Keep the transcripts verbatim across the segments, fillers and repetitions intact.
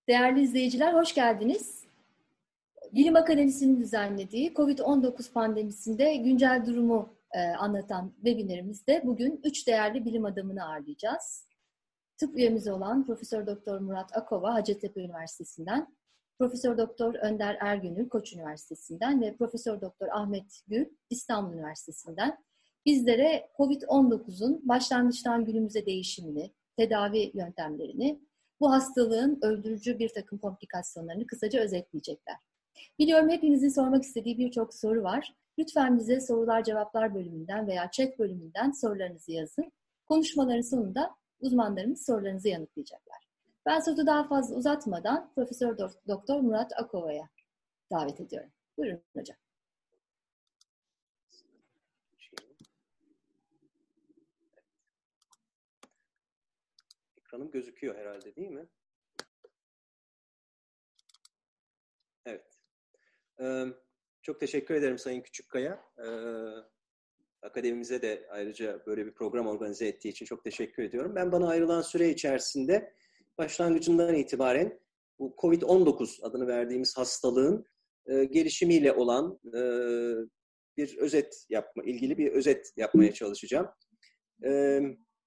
Değerli izleyiciler, hoş geldiniz. Bilim Akademisi'nin düzenlediği kovid on dokuz pandemisinde güncel durumu e, anlatan webinlerimizde bugün üç değerli bilim adamını ağırlayacağız. Tıp üyemiz olan Profesör Doktor Murat Akova, Hacettepe Üniversitesi'nden, Profesör Doktor Önder Ergünül, Koç Üniversitesi'nden ve Profesör Doktor Ahmet Gül, İstanbul Üniversitesi'nden bizlere kovid on dokuzun başlangıçtan günümüze değişimini, tedavi yöntemlerini, bu hastalığın öldürücü bir takım komplikasyonlarını kısaca özetleyecekler. Biliyorum hepinizin sormak istediği birçok soru var. Lütfen bize sorular cevaplar bölümünden veya chat bölümünden sorularınızı yazın. Konuşmaların sonunda uzmanlarımız sorularınızı yanıtlayacaklar. Ben sözü daha fazla uzatmadan Profesör Doktor Murat Akova'ya davet ediyorum. Buyurun hocam. Ekranım gözüküyor herhalde, değil mi? Evet. Ee, çok teşekkür ederim Sayın Küçükkaya. Ee, akademimize de ayrıca böyle bir program organize ettiği için çok teşekkür ediyorum. Ben bana ayrılan süre içerisinde başlangıcından itibaren bu kovid on dokuz adını verdiğimiz hastalığın e, gelişimiyle olan e, bir özet yapma, ilgili bir özet yapmaya çalışacağım. E,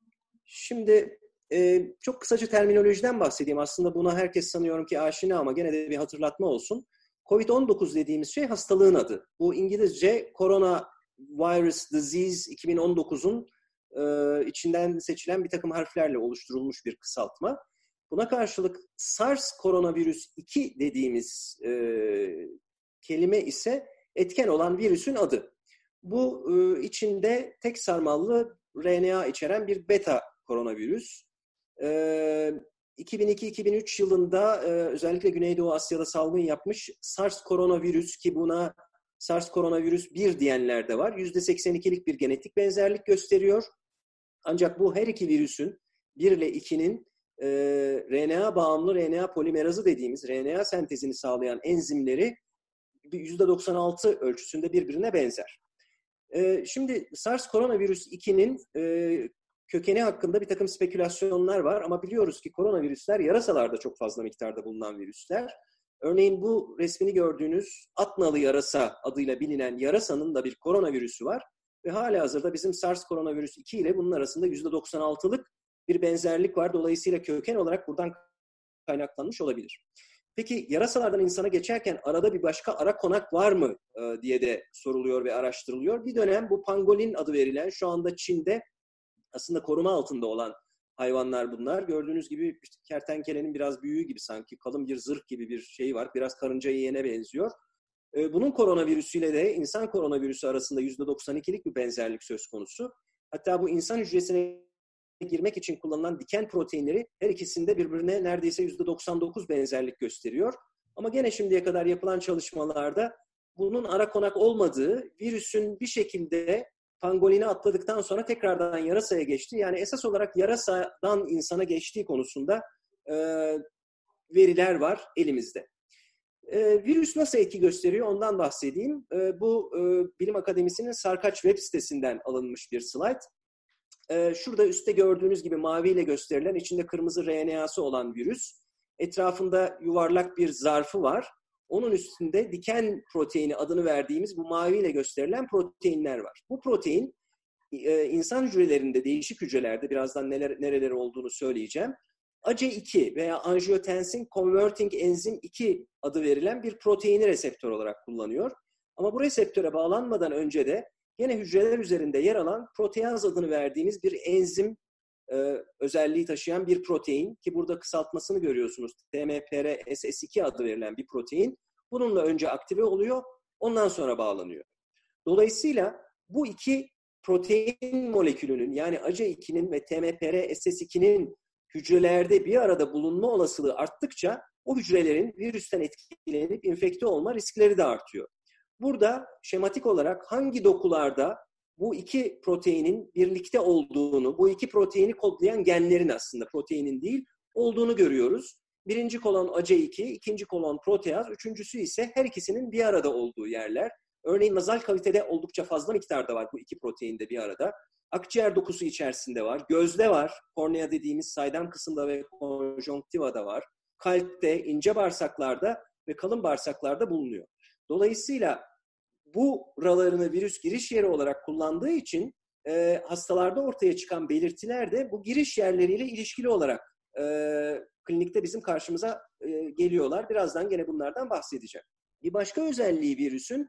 şimdi e, çok kısaca terminolojiden bahsedeyim. Aslında buna herkes sanıyorum ki aşina ama gene de bir hatırlatma olsun. kovid on dokuz dediğimiz şey hastalığın adı. Bu İngilizce Coronavirus Disease iki bin on dokuzun e, içinden seçilen bir takım harflerle oluşturulmuş bir kısaltma. Buna karşılık SARS koronavirüs iki dediğimiz e, kelime ise etken olan virüsün adı. Bu e, içinde tek sarmallı R N A içeren bir beta koronavirüs. E, iki bin iki iki bin üç yılında e, özellikle Güneydoğu Asya'da salgın yapmış SARS koronavirüs, ki buna SARS koronavirüs bir diyenler de var, yüzde seksen ikilik bir genetik benzerlik gösteriyor. Ancak bu her iki virüsün bir ile ikinin e, R N A bağımlı R N A polimerazı dediğimiz R N A sentezini sağlayan enzimleri yüzde doksan altı ölçüsünde birbirine benzer. E, şimdi SARS koronavirüs ikinin e, kökeni hakkında bir takım spekülasyonlar var ama biliyoruz ki koronavirüsler yarasalarda çok fazla miktarda bulunan virüsler. Örneğin bu resmini gördüğünüz at nalı yarasa adıyla bilinen yarasanın da bir koronavirüsü var ve halihazırda bizim SARS koronavirüs iki ile bunun arasında yüzde doksan altılık bir benzerlik var. Dolayısıyla köken olarak buradan kaynaklanmış olabilir. Peki yarasalardan insana geçerken arada bir başka ara konak var mı e, diye de soruluyor ve araştırılıyor. Bir dönem bu pangolin adı verilen, şu anda Çin'de aslında koruma altında olan hayvanlar bunlar. Gördüğünüz gibi işte kertenkelenin biraz büyüğü gibi, sanki kalın bir zırh gibi bir şey var. Biraz karınca yiyene benziyor. E, bunun koronavirüsüyle de insan koronavirüsü arasında yüzde doksan ikilik bir benzerlik söz konusu. Hatta bu insan hücresine girmek için kullanılan diken proteinleri her ikisinde birbirine neredeyse yüzde doksan dokuz benzerlik gösteriyor. Ama gene şimdiye kadar yapılan çalışmalarda bunun ara konak olmadığı, virüsün bir şekilde pangolini atladıktan sonra tekrardan yarasaya geçtiği, yani esas olarak yarasadan insana geçtiği konusunda e, veriler var elimizde. E, virüs nasıl etki gösteriyor ondan bahsedeyim. E, bu e, Bilim Akademisi'nin Sarkaç web sitesinden alınmış bir slide. Ee, şurada üstte gördüğünüz gibi maviyle gösterilen, içinde kırmızı R N A'sı olan virüs. Etrafında yuvarlak bir zarfı var. Onun üstünde diken proteini adını verdiğimiz bu maviyle gösterilen proteinler var. Bu protein e, insan hücrelerinde, değişik hücrelerde, birazdan neler, nereleri olduğunu söyleyeceğim, A C E iki veya Angiotensin Converting Enzim iki adı verilen bir proteini reseptör olarak kullanıyor. Ama bu reseptöre bağlanmadan önce de yine hücreler üzerinde yer alan proteaz adını verdiğimiz bir enzim e, özelliği taşıyan bir protein, ki burada kısaltmasını görüyorsunuz, T M P R S S iki adı verilen bir protein. Bununla önce aktive oluyor, ondan sonra bağlanıyor. Dolayısıyla bu iki protein molekülünün, yani A C E ikinin ve T M P R S S ikinin hücrelerde bir arada bulunma olasılığı arttıkça o hücrelerin virüsten etkilenip infekte olma riskleri de artıyor. Burada şematik olarak hangi dokularda bu iki proteinin birlikte olduğunu, bu iki proteini kodlayan genlerin, aslında proteinin değil, olduğunu görüyoruz. Birinci kolon A C E iki, ikinci kolon proteaz, üçüncüsü ise her ikisinin bir arada olduğu yerler. Örneğin nazal kavitede oldukça fazla miktarda var bu iki protein de bir arada. Akciğer dokusu içerisinde var, gözde var, kornea dediğimiz saydam kısımda ve konjonktivada var. kalpte, ince bağırsaklarda ve kalın bağırsaklarda bulunuyor. Dolayısıyla bu buralarını virüs giriş yeri olarak kullandığı için e, hastalarda ortaya çıkan belirtiler de bu giriş yerleriyle ilişkili olarak e, klinikte bizim karşımıza e, geliyorlar. Birazdan gene bunlardan bahsedeceğim. Bir başka özelliği virüsün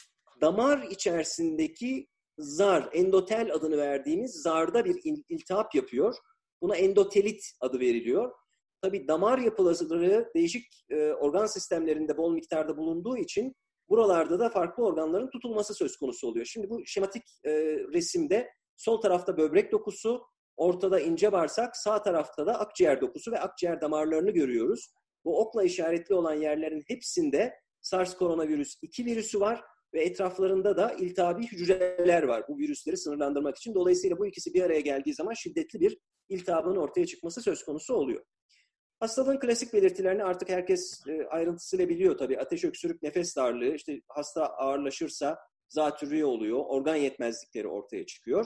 damar içerisindeki zar, endotel adını verdiğimiz zarda bir iltihap yapıyor. Buna endotelit adı veriliyor. Tabii damar yapıları değişik e, organ sistemlerinde bol miktarda bulunduğu için buralarda da farklı organların tutulması söz konusu oluyor. Şimdi bu şematik e, resimde sol tarafta böbrek dokusu, ortada ince bağırsak, sağ tarafta da akciğer dokusu ve akciğer damarlarını görüyoruz. Bu okla işaretli olan yerlerin hepsinde SARS koronavirüs iki virüsü var ve etraflarında da iltihabi hücreler var bu virüsleri sınırlandırmak için. Dolayısıyla bu ikisi bir araya geldiği zaman şiddetli bir iltihabın ortaya çıkması söz konusu oluyor. Hastalığın klasik belirtilerini artık herkes e, ayrıntısıyla biliyor tabii. Ateş, öksürük, nefes darlığı, işte hasta ağırlaşırsa zatürre oluyor, organ yetmezlikleri ortaya çıkıyor.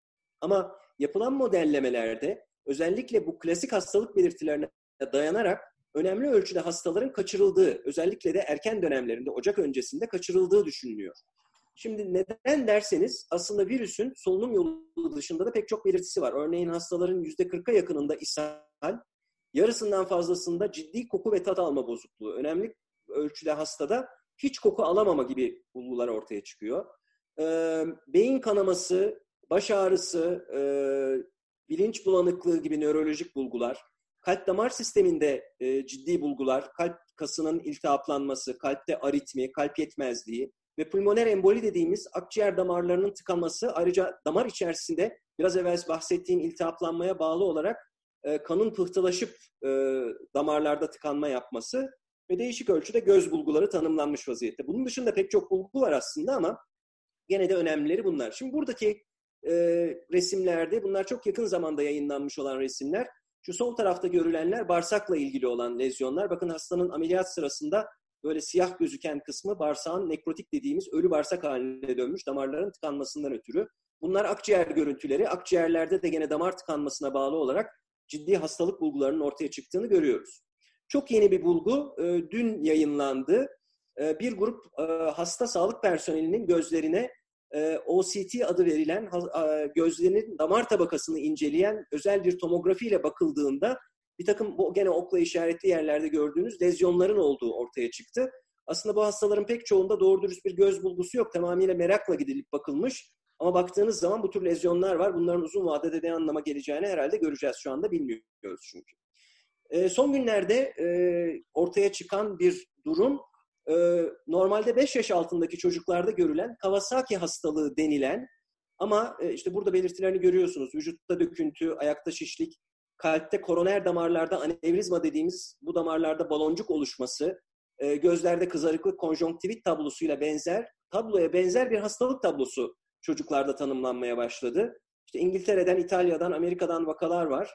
Ama yapılan modellemelerde özellikle bu klasik hastalık belirtilerine dayanarak önemli ölçüde hastaların kaçırıldığı, özellikle de erken dönemlerinde, Ocak öncesinde kaçırıldığı düşünülüyor. Şimdi neden derseniz aslında virüsün solunum yolu dışında da pek çok belirtisi var. Örneğin hastaların yüzde kırka yakınında ishal, yarısından fazlasında ciddi koku ve tat alma bozukluğu. Önemli ölçüde hastada hiç koku alamama gibi bulgular ortaya çıkıyor. Ee, beyin kanaması, baş ağrısı, e, bilinç bulanıklığı gibi nörolojik bulgular, kalp damar sisteminde e, ciddi bulgular, kalp kasının iltihaplanması, kalpte aritmi, kalp yetmezliği ve pulmoner emboli dediğimiz akciğer damarlarının tıkanması, ayrıca damar içerisinde biraz evvel bahsettiğim iltihaplanmaya bağlı olarak e, kanın pıhtılaşıp e, damarlarda tıkanma yapması ve değişik ölçüde göz bulguları tanımlanmış vaziyette. Bunun dışında pek çok bulgu var aslında ama gene de önemlileri bunlar. Şimdi buradaki e, resimlerde, bunlar çok yakın zamanda yayınlanmış olan resimler. Şu sol tarafta görülenler bağırsakla ilgili olan lezyonlar. Bakın hastanın ameliyat sırasında böyle siyah gözüken kısmı bağırsağın nekrotik dediğimiz ölü bağırsak haline dönmüş damarların tıkanmasından ötürü. Bunlar akciğer görüntüleri. Akciğerlerde de gene damar tıkanmasına bağlı olarak ciddi hastalık bulgularının ortaya çıktığını görüyoruz. Çok yeni bir bulgu e, dün yayınlandı. E, bir grup e, hasta sağlık personelinin gözlerine e, O C T adı verilen e, gözlerinin damar tabakasını inceleyen özel bir tomografiyle bakıldığında bir takım bu gene okla işaretli yerlerde gördüğünüz lezyonların olduğu ortaya çıktı. Aslında bu hastaların pek çoğunda doğru dürüst bir göz bulgusu yok. Tamamıyla merakla gidilip bakılmış. Ama baktığınız zaman bu tür lezyonlar var. Bunların uzun vadede ne anlama geleceğini herhalde göreceğiz. Şu anda bilmiyoruz çünkü. E, son günlerde e, ortaya çıkan bir durum, e, normalde beş yaş altındaki çocuklarda görülen Kawasaki hastalığı denilen ama e, işte burada belirtilerini görüyorsunuz. Vücutta döküntü, ayakta şişlik, kalpte koroner damarlarda anevrizma dediğimiz bu damarlarda baloncuk oluşması, e, gözlerde kızarıklık, konjonktivit tablosuyla benzer, tabloya benzer bir hastalık tablosu çocuklarda tanımlanmaya başladı. İşte İngiltere'den, İtalya'dan, Amerika'dan vakalar var.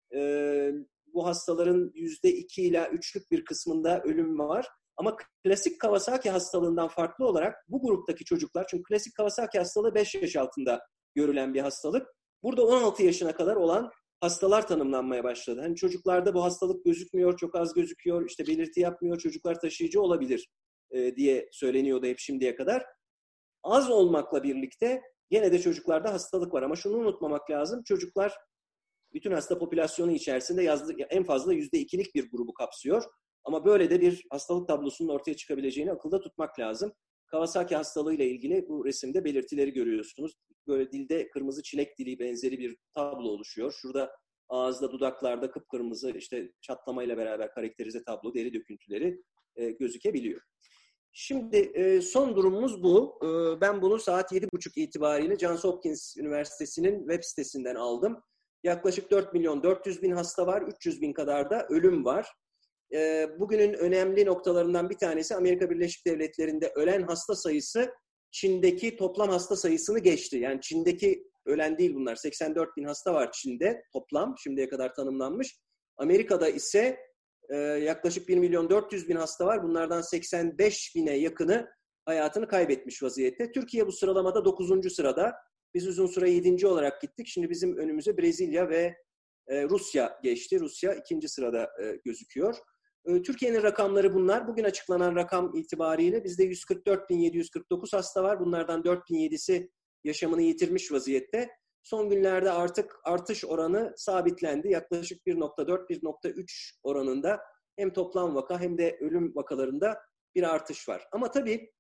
E, bu hastaların yüzde iki ila üçlük bir kısmında ölüm var. Ama klasik Kawasaki hastalığından farklı olarak bu gruptaki çocuklar, çünkü klasik Kawasaki hastalığı beş yaş altında görülen bir hastalık. Burada on altı yaşına kadar olan hastalar tanımlanmaya başladı. Hani çocuklarda bu hastalık gözükmüyor, çok az gözüküyor, işte belirti yapmıyor, çocuklar taşıyıcı olabilir e, diye söyleniyordu hep şimdiye kadar. Az olmakla birlikte gene de çocuklarda hastalık var. Ama şunu unutmamak lazım, çocuklar bütün hasta popülasyonu içerisinde yazdı, en fazla yüzde ikilik bir grubu kapsıyor. Ama böyle de bir hastalık tablosunun ortaya çıkabileceğini akılda tutmak lazım. Kawasaki hastalığı ile ilgili bu resimde belirtileri görüyorsunuz. Böyle dilde kırmızı çilek dili benzeri bir tablo oluşuyor. Şurada ağızda, dudaklarda kıpkırmızı işte çatlamayla beraber karakterize tablo, deri döküntüleri e, gözükebiliyor. Şimdi e, son durumumuz bu. E, ben bunu saat yedi buçuk itibariyle Johns Hopkins Üniversitesi'nin web sitesinden aldım. Yaklaşık dört milyon dört yüz bin hasta var, üç yüz bin kadar da ölüm var. Bugünün önemli noktalarından bir tanesi Amerika Birleşik Devletleri'nde ölen hasta sayısı Çin'deki toplam hasta sayısını geçti. Yani Çin'deki ölen değil bunlar. seksen dört bin hasta var Çin'de toplam şimdiye kadar tanımlanmış. Amerika'da ise yaklaşık bir milyon dört yüz bin hasta var. Bunlardan seksen beş bine yakını hayatını kaybetmiş vaziyette. Türkiye bu sıralamada dokuzuncu sırada. Biz uzun süre yedinci olarak gittik. Şimdi bizim önümüze Brezilya ve Rusya geçti. Rusya ikinci sırada gözüküyor. Türkiye'nin rakamları bunlar. Bugün açıklanan rakam itibariyle bizde yüz kırk dört bin yedi yüz kırk dokuz hasta var. Bunlardan dört bin yedisi yaşamını yitirmiş vaziyette. Son günlerde artık artış oranı sabitlendi. Yaklaşık bir nokta dört bir nokta üç oranında hem toplam vaka hem de ölüm vakalarında bir artış var. Ama tabii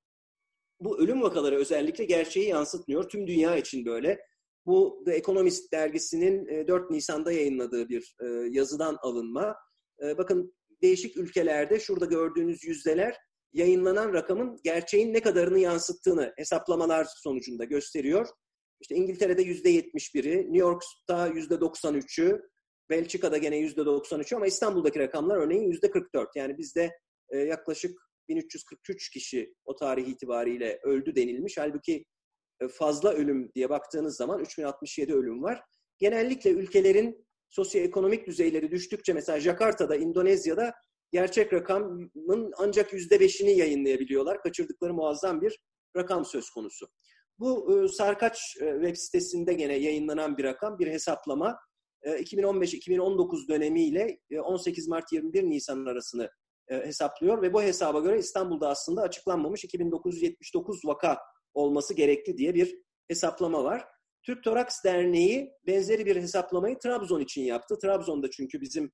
bu ölüm vakaları özellikle gerçeği yansıtmıyor. Tüm dünya için böyle. Bu The Economist dergisinin dört Nisan'da yayınladığı bir yazıdan alınma. Bakın değişik ülkelerde şurada gördüğünüz yüzdeler yayınlanan rakamın gerçeğin ne kadarını yansıttığını hesaplamalar sonucunda gösteriyor. İşte İngiltere'de yüzde yetmiş biri, New York'ta yüzde doksan üçü, Belçika'da gene yüzde doksan üçü ama İstanbul'daki rakamlar örneğin yüzde kırk dört. Yani bizde yaklaşık bin üç yüz kırk üç kişi o tarih itibariyle öldü denilmiş. Halbuki fazla ölüm diye baktığınız zaman üç bin altmış yedi ölüm var. Genellikle ülkelerin sosyoekonomik düzeyleri düştükçe mesela Jakarta'da, İndonezya'da gerçek rakamın ancak yüzde beşini yayınlayabiliyorlar. Kaçırdıkları muazzam bir rakam söz konusu. Bu Sarkaç web sitesinde gene yayınlanan bir rakam, bir hesaplama. iki bin on beş iki bin on dokuz dönemiyle on sekiz Mart yirmi bir Nisan arasını hesaplıyor ve bu hesaba göre İstanbul'da aslında açıklanmamış iki bin dokuz yüz yetmiş dokuz vaka olması gerekli diye bir hesaplama var. Türk Toraks Derneği benzeri bir hesaplamayı Trabzon için yaptı. Trabzon'da çünkü bizim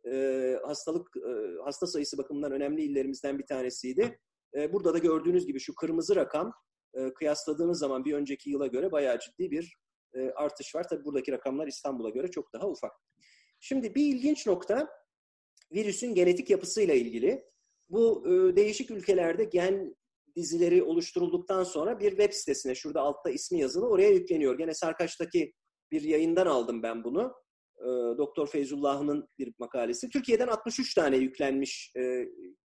e, hastalık e, hasta sayısı bakımından önemli illerimizden bir tanesiydi. E, burada da gördüğünüz gibi şu kırmızı rakam e, kıyasladığınız zaman bir önceki yıla göre bayağı ciddi bir e, artış var. Tabii buradaki rakamlar İstanbul'a göre çok daha ufak. Şimdi bir ilginç nokta virüsün genetik yapısıyla ilgili. Bu e, değişik ülkelerde gen dizileri oluşturulduktan sonra bir web sitesine, şurada altta ismi yazılı, oraya yükleniyor. Gene Sarkaç'taki bir yayından aldım ben bunu. E, Doktor Feyzullah'ın bir makalesi. Türkiye'den altmış üç tane yüklenmiş e,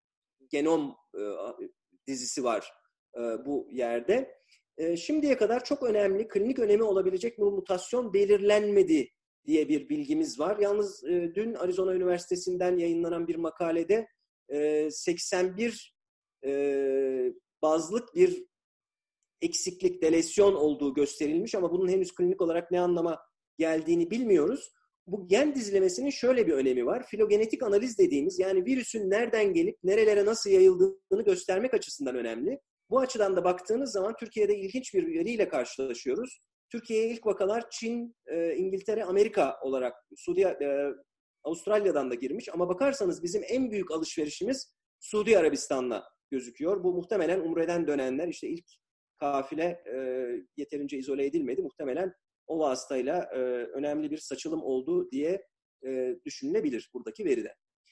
genom e, dizisi var e, bu yerde. E, şimdiye kadar çok önemli, klinik önemi olabilecek bir mutasyon belirlenmedi diye bir bilgimiz var. Yalnız e, dün Arizona Üniversitesi'nden yayınlanan bir makalede e, seksen bir e, bazlık bir eksiklik, delesyon olduğu gösterilmiş ama bunun henüz klinik olarak ne anlama geldiğini bilmiyoruz. Bu gen dizilemesinin şöyle bir önemi var. Filogenetik analiz dediğimiz, yani virüsün nereden gelip nerelere nasıl yayıldığını göstermek açısından önemli. Bu açıdan da baktığınız zaman Türkiye'de ilginç bir veriyle karşılaşıyoruz. Türkiye'ye ilk vakalar Çin, e, İngiltere, Amerika olarak Suudi, e, Avustralya'dan da girmiş. Ama bakarsanız bizim en büyük alışverişimiz Suudi Arabistan'la gözüküyor. Bu muhtemelen Umre'den dönenler, işte ilk kafile e, yeterince izole edilmedi. Muhtemelen o vasıtayla e, önemli bir saçılım oldu diye e, düşünülebilir buradaki veride.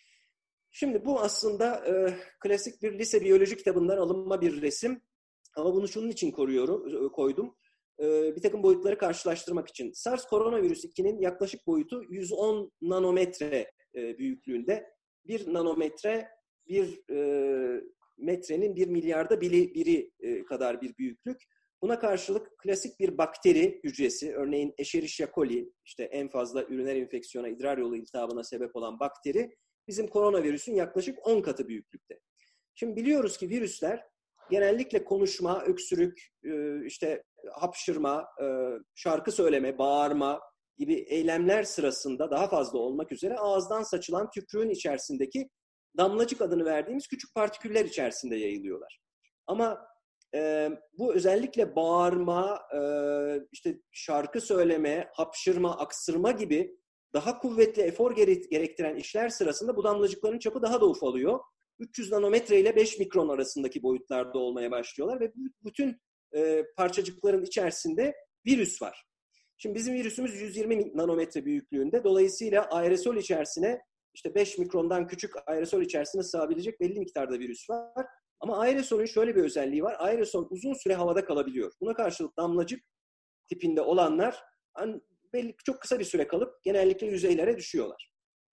Şimdi bu aslında e, klasik bir lise biyoloji kitabından alınma bir resim. Ama bunu şunun için koruyorum, koydum. E, bir takım boyutları karşılaştırmak için. SARS koronavirüs ikinin yaklaşık boyutu yüz on nanometre e, büyüklüğünde. Bir nanometre, bir e, metrenin bir milyarda biri, biri e, kadar bir büyüklük. Buna karşılık klasik bir bakteri hücresi, örneğin Escherichia coli, işte en fazla üriner enfeksiyona, idrar yolu iltihabına sebep olan bakteri, bizim koronavirüsün yaklaşık on katı büyüklükte. Şimdi biliyoruz ki virüsler genellikle konuşma, öksürük, işte hapşırma, şarkı söyleme, bağırma gibi eylemler sırasında daha fazla olmak üzere ağızdan saçılan tükrüğün içerisindeki damlacık adını verdiğimiz küçük partiküller içerisinde yayılıyorlar. Ama e, bu özellikle bağırma, e, işte şarkı söyleme, hapşırma, aksırma gibi daha kuvvetli efor gerektiren işler sırasında bu damlacıkların çapı daha da ufalıyor. üç yüz nanometre ile beş mikron arasındaki boyutlarda olmaya başlıyorlar ve bütün e, parçacıkların içerisinde virüs var. Şimdi bizim virüsümüz yüz yirmi nanometre büyüklüğünde. Dolayısıyla aerosol içerisine, işte beş mikrondan küçük aerosol içerisine sığabilecek belli miktarda virüs var. Ama aerosolün şöyle bir özelliği var. Aerosol uzun süre havada kalabiliyor. Buna karşılık damlacık tipinde olanlar belli çok kısa bir süre kalıp genellikle yüzeylere düşüyorlar.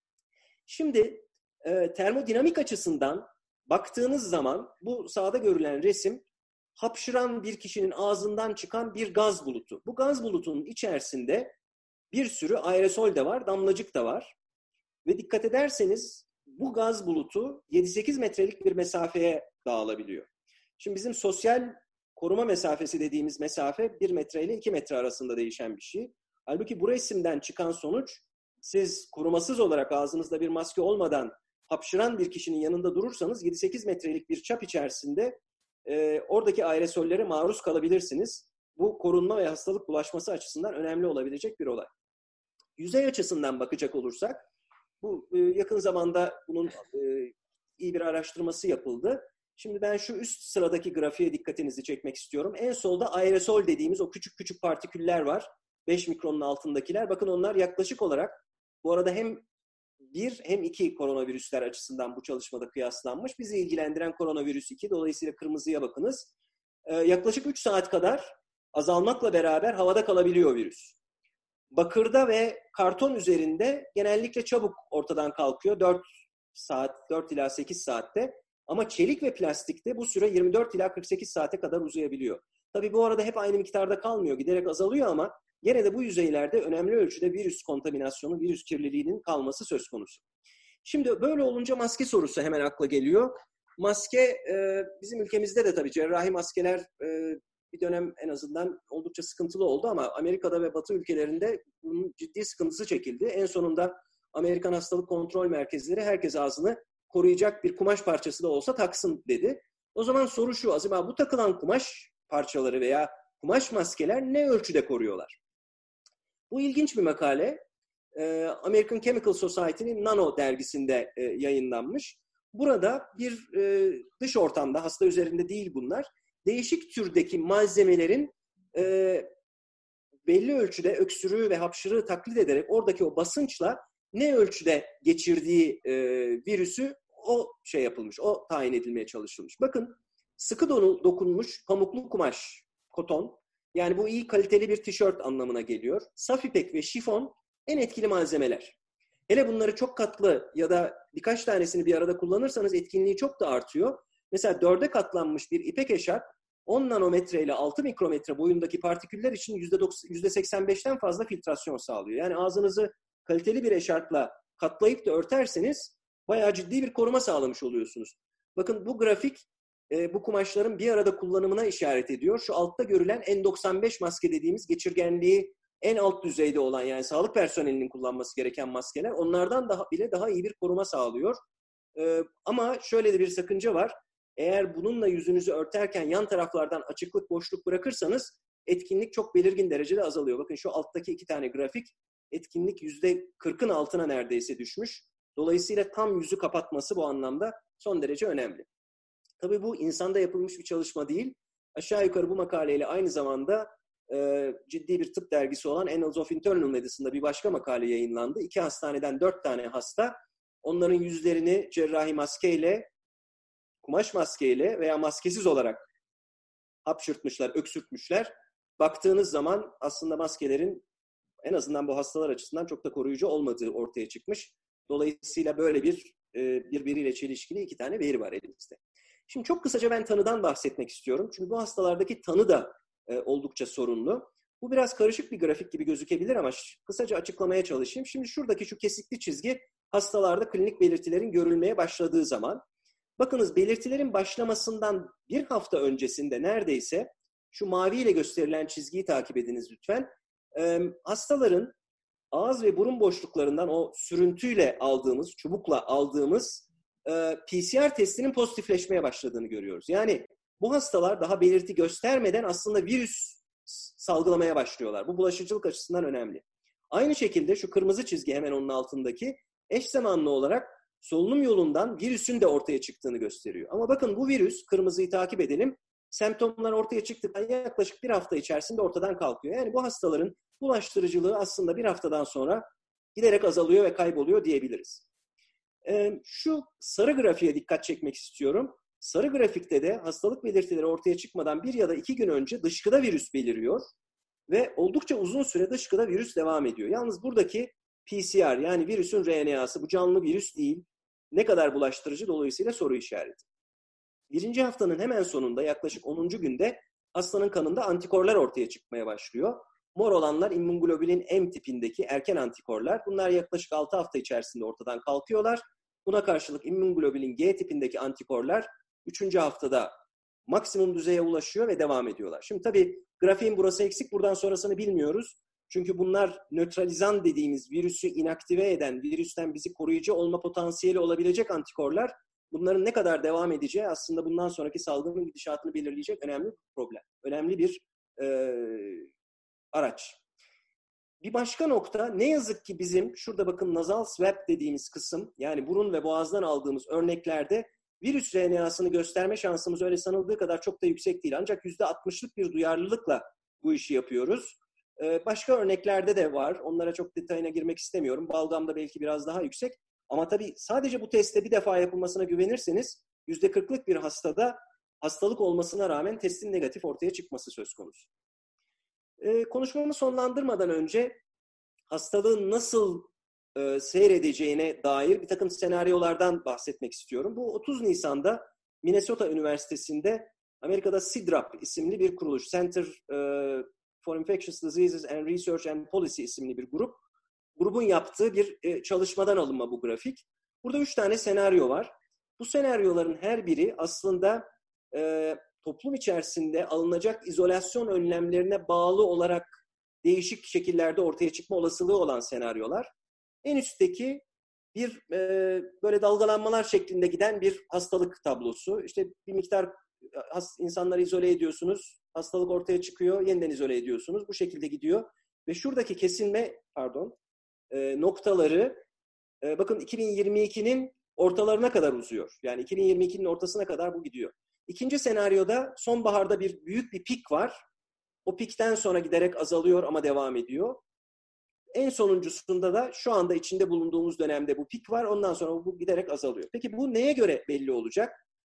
Şimdi e, termodinamik açısından baktığınız zaman bu sağda görülen resim hapşıran bir kişinin ağzından çıkan bir gaz bulutu. Bu gaz bulutunun içerisinde bir sürü aerosol de var, damlacık da var. Ve dikkat ederseniz bu gaz bulutu yedi sekiz metrelik bir mesafeye dağılabiliyor. Şimdi bizim sosyal koruma mesafesi dediğimiz mesafe bir metre ile iki metre arasında değişen bir şey. Halbuki bu resimden çıkan sonuç, siz korumasız olarak ağzınızda bir maske olmadan hapşıran bir kişinin yanında durursanız yedi sekiz metrelik bir çap içerisinde e, oradaki aerosollere maruz kalabilirsiniz. Bu korunma ve hastalık bulaşması açısından önemli olabilecek bir olay. Yüzey açısından bakacak olursak, bu e, yakın zamanda bunun e, iyi bir araştırması yapıldı. Şimdi ben şu üst sıradaki grafiğe dikkatinizi çekmek istiyorum. En solda aerosol dediğimiz o küçük küçük partiküller var. beş mikronun altındakiler. Bakın onlar yaklaşık olarak, bu arada hem bir hem iki koronavirüsler açısından bu çalışmada kıyaslanmış. Bizi ilgilendiren koronavirüs iki. Dolayısıyla kırmızıya bakınız. Ee, yaklaşık üç saat kadar azalmakla beraber havada kalabiliyor virüs. Bakırda ve karton üzerinde genellikle çabuk ortadan kalkıyor. dört saat, dört ila sekiz saatte. Ama çelik ve plastikte bu süre yirmi dört ila kırk sekiz saate kadar uzayabiliyor. Tabii bu arada hep aynı miktarda kalmıyor. Giderek azalıyor ama gene de bu yüzeylerde önemli ölçüde virüs kontaminasyonu, virüs kirliliğinin kalması söz konusu. Şimdi böyle olunca maske sorusu hemen akla geliyor. Maske e, bizim ülkemizde de tabii cerrahi maskeler e, bir dönem en azından oldukça sıkıntılı oldu ama Amerika'da ve Batı ülkelerinde bunun ciddi sıkıntısı çekildi. En sonunda Amerikan Hastalık Kontrol Merkezleri herkes ağzını koruyacak bir kumaş parçası da olsa taksın dedi. O zaman soru şu, acaba bu takılan kumaş parçaları veya kumaş maskeler ne ölçüde koruyorlar? Bu ilginç bir makale. American Chemical Society'nin Nano dergisinde yayınlanmış. Burada bir dış ortamda, hasta üzerinde değil bunlar, değişik türdeki malzemelerin belli ölçüde öksürüğü ve hapşırığı taklit ederek oradaki o basınçla ne ölçüde geçirdiği virüsü o şey yapılmış, o tayin edilmeye çalışılmış. Bakın, sıkı dokunmuş pamuklu kumaş, koton, yani bu iyi kaliteli bir tişört anlamına geliyor. Saf ipek ve şifon en etkili malzemeler. Hele bunları çok katlı ya da birkaç tanesini bir arada kullanırsanız etkinliği çok da artıyor. Mesela dörde katlanmış bir ipek eşarp on nanometre ile altı mikrometre boyundaki partiküller için yüzde seksen beşten fazla filtrasyon sağlıyor. Yani ağzınızı kaliteli bir eşarpla katlayıp da örterseniz bayağı ciddi bir koruma sağlamış oluyorsunuz. Bakın bu grafik e, bu kumaşların bir arada kullanımına işaret ediyor. Şu altta görülen N doksan beş maske dediğimiz geçirgenliği en alt düzeyde olan, yani sağlık personelinin kullanması gereken maskeler, onlardan daha bile daha iyi bir koruma sağlıyor. E, ama şöyle de bir sakınca var. Eğer bununla yüzünüzü örterken yan taraflardan açıklık, boşluk bırakırsanız etkinlik çok belirgin derecede azalıyor. Bakın şu alttaki iki tane grafik, etkinlik yüzde kırkın altına neredeyse düşmüş. Dolayısıyla tam yüzü kapatması bu anlamda son derece önemli. Tabii bu insanda yapılmış bir çalışma değil. Aşağı yukarı bu makaleyle aynı zamanda e, ciddi bir tıp dergisi olan Annals of Internal Medicine'da bir başka makale yayınlandı. İki hastaneden dört tane hasta, onların yüzlerini cerrahi maskeyle, kumaş maskeyle veya maskesiz olarak hapşırtmışlar, öksürtmüşler. Baktığınız zaman aslında maskelerin en azından bu hastalar açısından çok da koruyucu olmadığı ortaya çıkmış. Dolayısıyla böyle bir e, birbiriyle çelişkili iki tane veri var elimizde. Şimdi çok kısaca ben tanıdan bahsetmek istiyorum. Çünkü bu hastalardaki tanı da e, oldukça sorunlu. Bu biraz karışık bir grafik gibi gözükebilir ama kısaca açıklamaya çalışayım. Şimdi şuradaki şu kesikli çizgi hastalarda klinik belirtilerin görülmeye başladığı zaman. Bakınız, belirtilerin başlamasından bir hafta öncesinde neredeyse şu maviyle gösterilen çizgiyi takip ediniz lütfen. Ee, hastaların ağız ve burun boşluklarından o sürüntüyle aldığımız, çubukla aldığımız e, P C R testinin pozitifleşmeye başladığını görüyoruz. Yani bu hastalar daha belirti göstermeden aslında virüs salgılamaya başlıyorlar. Bu bulaşıcılık açısından önemli. Aynı şekilde şu kırmızı çizgi hemen onun altındaki eş zamanlı olarak solunum yolundan virüsün de ortaya çıktığını gösteriyor. Ama bakın bu virüs, kırmızıyı takip edelim, semptomlar ortaya çıktıktan yaklaşık bir hafta içerisinde ortadan kalkıyor. Yani bu hastaların bulaştırıcılığı aslında bir haftadan sonra giderek azalıyor ve kayboluyor diyebiliriz. Ee, şu sarı grafiğe dikkat çekmek istiyorum. Sarı grafikte de hastalık belirtileri ortaya çıkmadan bir ya da iki gün önce dışkıda virüs beliriyor ve oldukça uzun süre dışkıda virüs devam ediyor. Yalnız buradaki P C R, yani virüsün R N A'sı, bu canlı virüs değil. Ne kadar bulaştırıcı, dolayısıyla soru işareti. Birinci haftanın hemen sonunda yaklaşık onuncu günde hastanın kanında antikorlar ortaya çıkmaya başlıyor. Mor olanlar immunoglobulin M tipindeki erken antikorlar. Bunlar yaklaşık altı hafta içerisinde ortadan kalkıyorlar. Buna karşılık immunoglobulin G tipindeki antikorlar üçüncü haftada maksimum düzeye ulaşıyor ve devam ediyorlar. Şimdi tabii grafiğin burası eksik, buradan sonrasını bilmiyoruz. Çünkü bunlar nötralizan dediğimiz virüsü inaktive eden, virüsten bizi koruyucu olma potansiyeli olabilecek antikorlar. Bunların ne kadar devam edeceği aslında bundan sonraki salgının gidişatını belirleyecek önemli bir problem. Önemli bir e, araç. Bir başka nokta, ne yazık ki bizim, şurada bakın nasal swab dediğimiz kısım, yani burun ve boğazdan aldığımız örneklerde virüs R N A'sını gösterme şansımız öyle sanıldığı kadar çok da yüksek değil. Ancak yüzde altmışlık bir duyarlılıkla bu işi yapıyoruz. Ee, başka örneklerde de var. Onlara çok detayına girmek istemiyorum. Balgamda belki biraz daha yüksek. Ama tabii sadece bu testte bir defa yapılmasına güvenirseniz yüzde kırklık bir hastada hastalık olmasına rağmen testin negatif ortaya çıkması söz konusu. Ee, konuşmamı sonlandırmadan önce hastalığın nasıl e, seyredeceğine dair bir takım senaryolardan bahsetmek istiyorum. Bu otuz Nisan'da Minnesota Üniversitesi'nde Amerika'da C D R A P isimli bir kuruluş, Center uh, for Infectious Diseases and Research and Policy isimli bir grup, grubun yaptığı bir e, çalışmadan alınma bu grafik. Burada üç tane senaryo var. Bu senaryoların her biri aslında e, toplum içerisinde alınacak izolasyon önlemlerine bağlı olarak değişik şekillerde ortaya çıkma olasılığı olan senaryolar. En üstteki bir e, böyle dalgalanmalar şeklinde giden bir hastalık tablosu. İşte bir miktar has, insanları izole ediyorsunuz, hastalık ortaya çıkıyor, yeniden izole ediyorsunuz. Bu şekilde gidiyor. Ve şuradaki kesilme, pardon, e, noktaları e, bakın iki bin yirmi ikinin ortalarına kadar uzuyor. Yani iki bin yirmi ikinin ortasına kadar bu gidiyor. İkinci senaryoda sonbaharda bir büyük bir pik var. O pikten sonra giderek azalıyor ama devam ediyor. En sonuncusunda da şu anda içinde bulunduğumuz dönemde bu pik var. Ondan sonra bu giderek azalıyor. Peki bu neye göre belli olacak?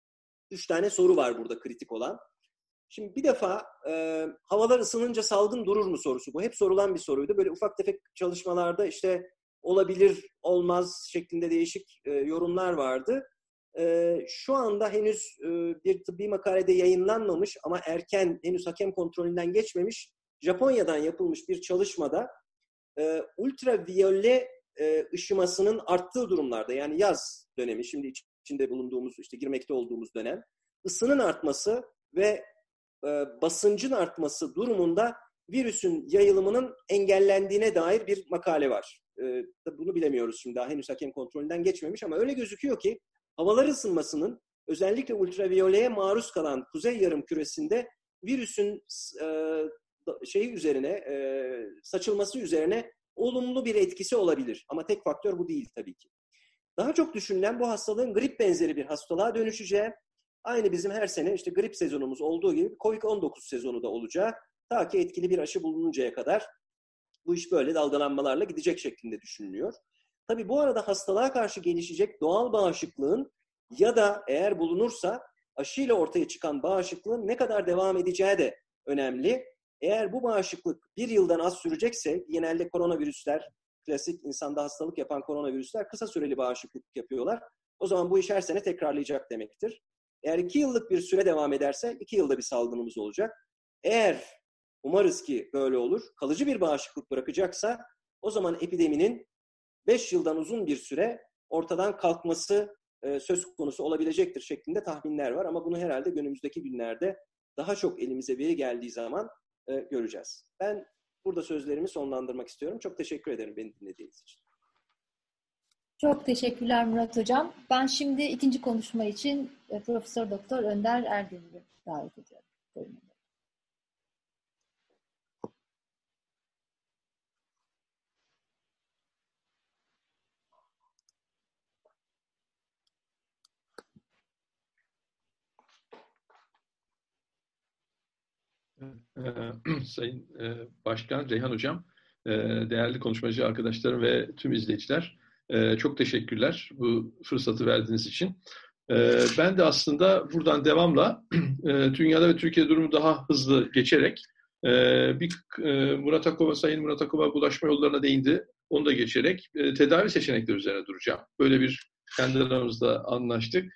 Üç tane soru var burada kritik olan. Şimdi bir defa e, havalar ısınınca salgın durur mu sorusu bu. Hep sorulan bir soruydu. Böyle ufak tefek çalışmalarda işte olabilir, olmaz şeklinde değişik e, yorumlar vardı. E, şu anda henüz e, bir tıbbi makalede yayınlanmamış ama erken, henüz hakem kontrolünden geçmemiş, Japonya'dan yapılmış bir çalışmada e, ultraviyole e, ışımasının arttığı durumlarda, yani yaz dönemi, şimdi içinde bulunduğumuz, işte girmekte olduğumuz dönem, ısının artması ve e, basıncın artması durumunda virüsün yayılımının engellendiğine dair bir makale var. E, bunu bilemiyoruz şimdi, daha henüz hakem kontrolünden geçmemiş ama öyle gözüküyor ki havalar ısınmasının özellikle ultraviyoleye maruz kalan kuzey yarımküresinde virüsün e, şeyi üzerine, e, saçılması üzerine olumlu bir etkisi olabilir. Ama tek faktör bu değil tabii ki. Daha çok düşünülen bu hastalığın grip benzeri bir hastalığa dönüşeceği, aynı bizim her sene işte grip sezonumuz olduğu gibi kovid on dokuz sezonu da olacağı, ta ki etkili bir aşı bulununcaya kadar bu iş böyle dalgalanmalarla gidecek şeklinde düşünülüyor. Tabii bu arada hastalığa karşı gelişecek doğal bağışıklığın ya da eğer bulunursa aşıyla ortaya çıkan bağışıklığın ne kadar devam edeceği de önemli. Eğer bu bağışıklık bir yıldan az sürecekse, genelde koronavirüsler, klasik insanda hastalık yapan koronavirüsler kısa süreli bağışıklık yapıyorlar. O zaman bu iş her sene tekrarlayacak demektir. Eğer iki yıllık bir süre devam ederse iki yılda bir salgınımız olacak. Eğer umarız ki böyle olur, kalıcı bir bağışıklık bırakacaksa o zaman epideminin beş yıldan uzun bir süre ortadan kalkması e, söz konusu olabilecektir şeklinde tahminler var. Ama bunu herhalde günümüzdeki günlerde daha çok elimize veri geldiği zaman e, göreceğiz. Ben burada sözlerimi sonlandırmak istiyorum. Çok teşekkür ederim beni dinlediğiniz için. Çok teşekkürler Murat Hocam. Ben şimdi ikinci konuşma için e, Profesör Doktor Önder Erdemir'i davet ediyorum. Buyurun. Sayın Başkan Reyhan Hocam, değerli konuşmacı arkadaşlarım ve tüm izleyiciler, çok teşekkürler bu fırsatı verdiğiniz için. Ben de aslında buradan devamla dünyada ve Türkiye durumu daha hızlı geçerek bir Murat Akova, Sayın Murat Akova bulaşma yollarına değindi. Onu da geçerek tedavi seçenekleri üzerine duracağım. Böyle bir kendi aramızda anlaştık.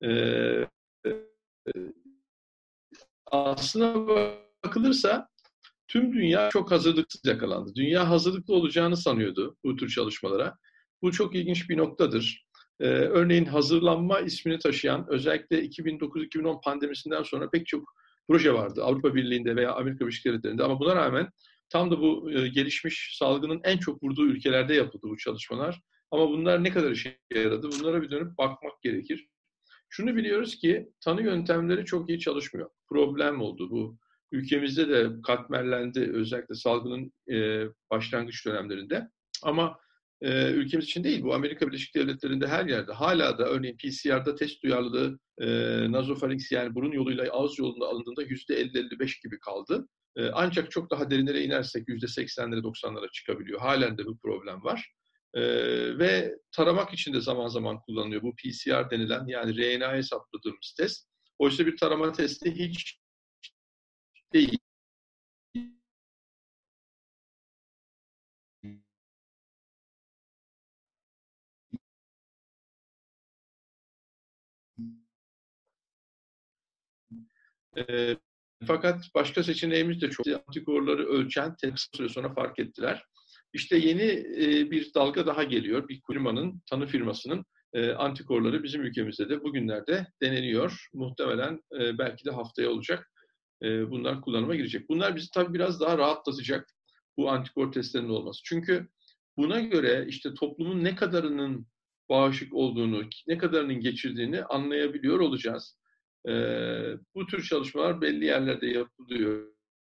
Aslına bakılırsa tüm dünya çok hazırlıksız yakalandı. Dünya hazırlıklı olacağını sanıyordu bu tür çalışmalara. Bu çok ilginç bir noktadır. Ee, örneğin hazırlanma ismini taşıyan özellikle iki bin dokuz iki bin on pandemisinden sonra pek çok proje vardı Avrupa Birliği'nde veya Amerika Birleşik Devletleri'nde, ama buna rağmen Tam da bu e, gelişmiş salgının en çok vurduğu ülkelerde yapıldı bu çalışmalar. Ama bunlar ne kadar işe yaradı? Bunlara bir dönüp bakmak gerekir. Şunu biliyoruz ki tanı yöntemleri çok iyi çalışmıyor. Problem oldu bu. Ülkemizde de katmerlendi özellikle salgının e, başlangıç dönemlerinde. Ama e, ülkemiz için değil, bu Amerika Birleşik Devletleri'nde her yerde hala da örneğin P C R'da test duyarlılığı e, nazofarinks yani burun yoluyla ağız yolunda alındığında yüzde elli elli beş gibi kaldı. E, ancak çok daha derinlere inersek yüzde seksenlere doksanlara çıkabiliyor. Halen de bu problem var. Ee, ve taramak için de zaman zaman kullanılıyor. Bu P C R denilen yani R N A hesapladığımız test. Oysa bir tarama testi hiç değil. Ee, fakat başka seçeneğimiz de çok. Antikorları ölçen kısa süre sonra fark ettiler. İşte yeni e, bir dalga daha geliyor. Bir firmanın, tanı firmasının e, antikorları bizim ülkemizde de bugünlerde deneniyor. Muhtemelen e, belki de haftaya olacak. E, bunlar kullanıma girecek. Bunlar bizi tabii biraz daha rahatlatacak bu antikor testlerinin olması. Çünkü buna göre işte toplumun ne kadarının bağışık olduğunu, ne kadarının geçirdiğini anlayabiliyor olacağız. E, bu tür çalışmalar belli yerlerde yapılıyor.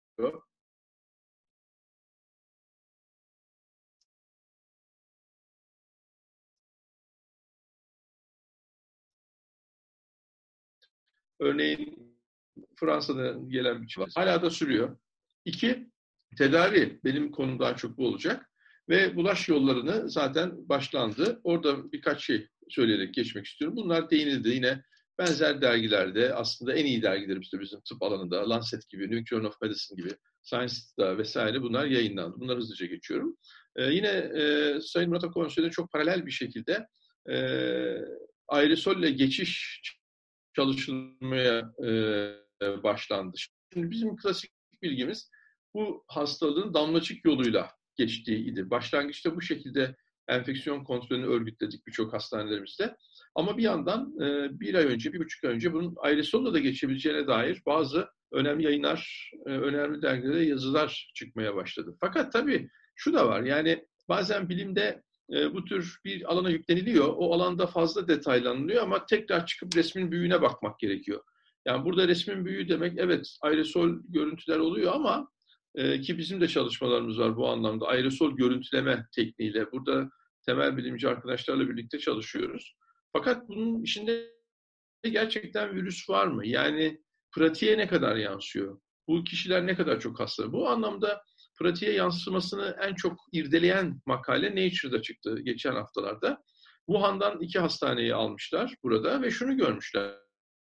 Örneğin Fransa'da gelen bir şey var. Hala da sürüyor. İki, tedavi. Benim konum daha çok bu olacak. Ve bulaş yollarını zaten başlandı. Orada birkaç şey söyleyerek geçmek istiyorum. Bunlar değinildi. Yine benzer dergilerde aslında en iyi dergilerimizde bizim tıp alanında Lancet gibi, New Journal of Medicine gibi, Science'da vesaire bunlar yayınlandı. Bunları hızlıca geçiyorum. Ee, yine e, Sayın Murat Akkonsu'yla çok paralel bir şekilde e, aerosolle geçiş çalışılmaya e, başlandı. Şimdi bizim klasik bilgimiz bu hastalığın damlacık yoluyla geçtiğiydi. Başlangıçta bu şekilde enfeksiyon kontrolünü örgütledik birçok hastanelerimizde. Ama bir yandan e, bir ay önce, bir buçuk ay önce bunun aerosolla da geçebileceğine dair bazı önemli yayınlar, e, önemli dergilere yazılar çıkmaya başladı. Fakat tabii şu da var, yani bazen bilimde e, bu tür bir alana yükleniliyor. O alanda fazla detaylanılıyor ama tekrar çıkıp resmin büyüğüne bakmak gerekiyor. Yani burada resmin büyüğü demek, evet aerosol görüntüler oluyor ama e, ki bizim de çalışmalarımız var bu anlamda. Aerosol görüntüleme tekniğiyle burada temel bilimci arkadaşlarla birlikte çalışıyoruz. Fakat bunun içinde gerçekten virüs var mı? Yani pratiğe ne kadar yansıyor? Bu kişiler ne kadar çok hasta? Bu anlamda pratiğe yansımasını en çok irdeleyen makale Nature'da çıktı geçen haftalarda. Wuhan'dan iki hastaneyi almışlar burada ve şunu görmüşler,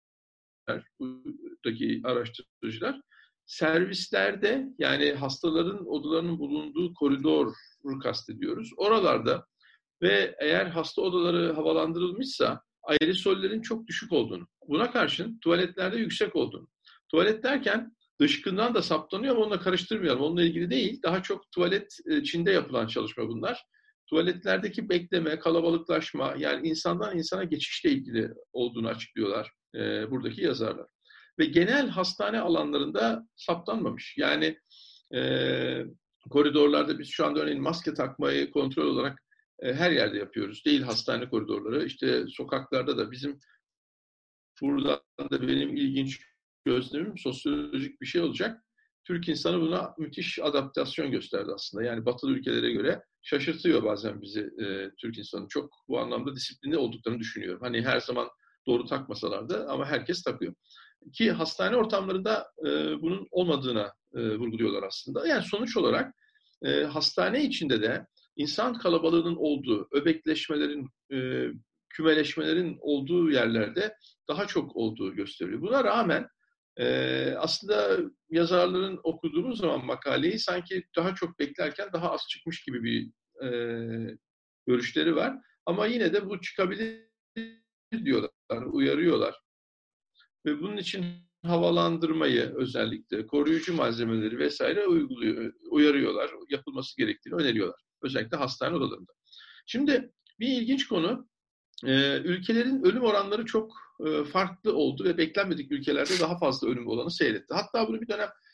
buradaki araştırıcılar, servislerde yani hastaların odalarının bulunduğu koridoru kastediyoruz. Oralarda ve eğer hasta odaları havalandırılmışsa aerosollerin çok düşük olduğunu, buna karşın tuvaletlerde yüksek olduğunu. Tuvalet derken dışkından da saptanıyor ama onunla karıştırmayalım. Onunla ilgili değil. Daha çok tuvalet içinde yapılan çalışma bunlar. Tuvaletlerdeki bekleme, kalabalıklaşma, yani insandan insana geçişle ilgili olduğunu açıklıyorlar e, buradaki yazarlar. Ve genel hastane alanlarında saptanmamış. Yani e, koridorlarda biz şu anda örneğin maske takmayı kontrol olarak e, her yerde yapıyoruz. Değil hastane koridorları. İşte sokaklarda da bizim buradan da benim ilginç gözlemim sosyolojik bir şey olacak. Türk insanı buna müthiş adaptasyon gösterdi aslında. Yani batılı ülkelere göre şaşırtıyor bazen bizi e, Türk insanı. Çok bu anlamda disiplinli olduklarını düşünüyorum. Hani her zaman doğru takmasalar da ama herkes takıyor. Ki hastane ortamlarında e, bunun olmadığına e, vurguluyorlar aslında. Yani sonuç olarak e, hastane içinde de insan kalabalığının olduğu, öbekleşmelerin, e, kümeleşmelerin olduğu yerlerde daha çok olduğu gösteriyor. Buna rağmen e, aslında yazarların okuduğumuz zaman makaleyi sanki daha çok beklerken daha az çıkmış gibi bir e, görüşleri var. Ama yine de bu çıkabilir diyorlar, uyarıyorlar. Ve bunun için havalandırmayı özellikle, koruyucu malzemeleri vesaire uyguluyor, uyarıyorlar, yapılması gerektiğini öneriyorlar. Özellikle hastane odalarında. Şimdi bir ilginç konu, e, ülkelerin ölüm oranları çok e, farklı oldu ve beklenmedik ülkelerde daha fazla ölüm olanı seyretti. Hatta bunu bir dönem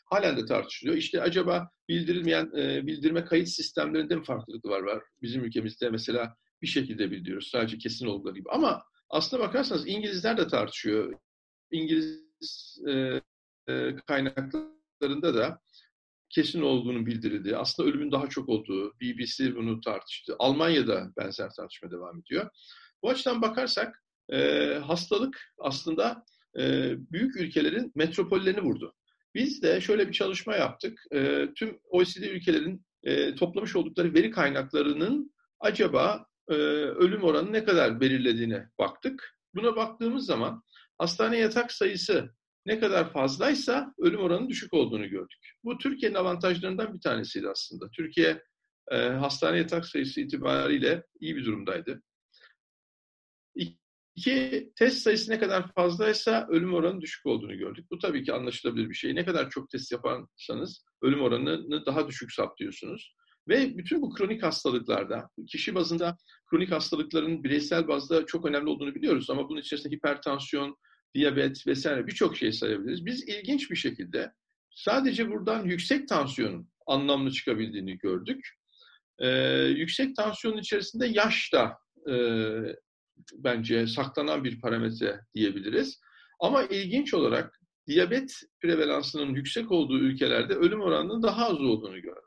halen de tartışılıyor. İşte acaba bildirilmeyen, e, bildirme kayıt sistemlerinde mi farklılıklar var? Bizim ülkemizde mesela bir şekilde bildiriyoruz. Sadece kesin olduğu gibi. Ama aslına bakarsanız İngilizler de tartışıyor. İngiliz e, e, kaynaklarında da kesin olduğunu bildirildi. Aslında ölümün daha çok olduğu, B B C bunu tartıştı. Almanya'da benzer tartışma devam ediyor. Bu açıdan bakarsak e, hastalık aslında e, büyük ülkelerin metropollerini vurdu. Biz de şöyle bir çalışma yaptık. E, tüm O E C D ülkelerin e, toplamış oldukları veri kaynaklarının acaba e, ölüm oranı ne kadar belirlediğine baktık. Buna baktığımız zaman hastane yatak sayısı ne kadar fazlaysa ölüm oranının düşük olduğunu gördük. Bu Türkiye'nin avantajlarından bir tanesiydi aslında. Türkiye e, hastane yatak sayısı itibariyle iyi bir durumdaydı. İki, test sayısı ne kadar fazlaysa ölüm oranının düşük olduğunu gördük. Bu tabii ki anlaşılabilir bir şey. Ne kadar çok test yaparsanız ölüm oranını daha düşük saptıyorsunuz. Ve bütün bu kronik hastalıklarda, kişi bazında kronik hastalıkların bireysel bazda çok önemli olduğunu biliyoruz. Ama bunun içerisinde hipertansiyon, diyabet vesaire birçok şey sayabiliriz. Biz ilginç bir şekilde sadece buradan yüksek tansiyonun anlamlı çıkabildiğini gördük. Ee, yüksek tansiyonun içerisinde yaş da e, bence saklanan bir parametre diyebiliriz. Ama ilginç olarak diyabet prevalansının yüksek olduğu ülkelerde ölüm oranının daha az olduğunu gördük.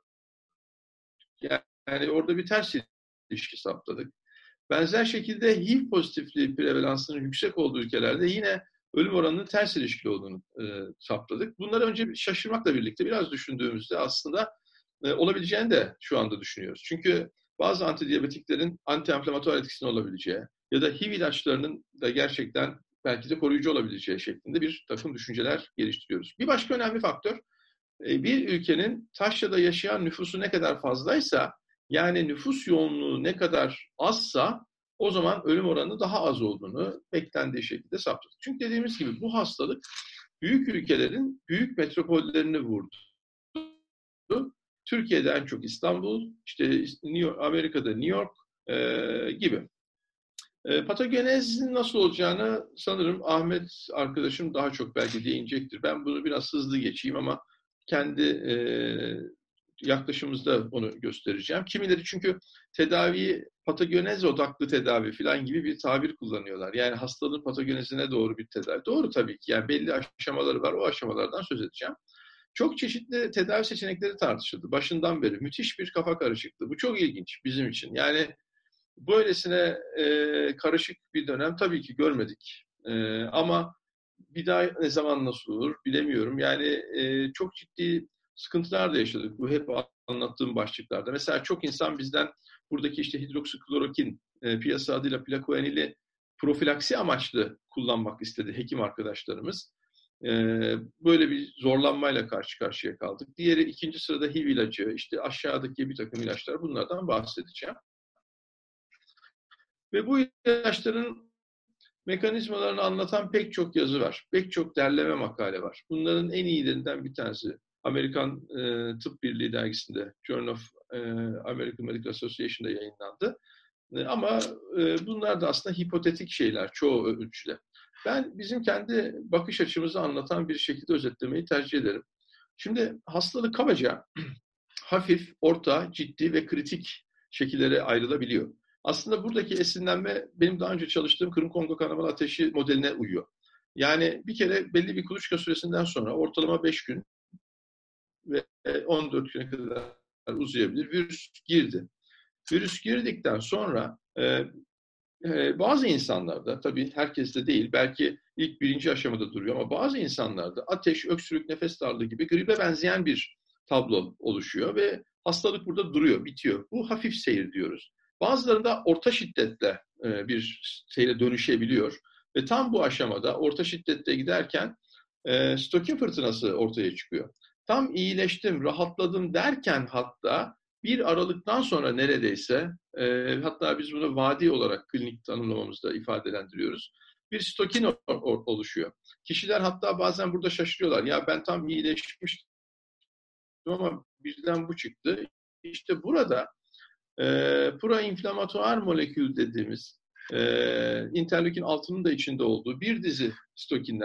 Yani orada bir ters ilişki saptadık. Benzer şekilde H I V pozitifliği prevalansının yüksek olduğu ülkelerde yine ölüm oranının ters ilişkili olduğunu e, saptadık. Bunları önce şaşırmakla birlikte biraz düşündüğümüzde aslında e, olabileceğini de şu anda düşünüyoruz. Çünkü bazı antidiyabetiklerin anti-inflamatuar etkisinin olabileceği ya da H I V ilaçlarının da gerçekten belki de koruyucu olabileceği şeklinde bir takım düşünceler geliştiriyoruz. Bir başka önemli faktör, e, bir ülkenin taşrada yaşayan nüfusu ne kadar fazlaysa, yani nüfus yoğunluğu ne kadar azsa o zaman ölüm oranı daha az olduğunu beklendiği şekilde saptadık. Çünkü dediğimiz gibi bu hastalık büyük ülkelerin büyük metropollerini vurdu. Türkiye'de en çok İstanbul, işte New York, Amerika'da New York e, gibi. E, patogenezin nasıl olacağını sanırım Ahmet arkadaşım daha çok belki değinecektir. Ben bunu biraz hızlı geçeyim ama kendi e, yaklaşımımızda onu göstereceğim. Kimileri çünkü tedaviyi patogenez odaklı tedavi falan gibi bir tabir kullanıyorlar. Yani hastalığın patogenezine doğru bir tedavi. Doğru tabii ki. Yani belli aşamaları var. O aşamalardan söz edeceğim. Çok çeşitli tedavi seçenekleri tartışıldı. Başından beri müthiş bir kafa karışıklığı. Bu çok ilginç bizim için. Yani böylesine e, karışık bir dönem tabii ki görmedik. E, ama bir daha ne zaman nasıl olur bilemiyorum. Yani e, çok ciddi sıkıntılar da yaşadık. Bu hep anlattığım başlıklarda. Mesela çok insan bizden buradaki işte hidroksiklorokin, e, piyasa adıyla plakoenili profilaksi amaçlı kullanmak istedi hekim arkadaşlarımız. E, böyle bir zorlanmayla karşı karşıya kaldık. Diğeri ikinci sırada H I V ilacı, işte aşağıdaki bir takım ilaçlar, bunlardan bahsedeceğim. Ve bu ilaçların mekanizmalarını anlatan pek çok yazı var. Pek çok derleme makale var. Bunların en iyilerinden bir tanesi Amerikan e, Tıp Birliği dergisinde Journal of e, American Medical Association'da yayınlandı. E, ama e, bunlar da aslında hipotetik şeyler çoğu ölçüde. Ben bizim kendi bakış açımızı anlatan bir şekilde özetlemeyi tercih ederim. Şimdi hastalık kabaca hafif, orta, ciddi ve kritik şekillere ayrılabiliyor. Aslında buradaki esinlenme benim daha önce çalıştığım Kırım Kongo kanamalı ateşi modeline uyuyor. Yani bir kere belli bir kuluçka süresinden sonra ortalama beş gün ve on dört güne kadar uzayabilir. Virüs girdi. Virüs girdikten sonra e, e, bazı insanlarda, tabii herkeste değil, belki ilk birinci aşamada duruyor ama bazı insanlarda ateş, öksürük, nefes darlığı gibi gribe benzeyen bir tablo oluşuyor ve hastalık burada duruyor, bitiyor. Bu hafif seyir diyoruz. Bazılarında orta şiddetle e, bir seyre dönüşebiliyor ve tam bu aşamada orta şiddette giderken e, stokin fırtınası ortaya çıkıyor. Tam iyileştim, rahatladım derken hatta bir aralıktan sonra neredeyse, e, hatta biz bunu vadi olarak klinik tanımlamamızda ifadelendiriyoruz. Bir stokin oluşuyor. Kişiler hatta bazen burada şaşırıyorlar. Ya ben tam iyileşmiştim ama birden bu çıktı. İşte burada e, proinflamatuar molekül dediğimiz e, interleukin altının da içinde olduğu bir dizi stokinler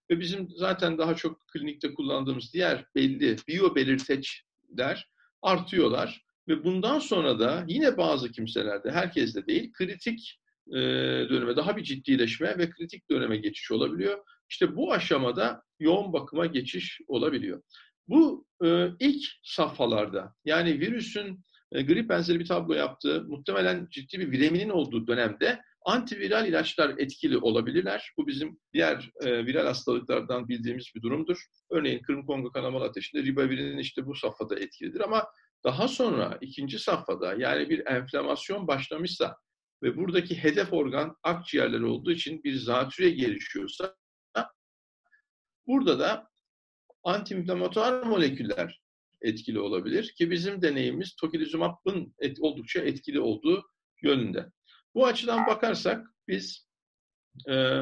ve bizim zaten daha çok klinikte kullandığımız diğer belli biyobelirteçler artıyorlar. Ve bundan sonra da yine bazı kimselerde, herkeste değil, kritik e, döneme, daha bir ciddileşme ve kritik döneme geçiş olabiliyor. İşte bu aşamada yoğun bakıma geçiş olabiliyor. Bu e, ilk safhalarda, yani virüsün e, grip benzeri bir tablo yaptığı, muhtemelen ciddi bir vireminin olduğu dönemde antiviral ilaçlar etkili olabilirler. Bu bizim diğer e, viral hastalıklardan bildiğimiz bir durumdur. Örneğin Kırım Kongo kanamalı ateşinde ribavirin işte bu safhada etkilidir, ama daha sonra ikinci safhada, yani bir enflamasyon başlamışsa ve buradaki hedef organ akciğerleri olduğu için bir zatürre gelişiyorsa, burada da antiinflamatuar moleküller etkili olabilir ki bizim deneyimimiz tocilizumab'ın et, oldukça etkili olduğu yönünde. Bu açıdan bakarsak biz e,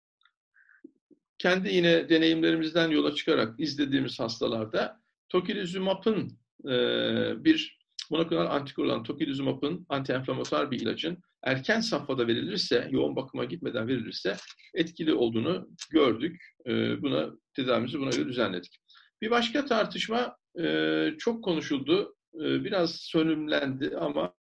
kendi yine deneyimlerimizden yola çıkarak izlediğimiz hastalarda tocilizumab'ın e, bir monoklonal antikor olan tocilizumab'ın antienflamatuar bir ilacın erken safhada verilirse, yoğun bakıma gitmeden verilirse etkili olduğunu gördük. E, buna tedavimizi buna göre düzenledik. Bir başka tartışma e, çok konuşuldu. E, biraz sönümlendi ama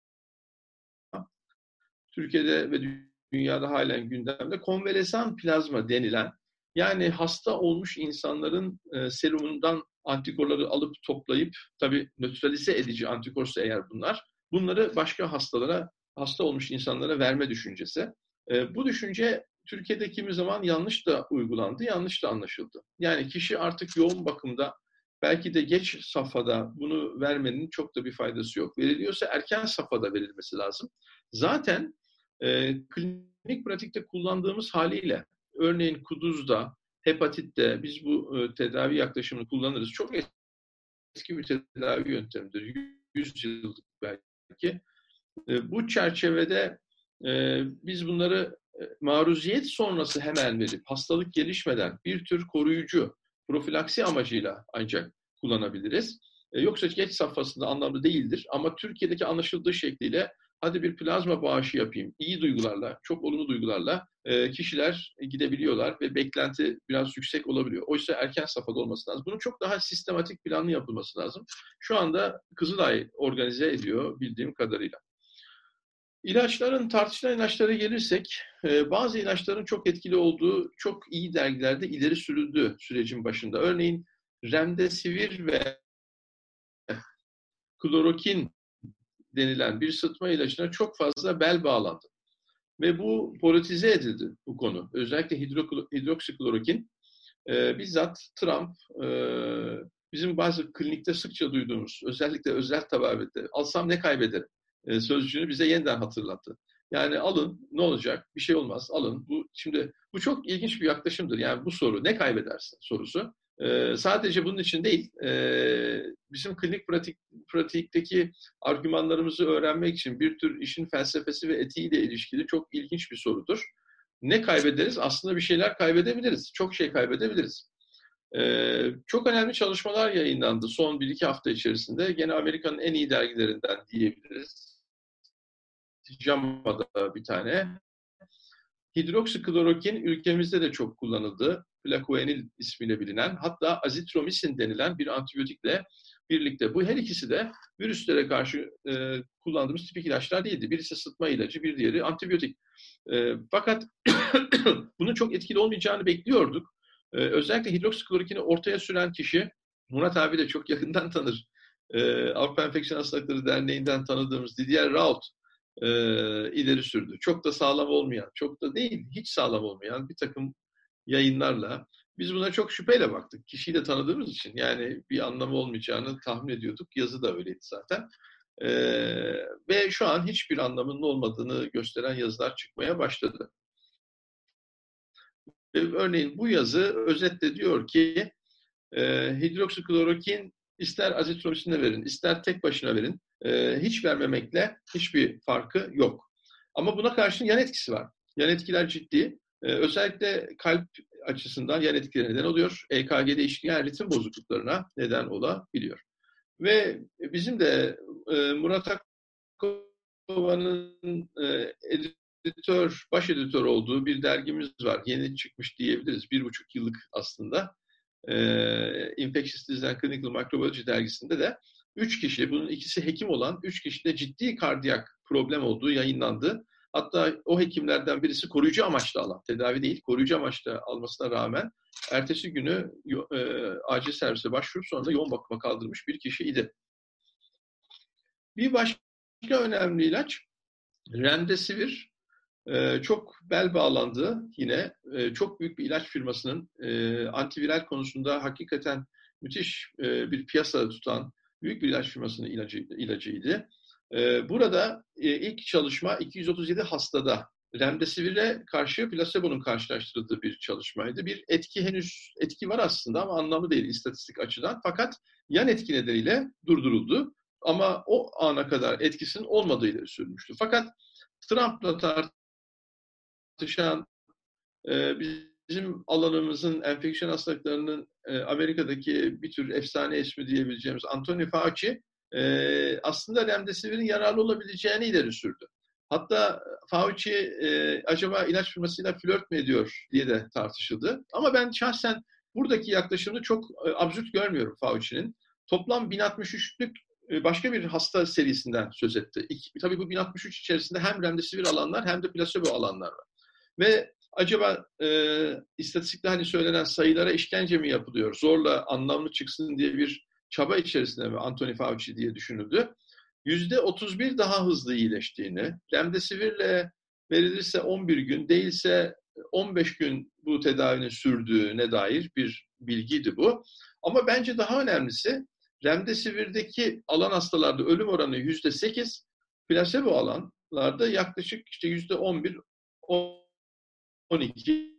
Türkiye'de ve dünyada halen gündemde konvalesan plazma denilen, yani hasta olmuş insanların e, serumundan antikorları alıp toplayıp, tabii nötralize edici antikorsa eğer bunlar, bunları başka hastalara, hasta olmuş insanlara verme düşüncesi. E, bu düşünce Türkiye'de kimi zaman yanlış da uygulandı, yanlış da anlaşıldı. Yani kişi artık yoğun bakımda, belki de geç safhada bunu vermenin çok da bir faydası yok. Veriliyorsa erken safhada verilmesi lazım. Zaten e, klinik pratikte kullandığımız haliyle, örneğin kuduzda, hepatitte biz bu e, tedavi yaklaşımını kullanırız. Çok eski bir tedavi yöntemidir. yüz yıllık belki. E, bu çerçevede e, biz bunları e, maruziyet sonrası hemen verip, hastalık gelişmeden bir tür koruyucu, profilaksi amacıyla ancak kullanabiliriz. E, yoksa geç safhasında anlamlı değildir. Ama Türkiye'deki anlaşıldığı şekliyle, hadi bir plazma bağışı yapayım, iyi duygularla, çok olumlu duygularla e, kişiler gidebiliyorlar ve beklenti biraz yüksek olabiliyor. Oysa erken safhada olması lazım. Bunun çok daha sistematik, planlı yapılması lazım. Şu anda Kızılay organize ediyor bildiğim kadarıyla. İlaçların, tartışılan ilaçlara gelirsek, bazı ilaçların çok etkili olduğu çok iyi dergilerde ileri sürüldü sürecin başında. Örneğin remdesivir ve klorokin denilen bir sıtma ilacına çok fazla bel bağlandı. Ve bu politize edildi bu konu. Özellikle hidroksiklorokin, e, bizzat Trump, e, bizim bazı klinikte sıkça duyduğumuz, özellikle özel tababette, alsam ne kaybederim e, sözcüğünü bize yeniden hatırlattı. Yani alın, ne olacak, bir şey olmaz, alın. Bu şimdi bu çok ilginç bir yaklaşımdır. Yani bu soru, ne kaybedersin sorusu. Ee, sadece bunun için değil, e, bizim klinik pratik, pratikteki argümanlarımızı öğrenmek için bir tür işin felsefesi ve etiğiyle ilişkili çok ilginç bir sorudur. Ne kaybederiz? Aslında bir şeyler kaybedebiliriz. Çok şey kaybedebiliriz. Ee, çok önemli çalışmalar yayınlandı son bir iki hafta içerisinde. Gene Amerika'nın en iyi dergilerinden diyebiliriz. JAMA'da bir tane. Hidroksiklorokin ülkemizde de çok kullanıldı. Plaquenil ismiyle bilinen, hatta azitromisin denilen bir antibiyotikle birlikte. Bu her ikisi de virüslere karşı e, kullandığımız tipik ilaçlar değildi. Birisi sıtma ilacı, bir diğeri antibiyotik. E, fakat bunun çok etkili olmayacağını bekliyorduk. E, özellikle hidroksiklorokini ortaya süren kişi, Murat abi de çok yakından tanır. E, Avrupa Enfeksiyon Hastalıkları Derneği'nden tanıdığımız Didier Raoult e, ileri sürdü. Çok da sağlam olmayan, çok da değil, hiç sağlam olmayan bir takım yayınlarla biz buna çok şüpheyle baktık. Kişiyi de tanıdığımız için, yani bir anlamı olmayacağını tahmin ediyorduk. Yazı da öyleydi zaten. Ee, ve şu an hiçbir anlamının olmadığını gösteren yazılar çıkmaya başladı. Ee, örneğin bu yazı özetle diyor ki e, hidroksiklorokin ister azitromisinle verin, ister tek başına verin. E, hiç vermemekle hiçbir farkı yok. Ama buna karşın yan etkisi var. Yan etkiler ciddi. Ee, özellikle kalp açısından yan etkileri neden oluyor. E K G değişken ritim bozukluklarına neden olabiliyor. Ve bizim de e, Murat Akkova'nın e, editör, baş editör olduğu bir dergimiz var. Yeni çıkmış diyebiliriz. Bir buçuk yıllık aslında. Ee, Infectious Disease and Clinical Microbiology dergisinde de üç kişi, bunun ikisi hekim olan üç kişide ciddi kardiyak problem olduğu yayınlandı. Hatta o hekimlerden birisi koruyucu amaçlı alan, tedavi değil, koruyucu amaçlı almasına rağmen ertesi günü e, acil servise başvurup sonra da yoğun bakıma kaldırmış bir kişiydi. Bir başka önemli ilaç Remdesivir. Ee, çok bel bağlandı yine. Ee, çok büyük bir ilaç firmasının e, antiviral konusunda hakikaten müthiş e, bir piyasa tutan büyük bir ilaç firmasının ilacı, ilacıydı. Ee, burada e, ilk çalışma iki yüz otuz yedi hastada Remdesivir'e karşı plasebonun karşılaştırıldığı bir çalışmaydı. Bir etki henüz etki var aslında ama anlamlı değil istatistik açıdan. Fakat yan etki nedeniyle durduruldu. Ama o ana kadar etkisinin olmadığı ileri sürülmüştü. Fakat Trump'la tartışan e, bizim alanımızın enfeksiyon hastalıklarının e, Amerika'daki bir tür efsane ismi diyebileceğimiz Anthony Fauci e, aslında Remdesivir'in yararlı olabileceğini ileri sürdü. Hatta Fauci e, acaba ilaç firmasıyla flört mü ediyor diye de tartışıldı. Ama ben şahsen buradaki yaklaşımını çok e, absürt görmüyorum Fauci'nin. Toplam bin altmış üçlük başka bir hasta serisinden söz etti. İki, tabii bu bin altmış üç içerisinde hem Remdesivir alanlar hem de plasebo alanlar var. Ve acaba e, istatistikte hani söylenen sayılara işkence mi yapılıyor? Zorla anlamlı çıksın diye bir çaba içerisinde mi Anthony Fauci diye düşünüldü. yüzde otuz bir daha hızlı iyileştiğini, Remdesivir'le verilirse on bir gün, değilse on beş gün bu tedavinin sürdüğüne dair bir bilgiydi bu. Ama bence daha önemlisi Remdesivir'deki alan hastalarda ölüm oranı yüzde sekiz, plasebo alanlarda yaklaşık işte yüzde on bir, on iki.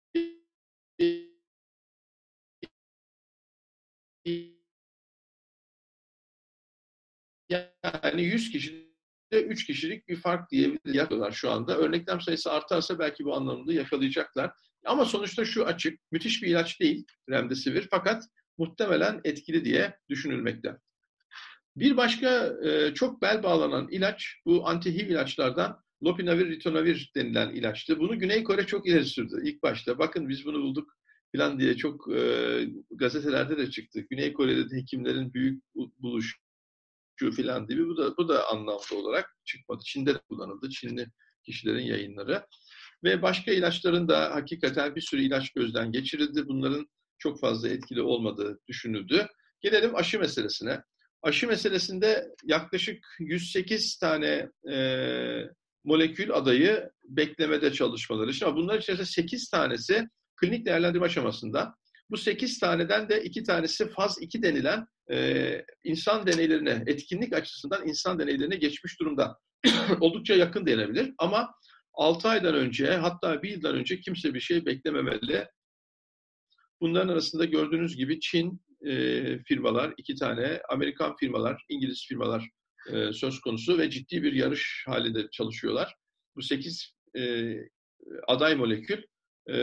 Yani yüz kişide üç kişilik bir fark diyebilirler şu anda. Örneklem sayısı artarsa belki bu anlamda yakalayacaklar. Ama sonuçta şu açık, müthiş bir ilaç değil Remdesivir fakat muhtemelen etkili diye düşünülmekte. Bir başka e, çok bel bağlanan ilaç, bu anti-H I V ilaçlardan Lopinavir, Ritonavir denilen ilaçtı. Bunu Güney Kore çok ileri sürdü ilk başta. Bakın biz bunu bulduk falan diye çok e, gazetelerde de çıktı. Güney Kore'de de hekimlerin büyük buluşu falan gibi. Bu da, bu da anlamlı olarak çıkmadı. Çin'de de kullanıldı. Çinli kişilerin yayınları. Ve başka ilaçların da hakikaten bir sürü ilaç gözden geçirildi. Bunların çok fazla etkili olmadığı düşünüldü. Gelelim aşı meselesine. Aşı meselesinde yaklaşık yüz sekiz tane e, molekül adayı beklemede çalışmaları. Şimdi bunların içerisinde sekiz tanesi klinik değerlendirme aşamasında. Bu sekiz taneden de iki tanesi faz iki denilen e, insan deneylerine, etkinlik açısından insan deneylerine geçmiş durumda. Oldukça yakın denebilir ama altı aydan önce hatta bir yıldan önce kimse bir şey beklememeli. Bunların arasında gördüğünüz gibi Çin e, firmalar, iki tane Amerikan firmalar, İngiliz firmalar e, söz konusu ve ciddi bir yarış halinde çalışıyorlar. Bu sekiz e, aday molekül e,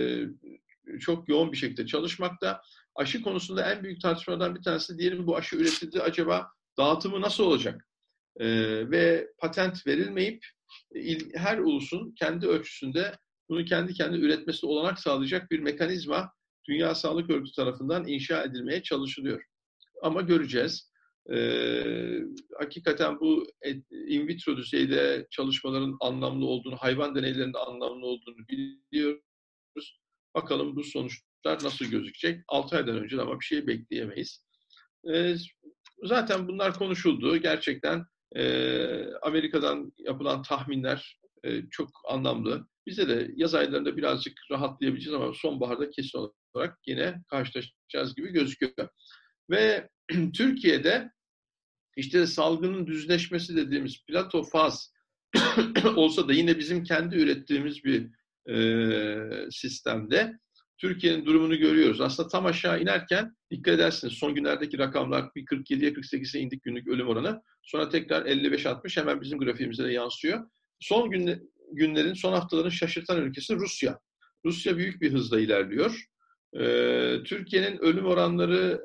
çok yoğun bir şekilde çalışmakta. Aşı konusunda en büyük tartışmalardan bir tanesi diyelim bu aşı üretildi. Acaba dağıtımı nasıl olacak? E, ve patent verilmeyip il, her ulusun kendi ölçüsünde bunu kendi kendine üretmesine olanak sağlayacak bir mekanizma Dünya Sağlık Örgütü tarafından inşa edilmeye çalışılıyor. Ama göreceğiz. Ee, hakikaten bu in vitro düzeyde çalışmaların anlamlı olduğunu, hayvan deneylerinde anlamlı olduğunu biliyoruz. Bakalım bu sonuçlar nasıl gözükecek? altı aydan önce ama bir şey bekleyemeyiz. Ee, zaten bunlar konuşuldu. Gerçekten e, Amerika'dan yapılan tahminler e, çok anlamlı. Bize de yaz aylarında birazcık rahatlayabileceğiz ama sonbaharda kesin olarak yine karşılaşacağız gibi gözüküyor. Ve Türkiye'de işte salgının düzleşmesi dediğimiz plato faz olsa da yine bizim kendi ürettiğimiz bir e, sistemde Türkiye'nin durumunu görüyoruz. Aslında tam aşağı inerken dikkat edersiniz son günlerdeki rakamlar bir kırk yediye kırk sekize indik günlük ölüm oranı. Sonra tekrar elli beş altmış hemen bizim grafiğimize de yansıyor. Son gün, günlerin, son haftaların şaşırtan ülkesi Rusya. Rusya büyük bir hızla ilerliyor. Ee, Türkiye'nin ölüm oranları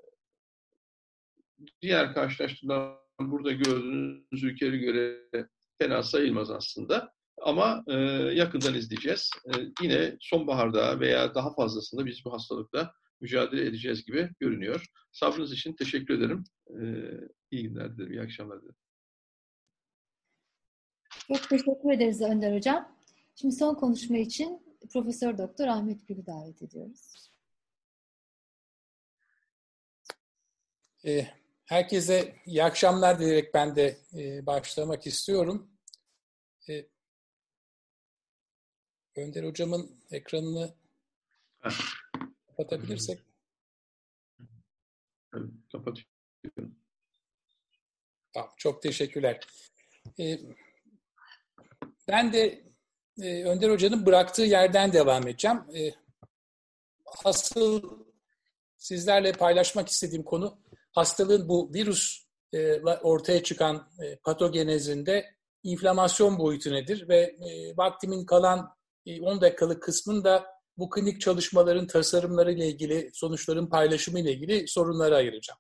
diğer karşılaştırılan burada gördüğünüz ülkelere göre fena sayılmaz aslında. Ama e, yakından izleyeceğiz. E, yine sonbaharda veya daha fazlasında biz bu hastalıkla mücadele edeceğiz gibi görünüyor. Sabrınız için teşekkür ederim. E, iyi günler dilerim, iyi akşamlar dilerim. Çok teşekkür ederiz Önder Hocam. Şimdi son konuşma için Profesör Doktor Ahmet Gül'ü davet ediyoruz. Herkese iyi akşamlar diyerek ben de başlamak istiyorum. Önder Hocam'ın ekranını kapatabilirsek. Evet, kapatıyorum. Tamam, çok teşekkürler. Ben de Önder Hoca'nın bıraktığı yerden devam edeceğim. Asıl sizlerle paylaşmak istediğim konu hastalığın bu virüs ortaya çıkan patogenezinde inflamasyon boyutu nedir ve vaktimin kalan on dakikalık kısmında bu klinik çalışmaların tasarımları ile ilgili, sonuçların paylaşımı ile ilgili sorunlara ayıracağım.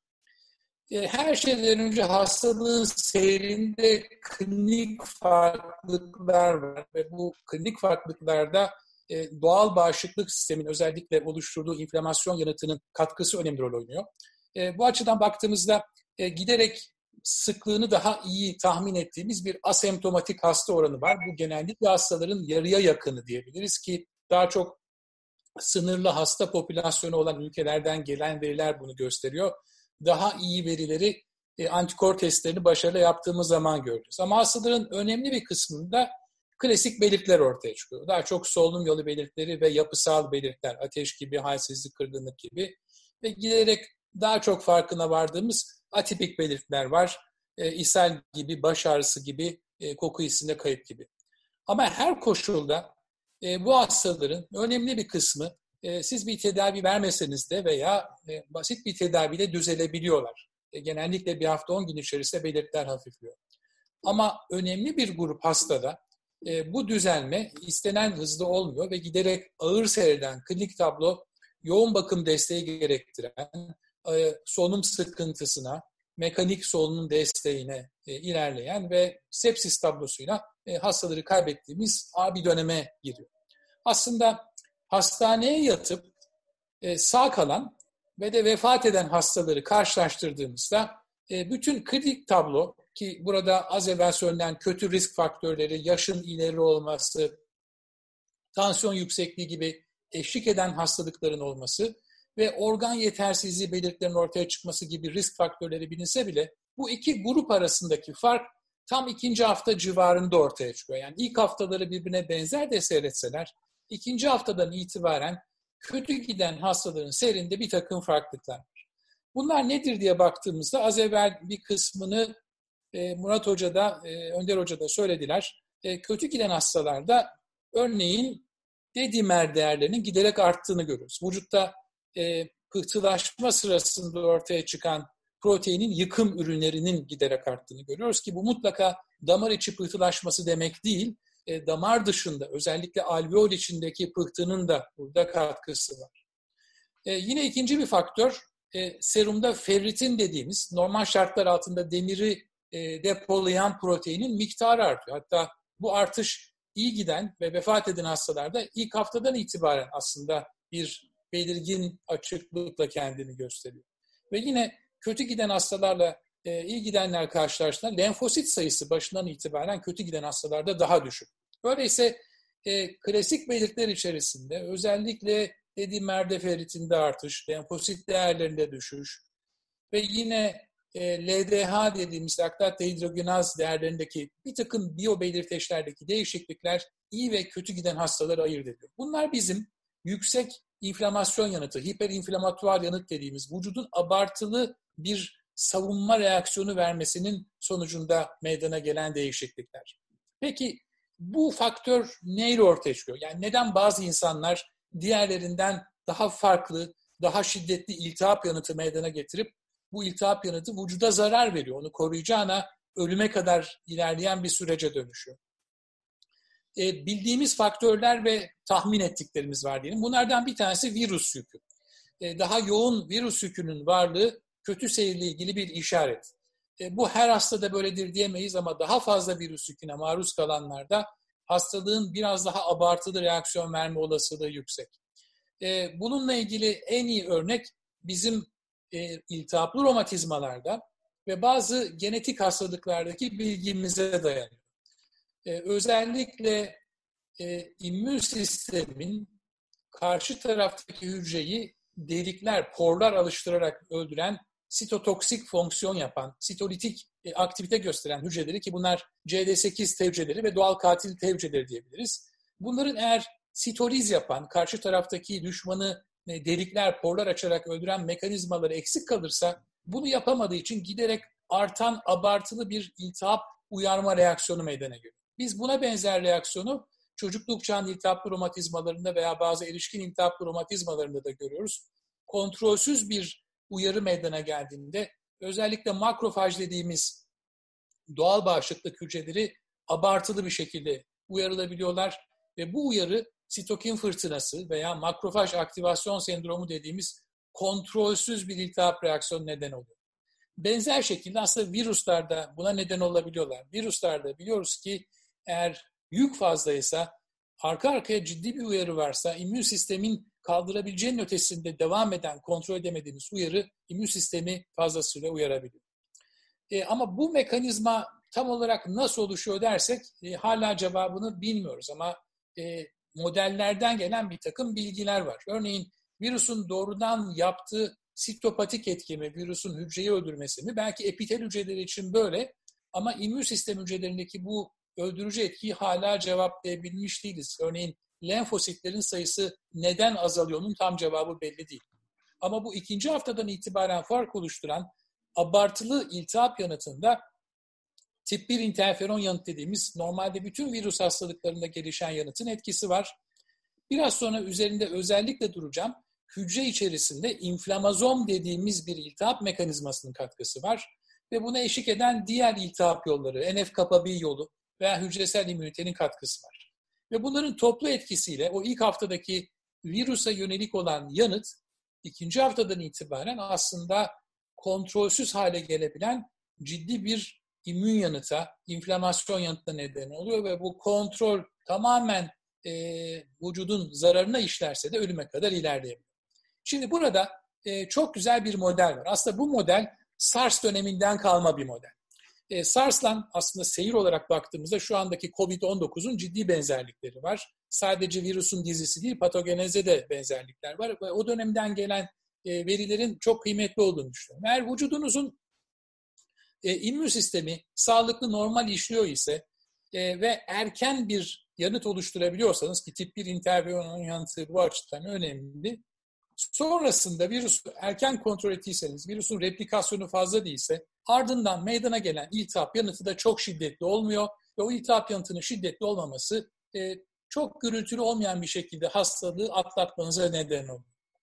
Her şeyden önce hastalığın seyrinde klinik farklılıklar var ve bu klinik farklılıklarda doğal bağışıklık sisteminin özellikle oluşturduğu inflamasyon yanıtının katkısı önemli rol oynuyor. Bu açıdan baktığımızda giderek sıklığını daha iyi tahmin ettiğimiz bir asemptomatik hasta oranı var. Bu genellikle hastaların yarıya yakını diyebiliriz ki daha çok sınırlı hasta popülasyonu olan ülkelerden gelen veriler bunu gösteriyor. Daha iyi verileri antikor testlerini başarılı yaptığımız zaman göreceğiz. Ama hastaların önemli bir kısmında klasik belirtiler ortaya çıkıyor. Daha çok solunum yolu belirtileri ve yapısal belirtiler, ateş gibi, halsizlik, kırgınlık gibi ve giderek daha çok farkına vardığımız atipik belirtiler var. E, ishal gibi, baş ağrısı gibi, e, koku hissinde kayıp gibi. Ama her koşulda e, bu hastaların önemli bir kısmı e, siz bir tedavi vermeseniz de veya e, basit bir tedaviyle düzelebiliyorlar. E, genellikle bir hafta on gün içerisinde belirtiler hafifliyor. Ama önemli bir grup hastada e, bu düzelme istenen hızda olmuyor ve giderek ağır seyreden klinik tablo yoğun bakım desteği gerektiren, e, solunum sıkıntısına, mekanik solunum desteğine e, ilerleyen ve sepsis tablosuyla e, hastaları kaybettiğimiz ağır bir döneme giriyor. Aslında hastaneye yatıp e, sağ kalan ve de vefat eden hastaları karşılaştırdığımızda e, bütün klinik tablo ki burada az evvel söylenen kötü risk faktörleri, yaşın ileri olması, tansiyon yüksekliği gibi eşlik eden hastalıkların olması ve organ yetersizliği belirtilerinin ortaya çıkması gibi risk faktörleri bilinse bile bu iki grup arasındaki fark tam ikinci hafta civarında ortaya çıkıyor. Yani ilk haftaları birbirine benzer de seyretseler, ikinci haftadan itibaren kötü giden hastaların seyrinde bir takım farklılıklar var. Bunlar nedir diye baktığımızda az evvel bir kısmını e, Murat Hoca da, e, Önder Hoca da söylediler. E, kötü giden hastalarda örneğin D-dimer değerlerinin giderek arttığını görüyoruz. Vücutta e, pıhtılaşma sırasında ortaya çıkan proteinin yıkım ürünlerinin giderek arttığını görüyoruz ki bu mutlaka damar içi pıhtılaşması demek değil. E, damar dışında özellikle alveol içindeki pıhtının da burada katkısı var. E, yine ikinci bir faktör e, serumda ferritin dediğimiz normal şartlar altında demiri e, depolayan proteinin miktarı artıyor. Hatta bu artış iyi giden ve vefat eden hastalarda ilk haftadan itibaren aslında bir belirgin açıklıkla kendini gösteriyor. Ve yine kötü giden hastalarla e, iyi gidenler karşılaştığında lenfosit sayısı başından itibaren kötü giden hastalarda daha düşük. Öyleyse e, klasik belirtiler içerisinde özellikle D-dimerde ferritinde artış, lenfosit değerlerinde düşüş ve yine e, L D H dediğimiz laktat dehidrogenaz değerlerindeki bir takım biyobelirteçlerdeki değişiklikler iyi ve kötü giden hastaları ayırt ediyor. Bunlar bizim yüksek inflamasyon yanıtı, hiperinflamatuar yanıt dediğimiz vücudun abartılı bir savunma reaksiyonu vermesinin sonucunda meydana gelen değişiklikler. Peki bu faktör neyle ortaya çıkıyor? Yani neden bazı insanlar diğerlerinden daha farklı, daha şiddetli iltihap yanıtı meydana getirip bu iltihap yanıtı vücuda zarar veriyor. Onu koruyacağına ölüme kadar ilerleyen bir sürece dönüşüyor. E, bildiğimiz faktörler ve tahmin ettiklerimiz var diyelim. Bunlardan bir tanesi virüs yükü. E, daha yoğun virüs yükünün varlığı kötü seyirle ilgili bir işaret. E, bu her hastada böyledir diyemeyiz ama daha fazla virüs yüküne maruz kalanlarda hastalığın biraz daha abartılı reaksiyon verme olasılığı yüksek. E, bununla ilgili en iyi örnek bizim e, iltihaplı romatizmalarda ve bazı genetik hastalıklardaki bilgimize dayanıyor. E, özellikle e, immün sistemin karşı taraftaki hücreyi delikler, porlar alıştırarak öldüren, sitotoksik fonksiyon yapan, sitolitik e, aktivite gösteren hücreleri, ki bunlar C D sekiz T hücreleri ve doğal katil T hücreleri diyebiliriz. Bunların eğer sitoliz yapan, karşı taraftaki düşmanı e, delikler, porlar açarak öldüren mekanizmaları eksik kalırsa, bunu yapamadığı için giderek artan abartılı bir iltihap uyarma reaksiyonu meydana geliyor. Biz buna benzer reaksiyonu çocukluk çağının iltihaplı romatizmalarında veya bazı erişkin iltihaplı romatizmalarında da görüyoruz. Kontrolsüz bir uyarı meydana geldiğinde özellikle makrofaj dediğimiz doğal bağışıklık hücreleri abartılı bir şekilde uyarılabiliyorlar ve bu uyarı sitokin fırtınası veya makrofaj aktivasyon sendromu dediğimiz kontrolsüz bir iltihap reaksiyonu neden oluyor. Benzer şekilde aslında virüsler de buna neden olabiliyorlar. Virüslerde biliyoruz ki eğer yük fazlaysa, arka arkaya ciddi bir uyarı varsa, immün sistemin kaldırabileceğinin ötesinde devam eden, kontrol edemediğimiz uyarı immün sistemi fazlasıyla uyarabiliyor. E, ama bu mekanizma tam olarak nasıl oluşuyor dersek e, hala cevabını bilmiyoruz ama e, modellerden gelen bir takım bilgiler var. Örneğin virüsün doğrudan yaptığı sitopatik etki mi, virüsün hücreyi öldürmesi mi? Belki epitel hücreleri için böyle ama immün sistem hücrelerindeki bu öldürücü etkiyi hala cevaplayabilmiş değiliz. Örneğin lenfositlerin sayısı neden azalıyor onun tam cevabı belli değil. Ama bu ikinci haftadan itibaren fark oluşturan abartılı iltihap yanıtında tip bir interferon yanıt dediğimiz normalde bütün virüs hastalıklarında gelişen yanıtın etkisi var. Biraz sonra üzerinde özellikle duracağım. Hücre içerisinde inflamazom dediğimiz bir iltihap mekanizmasının katkısı var. Ve buna eşlik eden diğer iltihap yolları, N F kappa B yolu veya hücresel immünitenin katkısı var. Ve bunların toplu etkisiyle o ilk haftadaki virüse yönelik olan yanıt ikinci haftadan itibaren aslında kontrolsüz hale gelebilen ciddi bir immün yanıta, inflamasyon yanıtına neden oluyor ve bu kontrol tamamen e, vücudun zararına işlerse de ölüme kadar ilerleyebilir. Şimdi burada e, çok güzel bir model var. Aslında bu model SARS döneminden kalma bir model. E, SARS'la aslında seyir olarak baktığımızda şu andaki kovid on dokuzun ciddi benzerlikleri var. Sadece virüsün dizisi değil, patogeneze de benzerlikler var. Ve o dönemden gelen e, verilerin çok kıymetli olduğunu düşünüyorum. Eğer vücudunuzun e, immün sistemi sağlıklı, normal işliyor ise e, ve erken bir yanıt oluşturabiliyorsanız ki tip bir interferon yanıtı bu açıdan önemli. Sonrasında virüsü erken kontrol ettiyseniz, virüsün replikasyonu fazla değilse ardından meydana gelen iltihap yanıtı da çok şiddetli olmuyor ve o iltihap yanıtının şiddetli olmaması e, çok gürültülü olmayan bir şekilde hastalığı atlatmanıza neden oluyor.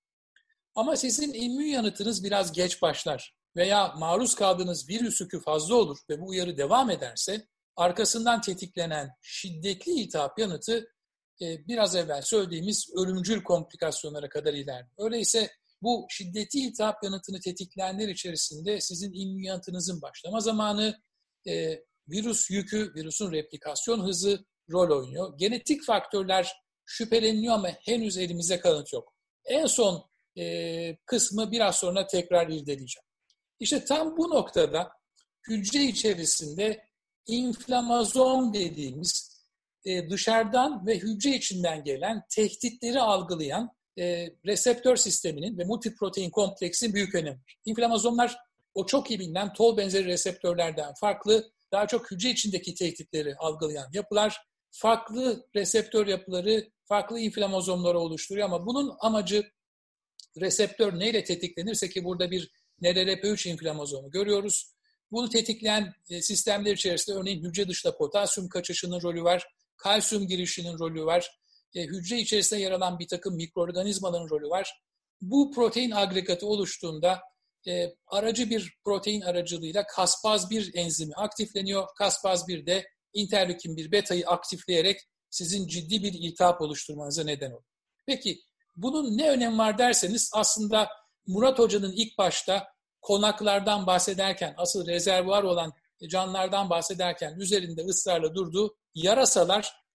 Ama sizin immün yanıtınız biraz geç başlar veya maruz kaldığınız virüs yükü fazla olur ve bu uyarı devam ederse arkasından tetiklenen şiddetli iltihap yanıtı e, biraz evvel söylediğimiz ölümcül komplikasyonlara kadar ilerliyor. Öyleyse bu şiddetli iltihap yanıtını tetikleyenler içerisinde sizin immün yanıtınızın başlama zamanı, e, virüs yükü, virüsün replikasyon hızı rol oynuyor. Genetik faktörler şüpheleniyor ama henüz elimize kanıt yok. En son e, kısmı biraz sonra tekrar irdeleyeceğim. İşte tam bu noktada hücre içerisinde inflamazom dediğimiz e, dışarıdan ve hücre içinden gelen tehditleri algılayan e, reseptör sisteminin ve multiprotein kompleksin büyük önemi var. İnflamazomlar o çok iyi bilinen tol benzeri reseptörlerden farklı, daha çok hücre içindeki tehditleri algılayan yapılar. Farklı reseptör yapıları farklı inflamazomları oluşturuyor ama bunun amacı reseptör neyle tetiklenirse ki burada bir N R R P üç inflamazomu görüyoruz. Bunu tetikleyen sistemler içerisinde örneğin hücre dışında potasyum kaçışının rolü var, kalsiyum girişinin rolü var, hücre içerisinde yer alan bir takım mikroorganizmaların rolü var. Bu protein agregatı oluştuğunda e, aracı bir protein aracılığıyla Caspase bir enzimi aktifleniyor. Caspase bir de interleukin bir betayı aktifleyerek sizin ciddi bir iltihap oluşturmanıza neden oluyor. Peki bunun ne önemi var derseniz aslında Murat Hoca'nın ilk başta konaklardan bahsederken, asıl rezervuar olan canlılardan bahsederken üzerinde ısrarla durduğu yarasalar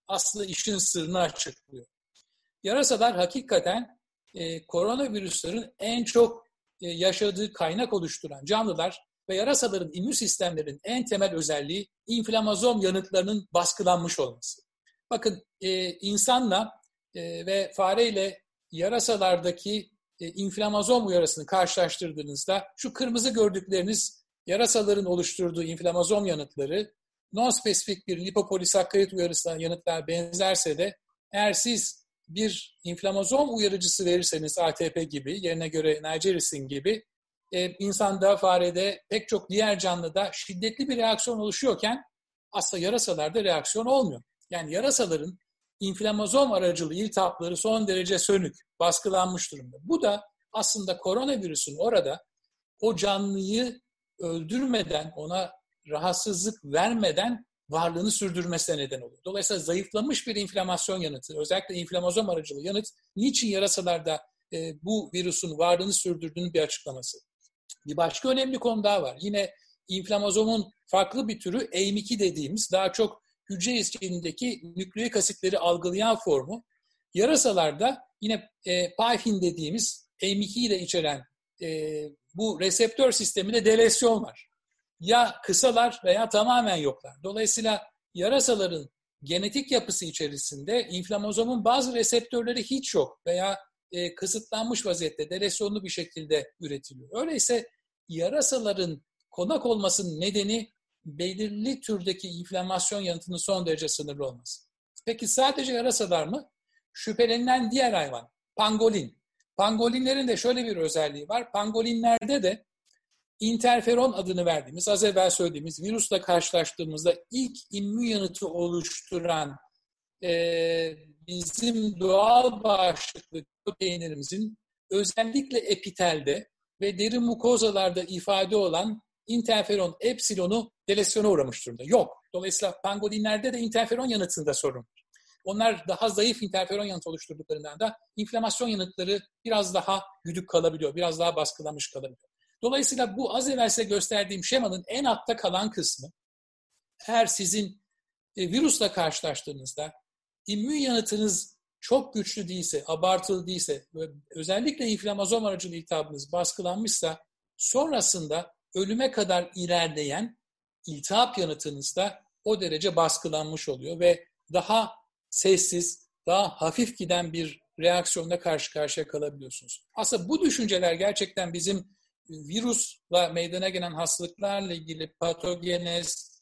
aslında işin sırrını açıklıyor. Yarasalar hakikaten e, koronavirüslerin en çok e, yaşadığı kaynak oluşturan canlılar ve yarasaların immün sistemlerinin en temel özelliği inflamazom yanıtlarının baskılanmış olması. Bakın e, insanla e, ve fareyle yarasalardaki e, inflamazom uyarısını karşılaştırdığınızda şu kırmızı gördükleriniz yarasaların oluşturduğu inflamazom yanıtları non-spesifik bir lipopolisakkarit uyarısına yanıtlar benzerse de eğer siz bir inflamazom uyarıcısı verirseniz A T P gibi, yerine göre Nigerisin gibi e, insanda, farede, pek çok diğer canlıda şiddetli bir reaksiyon oluşuyorken aslında yarasalarda reaksiyon olmuyor. Yani yarasaların inflamazom aracılı iltihapları son derece sönük, baskılanmış durumda. Bu da aslında koronavirüsün orada o canlıyı öldürmeden, ona rahatsızlık vermeden varlığını sürdürmesine neden oluyor. Dolayısıyla zayıflamış bir inflamasyon yanıtı, özellikle inflamazom aracılı yanıt, niçin yarasalarda e, bu virüsün varlığını sürdürdüğünün bir açıklaması. Bir başka önemli konu daha var. Yine inflamazomun farklı bir türü A M iki dediğimiz, daha çok hücre içindeki nükleik asitleri algılayan formu. Yarasalarda yine e, paifin dediğimiz A M iki'yi de içeren e, bu reseptör sisteminde delesyon var. Ya kısalar veya tamamen yoklar. Dolayısıyla yarasaların genetik yapısı içerisinde inflamazomun bazı reseptörleri hiç yok veya e, kısıtlanmış vaziyette, delesyonlu bir şekilde üretiliyor. Öyleyse yarasaların konak olmasının nedeni belirli türdeki inflamasyon yanıtının son derece sınırlı olması. Peki sadece yarasalar mı? Şüphelenilen diğer hayvan, pangolin. Pangolinlerin de şöyle bir özelliği var. Pangolinlerde de interferon adını verdiğimiz, az evvel söylediğimiz virüsle karşılaştığımızda ilk immün yanıtı oluşturan e, bizim doğal bağışıklık proteinlerimizin özellikle epitelde ve deri mukozalarda ifade olan interferon epsilonu delesyona uğramış durumda. Yok. Dolayısıyla pangolinlerde de interferon yanıtında sorun var. Onlar daha zayıf interferon yanıtı oluşturduklarından da inflamasyon yanıtları biraz daha güdük kalabiliyor, biraz daha baskılanmış kalabiliyor. Dolayısıyla bu az evvel size gösterdiğim şemanın en altta kalan kısmı, eğer sizin e, virüsle karşılaştığınızda immün yanıtınız çok güçlü değilse, abartılı değilse, özellikle inflamazom aracılı iltihabınız baskılanmışsa, sonrasında ölüme kadar ilerleyen iltihap yanıtınız da o derece baskılanmış oluyor ve daha sessiz, daha hafif giden bir reaksiyonla karşı karşıya kalabiliyorsunuz. Aslında bu düşünceler gerçekten bizim virüsle meydana gelen hastalıklarla ilgili patogenez,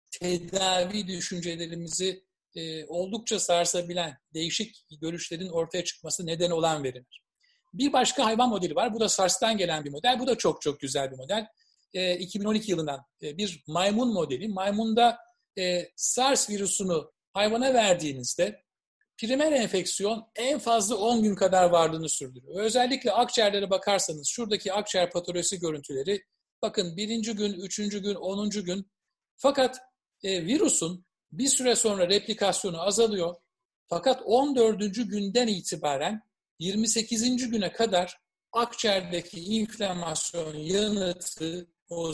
tedavi düşüncelerimizi e, oldukça sarsabilen değişik görüşlerin ortaya çıkması nedeni olan veriler. Bir başka hayvan modeli var. Bu da SARS'tan gelen bir model. Bu da çok çok güzel bir model. E, iki bin on iki yılından e, bir maymun modeli. Maymunda e, SARS virüsünü hayvana verdiğinizde primer enfeksiyon en fazla on gün kadar varlığını sürdürüyor. Özellikle akciğerlere bakarsanız şuradaki akciğer patolojisi görüntüleri, bakın birinci gün, üçüncü gün, onuncu gün. Fakat e, virüsün bir süre sonra replikasyonu azalıyor. Fakat on dördüncü günden itibaren yirmi sekizinci güne kadar akciğerdeki inflamasyon yanıtı, o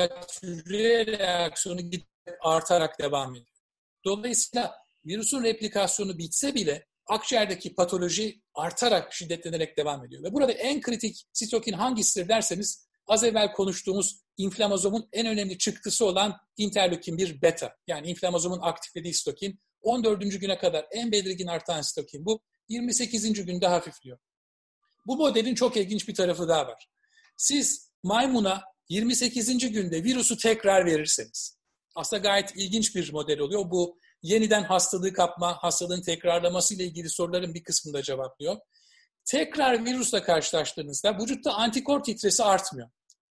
zatürre reaksiyonu giderek artarak devam ediyor. Dolayısıyla virüsün replikasyonu bitse bile akciğerdeki patoloji artarak, şiddetlenerek devam ediyor. Ve burada en kritik sitokin hangisidir derseniz, az evvel konuştuğumuz inflamazomun en önemli çıktısı olan interleukin bir beta. Yani inflamazomun aktiflediği sitokin. on dördüncü güne kadar en belirgin artan sitokin bu. yirmi sekizinci günde hafifliyor. Bu modelin çok ilginç bir tarafı daha var. Siz maymuna yirmi sekizinci günde virüsü tekrar verirseniz, aslında gayet ilginç bir model oluyor. Bu yeniden hastalığı kapma, hastalığın tekrarlaması ile ilgili soruların bir kısmını da cevaplıyor. Tekrar virüsle karşılaştığınızda vücutta antikor titresi artmıyor.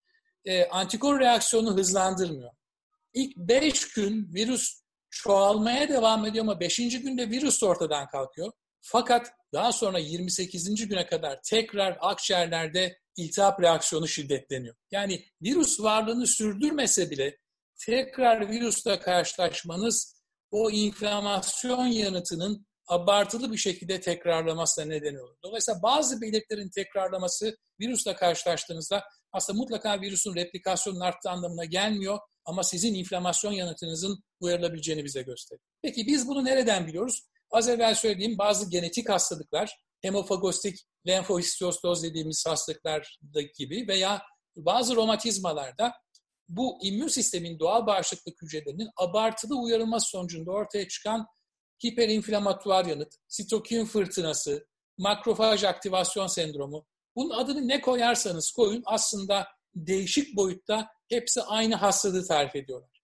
E, antikor reaksiyonu hızlandırmıyor. İlk beş gün virüs çoğalmaya devam ediyor ama beşinci günde virüs ortadan kalkıyor. Fakat daha sonra yirmi sekizinci güne kadar tekrar akciğerlerde iltihap reaksiyonu şiddetleniyor. Yani virüs varlığını sürdürmese bile tekrar virüsle karşılaşmanız o inflamasyon yanıtının abartılı bir şekilde tekrarlamasına neden olur. Dolayısıyla bazı belirtilerin tekrarlaması virüsle karşılaştığınızda aslında mutlaka virüsün replikasyonun arttığı anlamına gelmiyor ama sizin inflamasyon yanıtınızın uyarılabileceğini bize gösteriyor. Peki biz bunu nereden biliyoruz? Az evvel söylediğim bazı genetik hastalıklar, hemofagostik lenfohistostoz dediğimiz hastalıklardaki gibi veya bazı romatizmalarda bu immün sistemin doğal bağışıklık hücrelerinin abartılı uyarılması sonucunda ortaya çıkan hiperinflamatuar yanıt, sitokin fırtınası, makrofaj aktivasyon sendromu, bunun adını ne koyarsanız koyun aslında değişik boyutta hepsi aynı hastalığı tarif ediyorlar.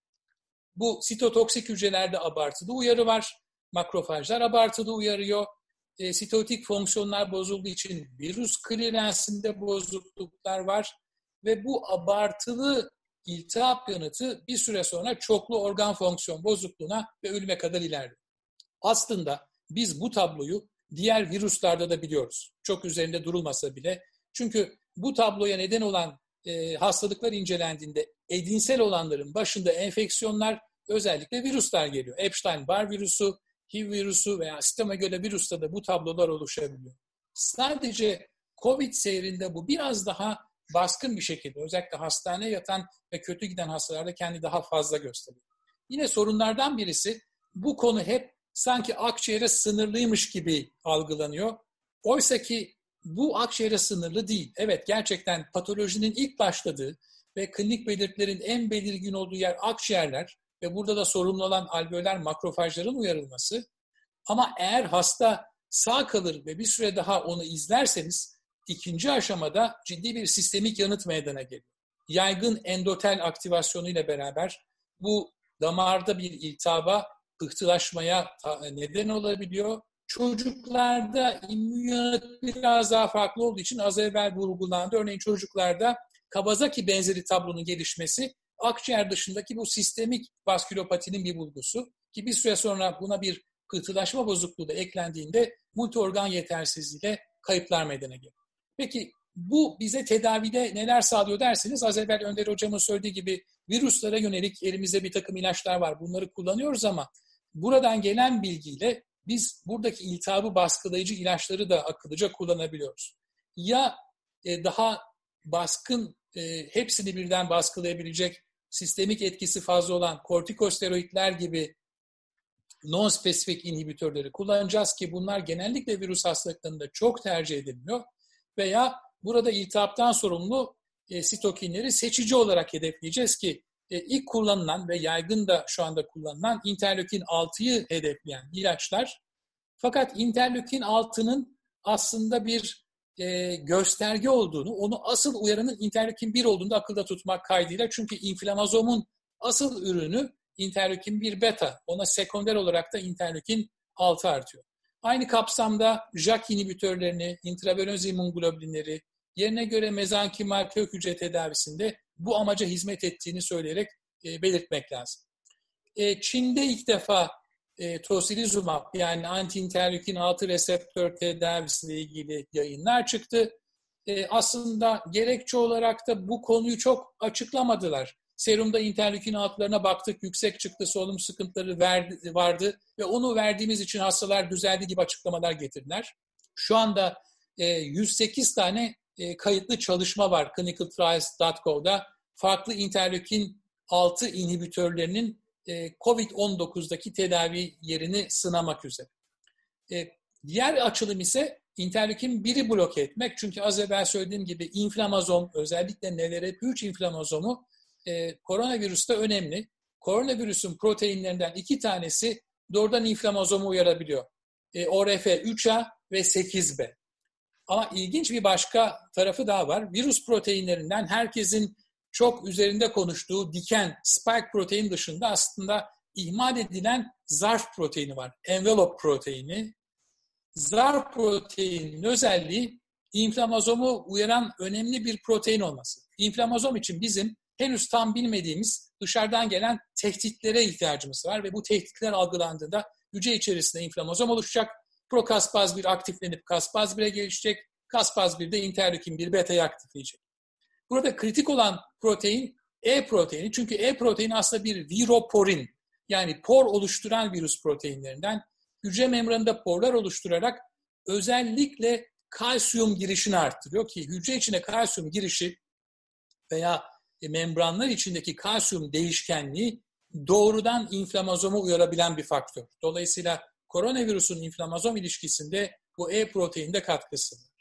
Bu sitotoksik hücrelerde abartılı uyarı var, makrofajlar abartılı uyarıyor, e, sitotik fonksiyonlar bozulduğu için virüs klirensinde bozukluklar var ve bu abartılı iltihap yanıtı bir süre sonra çoklu organ fonksiyon bozukluğuna ve ölüme kadar ilerliyor. Aslında biz bu tabloyu diğer virüslerde de biliyoruz. Çok üzerinde durulmasa bile. Çünkü bu tabloya neden olan e, hastalıklar incelendiğinde edinsel olanların başında enfeksiyonlar, özellikle virüsler geliyor. Epstein-Barr virüsü, H I V virüsü veya sitomegalo virüste de bu tablolar oluşabiliyor. Sadece COVID seyrinde bu biraz daha baskın bir şekilde, özellikle hastaneye yatan ve kötü giden hastalarda kendini daha fazla gösteriyor. Yine sorunlardan birisi, bu konu hep sanki akciğere sınırlıymış gibi algılanıyor. Oysa ki bu akciğere sınırlı değil. Evet, gerçekten patolojinin ilk başladığı ve klinik belirtilerin en belirgin olduğu yer akciğerler ve burada da sorumlu olan alveoler makrofajların uyarılması. Ama eğer hasta sağ kalır ve bir süre daha onu izlerseniz ikinci aşamada ciddi bir sistemik yanıt meydana geliyor. Yaygın endotel aktivasyonu ile beraber bu damarda bir iltihaba, pıhtılaşmaya neden olabiliyor. Çocuklarda immün yanıt biraz daha farklı olduğu için az evvel vurgulandı. Örneğin çocuklarda Kawasaki benzeri tablonun gelişmesi akciğer dışındaki bu sistemik vaskülopatinin bir bulgusu ki bir süre sonra buna bir pıhtılaşma bozukluğu da eklendiğinde multiorgan yetersizliğiyle kayıplar meydana geliyor. Peki bu bize tedavide neler sağlıyor derseniz, az evvel Önder Hocam'ın söylediği gibi virüslere yönelik elimizde bir takım ilaçlar var. Bunları kullanıyoruz ama buradan gelen bilgiyle biz buradaki iltihabı baskılayıcı ilaçları da akıllıca kullanabiliyoruz. Ya e, daha baskın, e, hepsini birden baskılayabilecek sistemik etkisi fazla olan kortikosteroidler gibi non-spesifik inhibitörleri kullanacağız ki bunlar genellikle virüs hastalıklarında çok tercih edilmiyor. Veya burada iltihaptan sorumlu e, sitokinleri seçici olarak hedefleyeceğiz ki e, ilk kullanılan ve yaygın da şu anda kullanılan interleukin altıyı hedefleyen ilaçlar. Fakat interleukin altının aslında bir e, gösterge olduğunu, onu asıl uyaranın interleukin bir olduğunu da akılda tutmak kaydıyla. Çünkü inflamazomun asıl ürünü interleukin bir beta. Ona sekonder olarak da interleukin altı artıyor. Aynı kapsamda J A K inhibitörlerini, intravenöz immunglobulinleri, yerine göre mezenkimal kök hücre tedavisinde bu amaca hizmet ettiğini söyleyerek e, belirtmek lazım. E, Çin'de ilk defa e, tocilizumab yani anti-interleukin altı reseptör tedavisiyle ilgili yayınlar çıktı. E, aslında gerekçe olarak da bu konuyu çok açıklamadılar. Serumda interleukin altlarına baktık, yüksek çıktı, solunum sıkıntıları verdi, vardı ve onu verdiğimiz için hastalar düzeldi gibi açıklamalar getirdiler. Şu anda e, yüz sekiz tane e, kayıtlı çalışma var clinical trials nokta gov'da. Farklı interleukin altı inhibitörlerinin e, kovid on dokuzdaki tedavi yerini sınamak üzere. E, diğer açılım ise interleukin biri bloke etmek. Çünkü az evvel söylediğim gibi inflamazom, özellikle N L R P üç inflamazomu e, koronavirüste önemli. Koronavirüsün proteinlerinden iki tanesi doğrudan inflamazomu uyarabiliyor. E, O R F üç A ve sekiz B. Ama ilginç bir başka tarafı daha var. Virüs proteinlerinden herkesin çok üzerinde konuştuğu diken, spike protein dışında aslında ihmal edilen zarf proteini var. Envelope proteini. Zarf proteinin özelliği inflamazomu uyaran önemli bir protein olması. İnflamazom için bizim henüz tam bilmediğimiz dışarıdan gelen tehditlere ihtiyacımız var ve bu tehditler algılandığında hücre içerisinde inflamazom oluşacak. Prokaspaz bir aktiflenip kaspaz bire gelişecek. Kaspaz bir de interleukin bir beta'yı aktifleyecek. Burada kritik olan protein E proteini. Çünkü E proteini aslında bir viroporin, yani por oluşturan virüs proteinlerinden. Hücre membranında porlar oluşturarak özellikle kalsiyum girişini arttırıyor ki hücre içine kalsiyum girişi veya membranlar içindeki kalsiyum değişkenliği doğrudan inflamazoma uyarabilen bir faktör. Dolayısıyla koronavirüsün inflamazom ilişkisinde bu E proteinde katkısı var.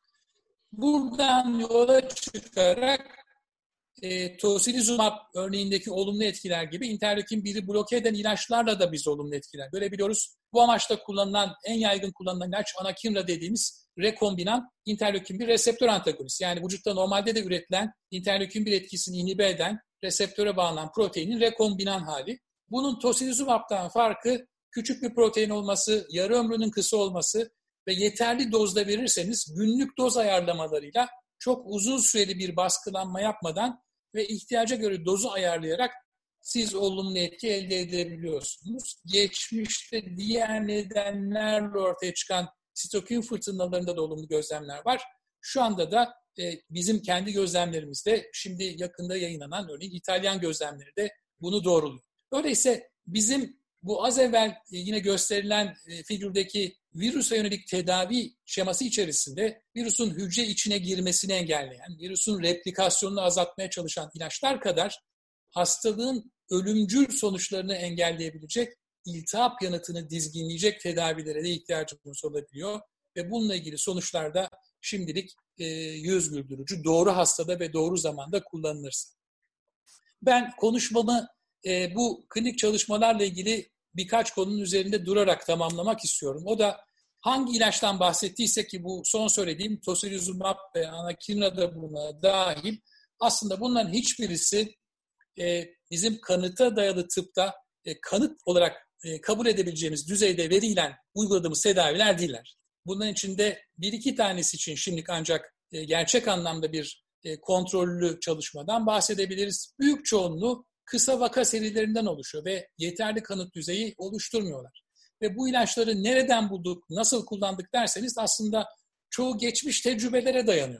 Buradan yola çıkarak e, tocilizumab örneğindeki olumlu etkiler gibi interleukin biri bloke eden ilaçlarla da biz olumlu etkiler görebiliyoruz. Bu amaçla kullanılan, en yaygın kullanılan ilaç anakinra dediğimiz rekombinan interleukin bir reseptör antagonist. Yani vücutta normalde de üretilen interleukin bir etkisini inhibe eden, reseptöre bağlanan proteinin rekombinan hali. Bunun tocilizumab'dan farkı küçük bir protein olması, yarı ömrünün kısa olması ve yeterli dozda verirseniz günlük doz ayarlamalarıyla çok uzun süreli bir baskılanma yapmadan ve ihtiyaca göre dozu ayarlayarak siz olumlu etki elde edebiliyorsunuz. Geçmişte diğer nedenlerle ortaya çıkan sitokin fırtınalarında da olumlu gözlemler var. Şu anda da e, bizim kendi gözlemlerimizde şimdi yakında yayınlanan örneğin İtalyan gözlemleri de bunu doğruluyor. Öyleyse bizim bu az evvel yine gösterilen e, figürdeki virüse yönelik tedavi şeması içerisinde virüsün hücre içine girmesini engelleyen, virüsün replikasyonunu azaltmaya çalışan ilaçlar kadar hastalığın ölümcül sonuçlarını engelleyebilecek, iltihap yanıtını dizginleyecek tedavilere de ihtiyacımız olabiliyor. Ve bununla ilgili sonuçlar da şimdilik e, yüz güldürücü, doğru hastada ve doğru zamanda kullanılırsa. Ben konuşmamı e, bu klinik çalışmalarla ilgili birkaç konunun üzerinde durarak tamamlamak istiyorum. O da hangi ilaçtan bahsettiysek ki bu son söylediğim tocilizumab ve anakinra da buna dahil, aslında bunların hiçbirisi e, bizim kanıta dayalı tıpta e, kanıt olarak e, kabul edebileceğimiz düzeyde verilen uyguladığımız tedaviler değiller. Bunların içinde bir iki tanesi için şimdilik ancak e, gerçek anlamda bir e, kontrollü çalışmadan bahsedebiliriz. Büyük çoğunluğu kısa vaka serilerinden oluşuyor ve yeterli kanıt düzeyi oluşturmuyorlar. Ve bu ilaçları nereden bulduk, nasıl kullandık derseniz aslında çoğu geçmiş tecrübelere dayanıyor.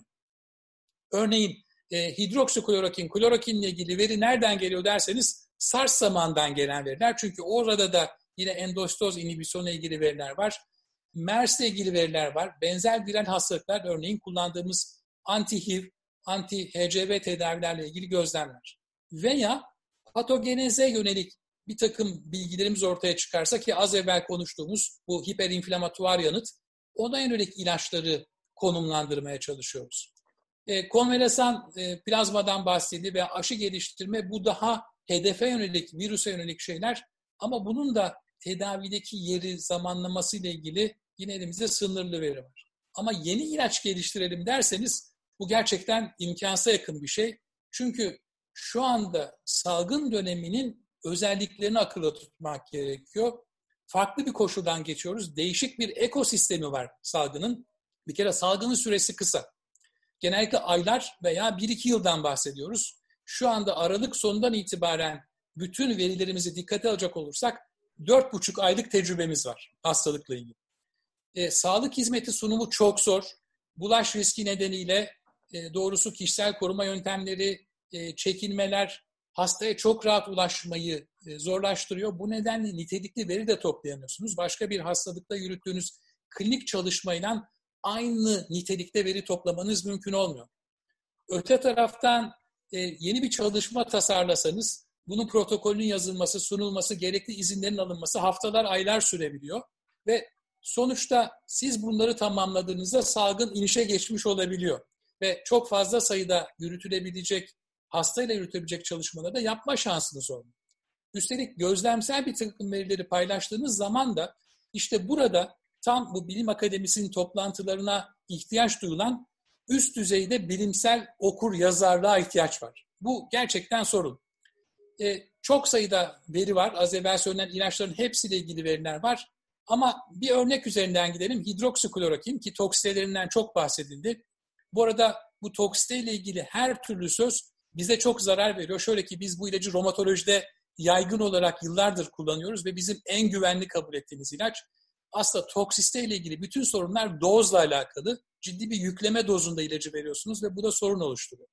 Örneğin e, hidroksiklorokin, klorokinle ilgili veri nereden geliyor derseniz SARS zamanından gelen veriler. Çünkü orada da yine endostoz inhibisyonla ilgili veriler var. MERS'le ilgili veriler var. Benzer viral hastalıklar örneğin kullandığımız anti-H I V, anti-H C V tedavilerle ilgili gözlemler. Veya patogeneze yönelik bir takım bilgilerimiz ortaya çıkarsa ki az evvel konuştuğumuz bu hiperinflamatuar yanıt, ona yönelik ilaçları konumlandırmaya çalışıyoruz. E, konvalesan e, plazmadan bahsedildi ve aşı geliştirme bu daha hedefe yönelik, virüse yönelik şeyler ama bunun da tedavideki yeri, zamanlaması ile ilgili yine elimizde sınırlı veri var. Ama yeni ilaç geliştirelim derseniz bu gerçekten imkansa yakın bir şey. Çünkü şu anda salgın döneminin özelliklerini akılda tutmak gerekiyor. Farklı bir koşuldan geçiyoruz. Değişik bir ekosistemi var salgının. Bir kere salgının süresi kısa. Genellikle aylar veya bir iki yıldan bahsediyoruz. Şu anda Aralık sonundan itibaren bütün verilerimizi dikkate alacak olursak dört buçuk aylık tecrübemiz var hastalıkla ilgili. E, sağlık hizmeti sunumu çok zor. Bulaş riski nedeniyle e, doğrusu kişisel koruma yöntemleri, e, çekinmeler hastaya çok rahat ulaşmayı e, zorlaştırıyor. Bu nedenle nitelikli veri de toplayamıyorsunuz. Başka bir hastalıkta yürüttüğünüz klinik çalışmayla aynı nitelikte veri toplamanız mümkün olmuyor. Öte taraftan e, yeni bir çalışma tasarlasanız bunun protokolünün yazılması, sunulması, gerekli izinlerin alınması haftalar, aylar sürebiliyor. Ve sonuçta siz bunları tamamladığınızda salgın inişe geçmiş olabiliyor. Ve çok fazla sayıda yürütülebilecek, hastayla yürütülebilecek çalışmaları da yapma şansınız olmuyor. Üstelik gözlemsel bir takım verileri paylaştığınız zaman da işte burada tam bu bilim akademisinin toplantılarına ihtiyaç duyulan üst düzeyde bilimsel okur yazarlığa ihtiyaç var. Bu gerçekten sorun. Ee, çok sayıda veri var. Az evvel söylenen ilaçların hepsiyle ilgili veriler var. Ama bir örnek üzerinden gidelim. Hidroksiklorokin ki toksitelerinden çok bahsedildi. Bu arada bu toksite ile ilgili her türlü söz bize çok zarar veriyor. Şöyle ki biz bu ilacı romatolojide yaygın olarak yıllardır kullanıyoruz ve bizim en güvenli kabul ettiğimiz ilaç. Aslında toksite ile ilgili bütün sorunlar dozla alakalı. Ciddi bir yükleme dozunda ilacı veriyorsunuz ve bu da sorun oluşturuyor.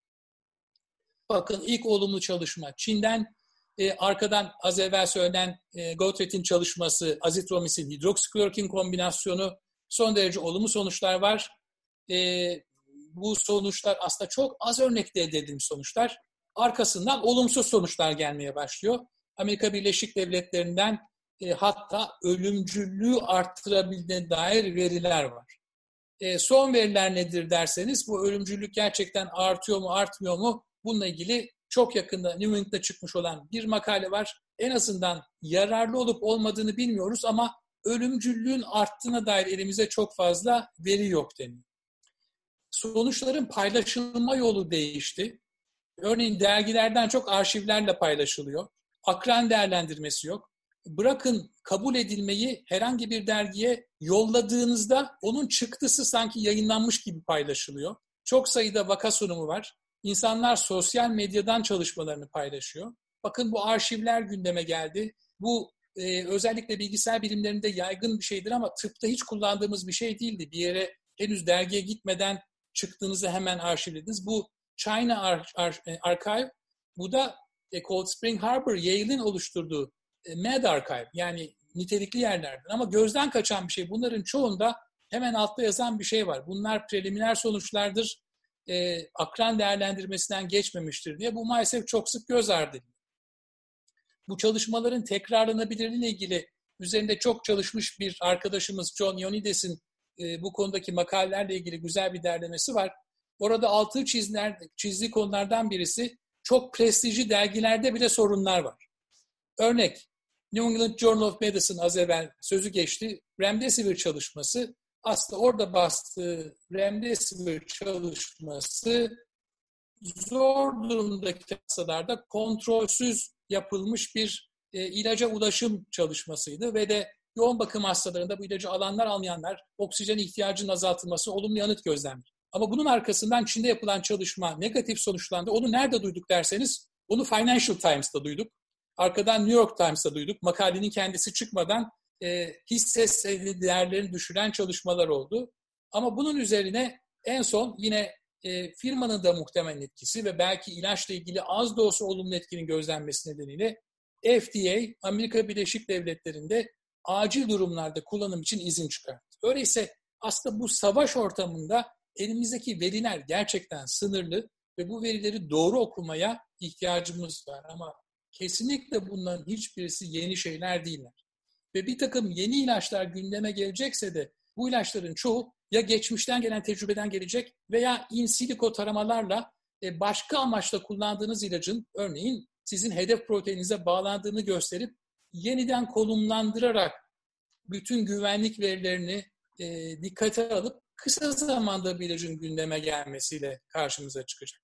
Bakın ilk olumlu çalışma Çin'den, e, arkadan az evvel söylenen e, Gautret'in çalışması, azitromisin, hidroksiklorokin kombinasyonu son derece olumlu sonuçlar var. E, bu sonuçlar aslında çok az örnekte elde edilmiş sonuçlar. Arkasından olumsuz sonuçlar gelmeye başlıyor. Amerika Birleşik Devletleri'nden e, hatta ölümcüllüğü arttırabildiğine dair veriler var. E, son veriler nedir derseniz, bu ölümcüllük gerçekten artıyor mu artmıyor mu? Bununla ilgili çok yakında New England'da çıkmış olan bir makale var. En azından yararlı olup olmadığını bilmiyoruz ama ölümcüllüğün arttığına dair elimizde çok fazla veri yok deniyor. Sonuçların paylaşılma yolu değişti. Örneğin dergilerden çok arşivlerle paylaşılıyor. Akran değerlendirmesi yok. Bırakın kabul edilmeyi, herhangi bir dergiye yolladığınızda onun çıktısı sanki yayınlanmış gibi paylaşılıyor. Çok sayıda vaka sunumu var. İnsanlar sosyal medyadan çalışmalarını paylaşıyor. Bakın bu arşivler gündeme geldi. Bu e, özellikle bilgisayar bilimlerinde yaygın bir şeydir ama tıpta hiç kullandığımız bir şey değildi. Bir yere henüz dergiye gitmeden çıktığınızı hemen arşivlediniz. Bu China Ar- Ar- Archive, bu da e, Cold Spring Harbor, Yale'in oluşturduğu e, Med Archive, yani nitelikli yerlerden. Ama gözden kaçan bir şey. Bunların çoğunda hemen altta yazan bir şey var. Bunlar preliminer sonuçlardır, e, akran değerlendirmesinden geçmemiştir diye. Bu maalesef çok sık göz ardı ediliyor. Bu çalışmaların tekrarlanabilirliğiyle ilgili üzerinde çok çalışmış bir arkadaşımız John Ionides'in e, bu konudaki makalelerle ilgili güzel bir derlemesi var. Orada altı çizler, çizdiği konulardan birisi, çok prestijli dergilerde bile sorunlar var. Örnek, New England Journal of Medicine, az evvel sözü geçti. Remdesivir çalışması, aslında orada bastığı Remdesivir çalışması zor durumdaki hastalarda kontrolsüz yapılmış bir e, ilaca ulaşım çalışmasıydı ve de yoğun bakım hastalarında bu ilacı alanlar almayanlar oksijen ihtiyacının azaltılması olumlu yanıt gözlemli. Ama bunun arkasından Çin'de yapılan çalışma negatif sonuçlandı. Onu nerede duyduk derseniz, onu Financial Times'ta duyduk. Arkadan New York Times'ta duyduk. Makalenin kendisi çıkmadan e, hisse senedi değerlerini düşüren çalışmalar oldu. Ama bunun üzerine en son yine e, firmanın da muhtemel etkisi ve belki ilaçla ilgili az da olsa olumlu etkinin gözlenmesi nedeniyle F D A, Amerika Birleşik Devletleri'nde acil durumlarda kullanım için izin çıkarttı. Öyleyse aslında bu savaş ortamında elimizdeki veriler gerçekten sınırlı ve bu verileri doğru okumaya ihtiyacımız var. Ama kesinlikle bunların hiçbirisi yeni şeyler değiller. Ve bir takım yeni ilaçlar gündeme gelecekse de bu ilaçların çoğu ya geçmişten gelen tecrübeden gelecek veya in silico taramalarla başka amaçla kullandığınız ilacın, örneğin sizin hedef proteininize bağlandığını gösterip yeniden konumlandırarak bütün güvenlik verilerini e, dikkate alıp kısa zamanda bir ilacın gündeme gelmesiyle karşımıza çıkacak.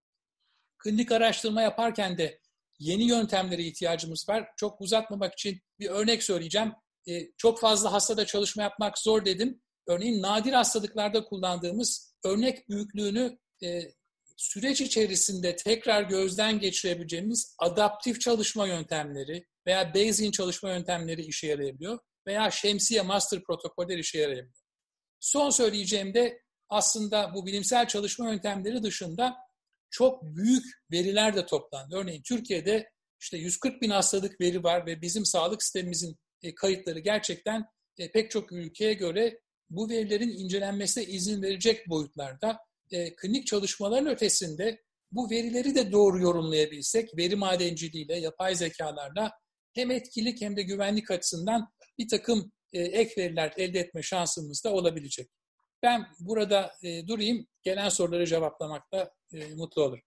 Klinik araştırma yaparken de yeni yöntemlere ihtiyacımız var. Çok uzatmamak için bir örnek söyleyeceğim. E, çok fazla hastada çalışma yapmak zor dedim. Örneğin nadir hastalıklarda kullandığımız örnek büyüklüğünü e, süreç içerisinde tekrar gözden geçirebileceğimiz adaptif çalışma yöntemleri veya Bayesian çalışma yöntemleri işe yarayabiliyor veya şemsiye master protokoller işe yarayabiliyor. Son söyleyeceğim de aslında bu bilimsel çalışma yöntemleri dışında çok büyük veriler de toplandı. Örneğin Türkiye'de işte yüz kırk bin hastalık veri var ve bizim sağlık sistemimizin kayıtları gerçekten pek çok ülkeye göre bu verilerin incelenmesine izin verecek boyutlarda. E, klinik çalışmaların ötesinde bu verileri de doğru yorumlayabilsek, veri madenciliğiyle, yapay zekalarla hem etkilik hem de güvenlik açısından bir takım e, ek veriler elde etme şansımız da olabilecek. Ben burada e, durayım, gelen soruları cevaplamakta e, mutlu olurum.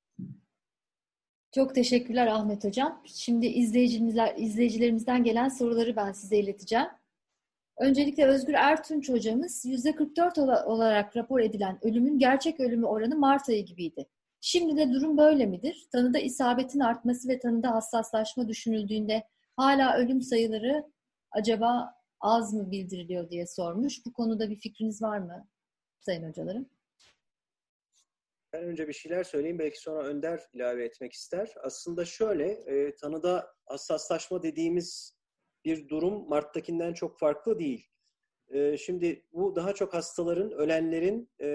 Çok teşekkürler Ahmet Hocam. Şimdi izleyiciler, izleyicilerimizden gelen soruları ben size ileteceğim. Öncelikle Özgür Ertunç hocamız, yüzde kırk dört olarak rapor edilen ölümün gerçek ölümü oranı Mart ayı gibiydi. Şimdi de durum böyle midir? Tanıda isabetin artması ve tanıda hassaslaşma düşünüldüğünde hala ölüm sayıları acaba az mı bildiriliyor diye sormuş. Bu konuda bir fikriniz var mı sayın hocalarım? Ben önce bir şeyler söyleyeyim, belki sonra Önder ilave etmek ister. Aslında şöyle, e, tanıda hassaslaşma dediğimiz bir durum Mart'takinden çok farklı değil. E, şimdi bu daha çok hastaların, ölenlerin e,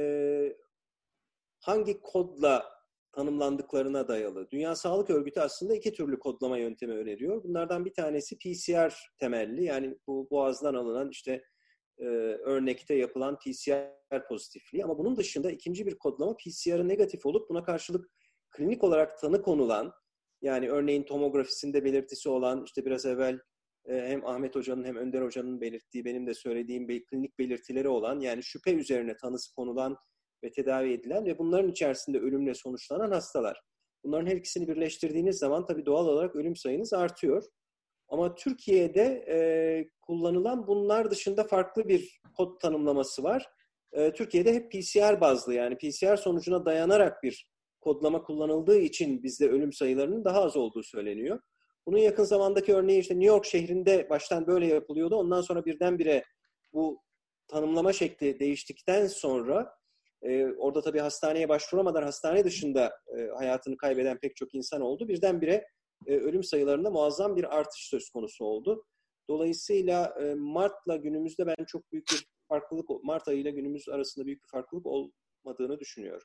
hangi kodla tanımlandıklarına dayalı. Dünya Sağlık Örgütü aslında iki türlü kodlama yöntemi öneriyor. Bunlardan bir tanesi P C R temelli, yani bu boğazdan alınan işte e, örnekte yapılan P C R pozitifliği. Ama bunun dışında ikinci bir kodlama P C R'ı negatif olup buna karşılık klinik olarak tanı konulan Yani örneğin tomografisinde belirtisi olan, işte biraz evvel hem Ahmet Hoca'nın hem Önder Hoca'nın belirttiği, benim de söylediğim klinik belirtileri olan, yani şüphe üzerine tanısı konulan ve tedavi edilen ve bunların içerisinde ölümle sonuçlanan hastalar. Bunların her ikisini birleştirdiğiniz zaman tabii doğal olarak ölüm sayınız artıyor. Ama Türkiye'de e, kullanılan bunlar dışında farklı bir kod tanımlaması var. E, Türkiye'de hep P C R bazlı, yani P C R sonucuna dayanarak bir kodlama kullanıldığı için bizde ölüm sayılarının daha az olduğu söyleniyor. Bunun yakın zamandaki örneği işte New York şehrinde baştan böyle yapılıyordu. Ondan sonra birdenbire bu tanımlama şekli değiştikten sonra e, orada tabii hastaneye başvuramadan hastane dışında e, hayatını kaybeden pek çok insan oldu. Birdenbire e, ölüm sayılarında muazzam bir artış söz konusu oldu. Dolayısıyla e, Mart'la günümüzde ben çok büyük bir farklılık, Mart ayıyla günümüz arasında büyük bir farklılık olmadığını düşünüyorum.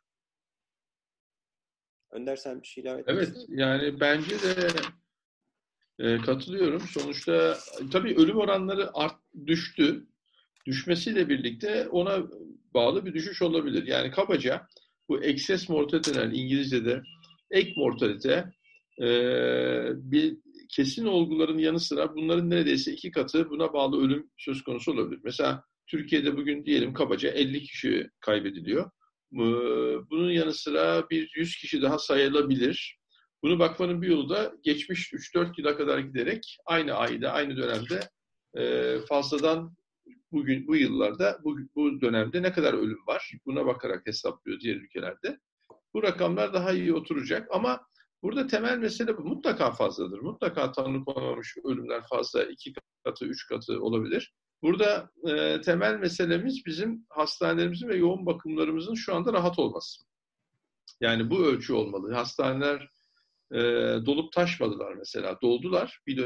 Önder, sen bir şey ilave etmek Evet, ister misin? yani bence de e, katılıyorum. Sonuçta tabii ölüm oranları art, düştü. Düşmesiyle birlikte ona bağlı bir düşüş olabilir. Yani kabaca bu excess mortality denen İngilizce'de ek mortalite e, bir kesin olguların yanı sıra bunların neredeyse iki katı buna bağlı ölüm söz konusu olabilir. Mesela Türkiye'de bugün diyelim kabaca elli kişi kaybediliyor. Bunun yanı sıra bir yüz kişi daha sayılabilir. Bunu bakmanın bir yolu da geçmiş üç dört yıla kadar giderek aynı ayda, aynı dönemde e, fazladan bugün bu yıllarda, bu, bu dönemde ne kadar ölüm var? Buna bakarak hesaplıyor diğer ülkelerde. Bu rakamlar daha iyi oturacak ama burada temel mesele bu. Mutlaka fazladır. Mutlaka tanı konmamış ölümler fazla, iki katı, üç katı olabilir. Burada e, temel meselemiz bizim hastanelerimizin ve yoğun bakımlarımızın şu anda rahat olması. Yani bu ölçü olmalı. Hastaneler e, dolup taşmadılar mesela. Doldular bir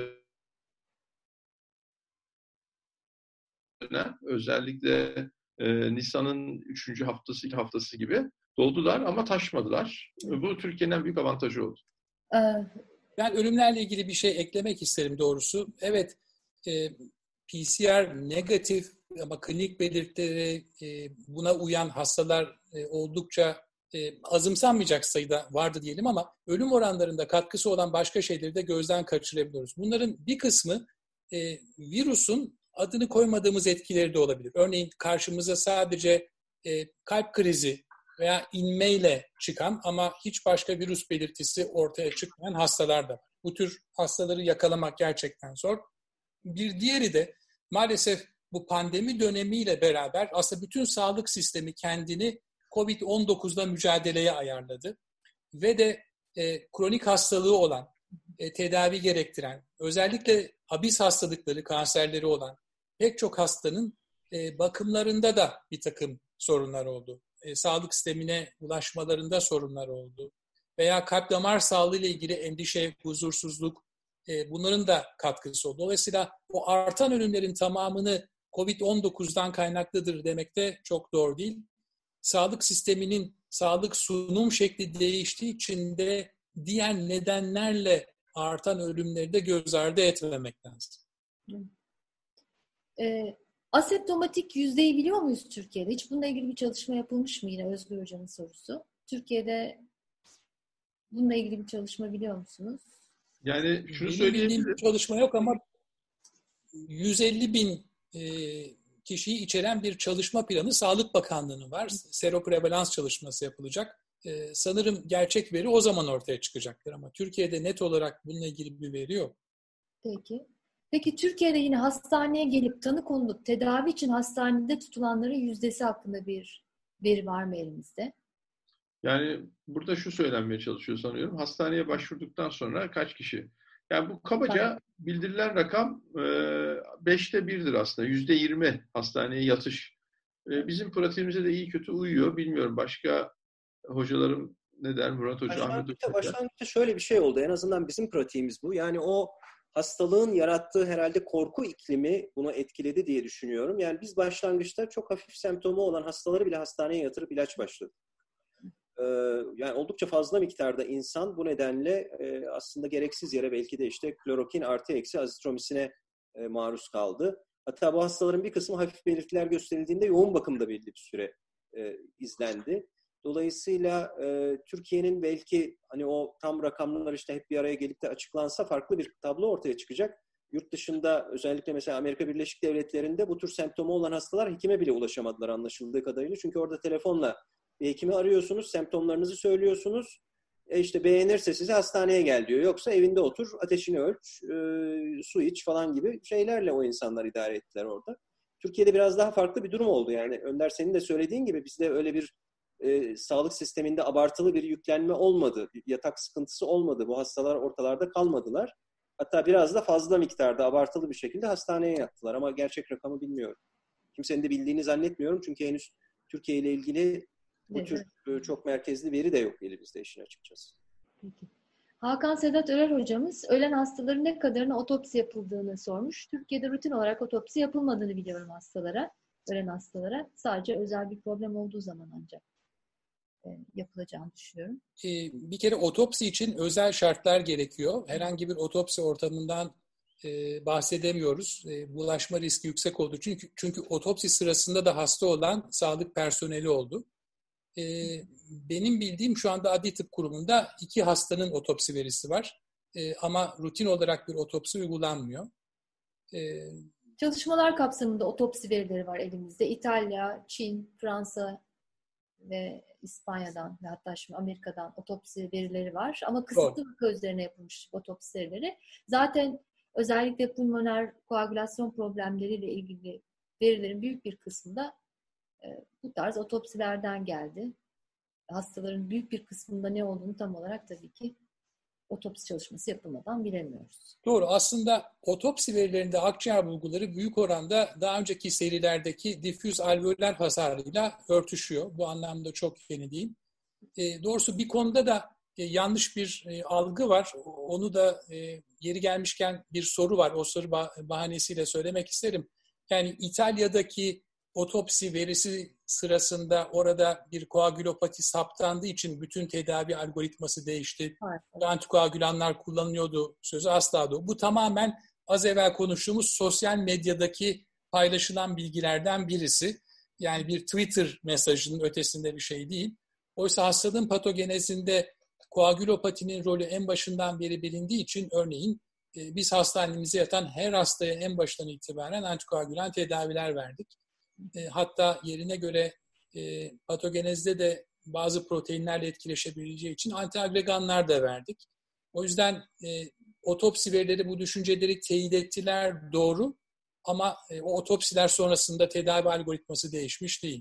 dönem. Özellikle e, Nisan'ın üçüncü haftası, iki haftası gibi doldular ama taşmadılar. Bu Türkiye'nin en büyük avantajı oldu. Ben ölümlerle ilgili bir şey eklemek isterim doğrusu. Evet, e, P C R negatif ama klinik belirtileri e, buna uyan hastalar e, oldukça e, azımsanmayacak sayıda vardı diyelim ama ölüm oranlarında katkısı olan başka şeyleri de gözden kaçırabiliyoruz. Bunların bir kısmı e, virüsün adını koymadığımız etkileri de olabilir. Örneğin karşımıza sadece e, kalp krizi veya inmeyle çıkan ama hiç başka virüs belirtisi ortaya çıkmayan hastalar da var. Bu tür hastaları yakalamak gerçekten zor. Bir diğeri de maalesef bu pandemi dönemiyle beraber aslında bütün sağlık sistemi kendini kovid on dokuzla mücadeleye ayarladı. Ve de e, kronik hastalığı olan, e, tedavi gerektiren, özellikle habis hastalıkları, kanserleri olan pek çok hastanın e, bakımlarında da bir takım sorunlar oldu. E, sağlık sistemine ulaşmalarında sorunlar oldu. Veya kalp damar sağlığı ile ilgili endişe, huzursuzluk, e, bunların da katkısı oldu. Dolayısıyla o artan ölümlerin tamamını kovid on dokuzdan kaynaklıdır demek de çok doğru değil. Sağlık sisteminin sağlık sunum şekli değiştiği için de diğer nedenlerle artan ölümleri de göz ardı etmemek lazım. E, asemptomatik yüzdeyi biliyor muyuz Türkiye'de? Hiç bununla ilgili bir çalışma yapılmış mı, yine Özgür Hoca'nın sorusu? Türkiye'de bununla ilgili bir çalışma biliyor musunuz? Yani şunu Benim bildiğim söyleyebilirim. bir çalışma yok ama yüz elli bin e, kişiyi içeren bir çalışma planı Sağlık Bakanlığı'nın var. Seroprevalans çalışması yapılacak. Ee, sanırım gerçek veri o zaman ortaya çıkacaktır ama Türkiye'de net olarak bununla ilgili bir veri yok. Peki. Peki Türkiye'de yine hastaneye gelip tanı konulup tedavi için hastanede tutulanların yüzdesi hakkında bir veri var mı elimizde? Yani burada şu söylenmeye çalışıyor sanıyorum. Hastaneye başvurduktan sonra kaç kişi? Yani bu kabaca bildirilen rakam beşte birdir aslında. yüzde yirmi hastaneye yatış. Bizim pratiğimize de iyi kötü uyuyor. Bilmiyorum başka hocalarım ne der? Murat Hoca, Ahmet Hoca. Başlangıçta şöyle bir şey oldu. En azından bizim pratiğimiz bu. Yani o hastalığın yarattığı herhalde korku iklimi bunu etkiledi diye düşünüyorum. Yani biz başlangıçta çok hafif semptomu olan hastaları bile hastaneye yatırıp ilaç başladık. Yani oldukça fazla miktarda insan bu nedenle aslında gereksiz yere belki de işte klorokin artı eksi azitromisine maruz kaldı. Hatta bu hastaların bir kısmı hafif belirtiler gösterildiğinde yoğun bakımda belli bir süre izlendi. Dolayısıyla e, Türkiye'nin belki hani o tam rakamlar işte hep bir araya gelip de açıklansa farklı bir tablo ortaya çıkacak. Yurt dışında özellikle mesela Amerika Birleşik Devletleri'nde bu tür semptomu olan hastalar hekime bile ulaşamadılar anlaşıldığı kadarıyla. Çünkü orada telefonla bir hekimi arıyorsunuz, semptomlarınızı söylüyorsunuz. E işte beğenirse sizi hastaneye gel diyor. Yoksa evinde otur, ateşini ölç, e, su iç falan gibi şeylerle o insanlar idare ettiler orada. Türkiye'de biraz daha farklı bir durum oldu. Yani Önder senin de söylediğin gibi bizde öyle bir e, sağlık sisteminde abartılı bir yüklenme olmadı. Bir yatak sıkıntısı olmadı. Bu hastalar ortalarda kalmadılar. Hatta biraz da fazla miktarda abartılı bir şekilde hastaneye yattılar. Ama gerçek rakamı bilmiyorum. Kimsenin de bildiğini zannetmiyorum. Çünkü henüz Türkiye ile ilgili bu Evet. tür çok merkezli veri de yok elimizde işin açıkçası. Peki. Hakan Sedat Örer hocamız ölen hastaların ne kadarına otopsi yapıldığını sormuş. Türkiye'de rutin olarak otopsi yapılmadığını biliyorum hastalara, ölen hastalara. Sadece özel bir problem olduğu zaman ancak e, yapılacağını düşünüyorum. Bir kere otopsi için özel şartlar gerekiyor. Herhangi bir otopsi ortamından bahsedemiyoruz. Bulaşma riski yüksek olduğu için. Çünkü, çünkü otopsi sırasında da hasta olan sağlık personeli oldu. Benim bildiğim şu anda Adli Tıp Kurumu'nda iki hastanın otopsi verisi var. Ama rutin olarak bir otopsi uygulanmıyor. Çalışmalar kapsamında otopsi verileri var elimizde. İtalya, Çin, Fransa ve İspanya'dan ve hatta şimdi Amerika'dan otopsi verileri var. Ama kısıtlı vaka üzerine yapılmış otopsi verileri. Zaten özellikle pulmoner koagülasyon problemleriyle ilgili verilerin büyük bir kısmında e, bu tarz otopsilerden geldi. Hastaların büyük bir kısmında ne olduğunu tam olarak tabii ki otopsi çalışması yapılmadan bilemiyoruz. Doğru. Aslında otopsi verilerinde akciğer bulguları büyük oranda daha önceki serilerdeki difüz alveoler hasarıyla örtüşüyor. Bu anlamda çok yeni değil. E, doğrusu bir konuda da e, yanlış bir e, algı var. Onu da e, yeri gelmişken bir soru var. O soru bah- bahanesiyle söylemek isterim. Yani İtalya'daki otopsi verisi sırasında orada bir koagülopati saptandığı için bütün tedavi algoritması değişti. Evet. Antikoagülanlar kullanılıyordu sözü asla doğru. Bu tamamen az evvel konuştuğumuz sosyal medyadaki paylaşılan bilgilerden birisi. Yani bir Twitter mesajının ötesinde bir şey değil. Oysa hastalığın patogenezinde koagülopatinin rolü en başından beri bilindiği için örneğin e, biz hastanemize yatan her hastaya en baştan itibaren antikoagülan tedaviler verdik. E, hatta yerine göre e, patogenezde de bazı proteinlerle etkileşebileceği için antiagreganlar da verdik. O yüzden e, otopsi verileri bu düşünceleri teyit ettiler, doğru. Ama e, o otopsiler sonrasında tedavi algoritması değişmiş değil.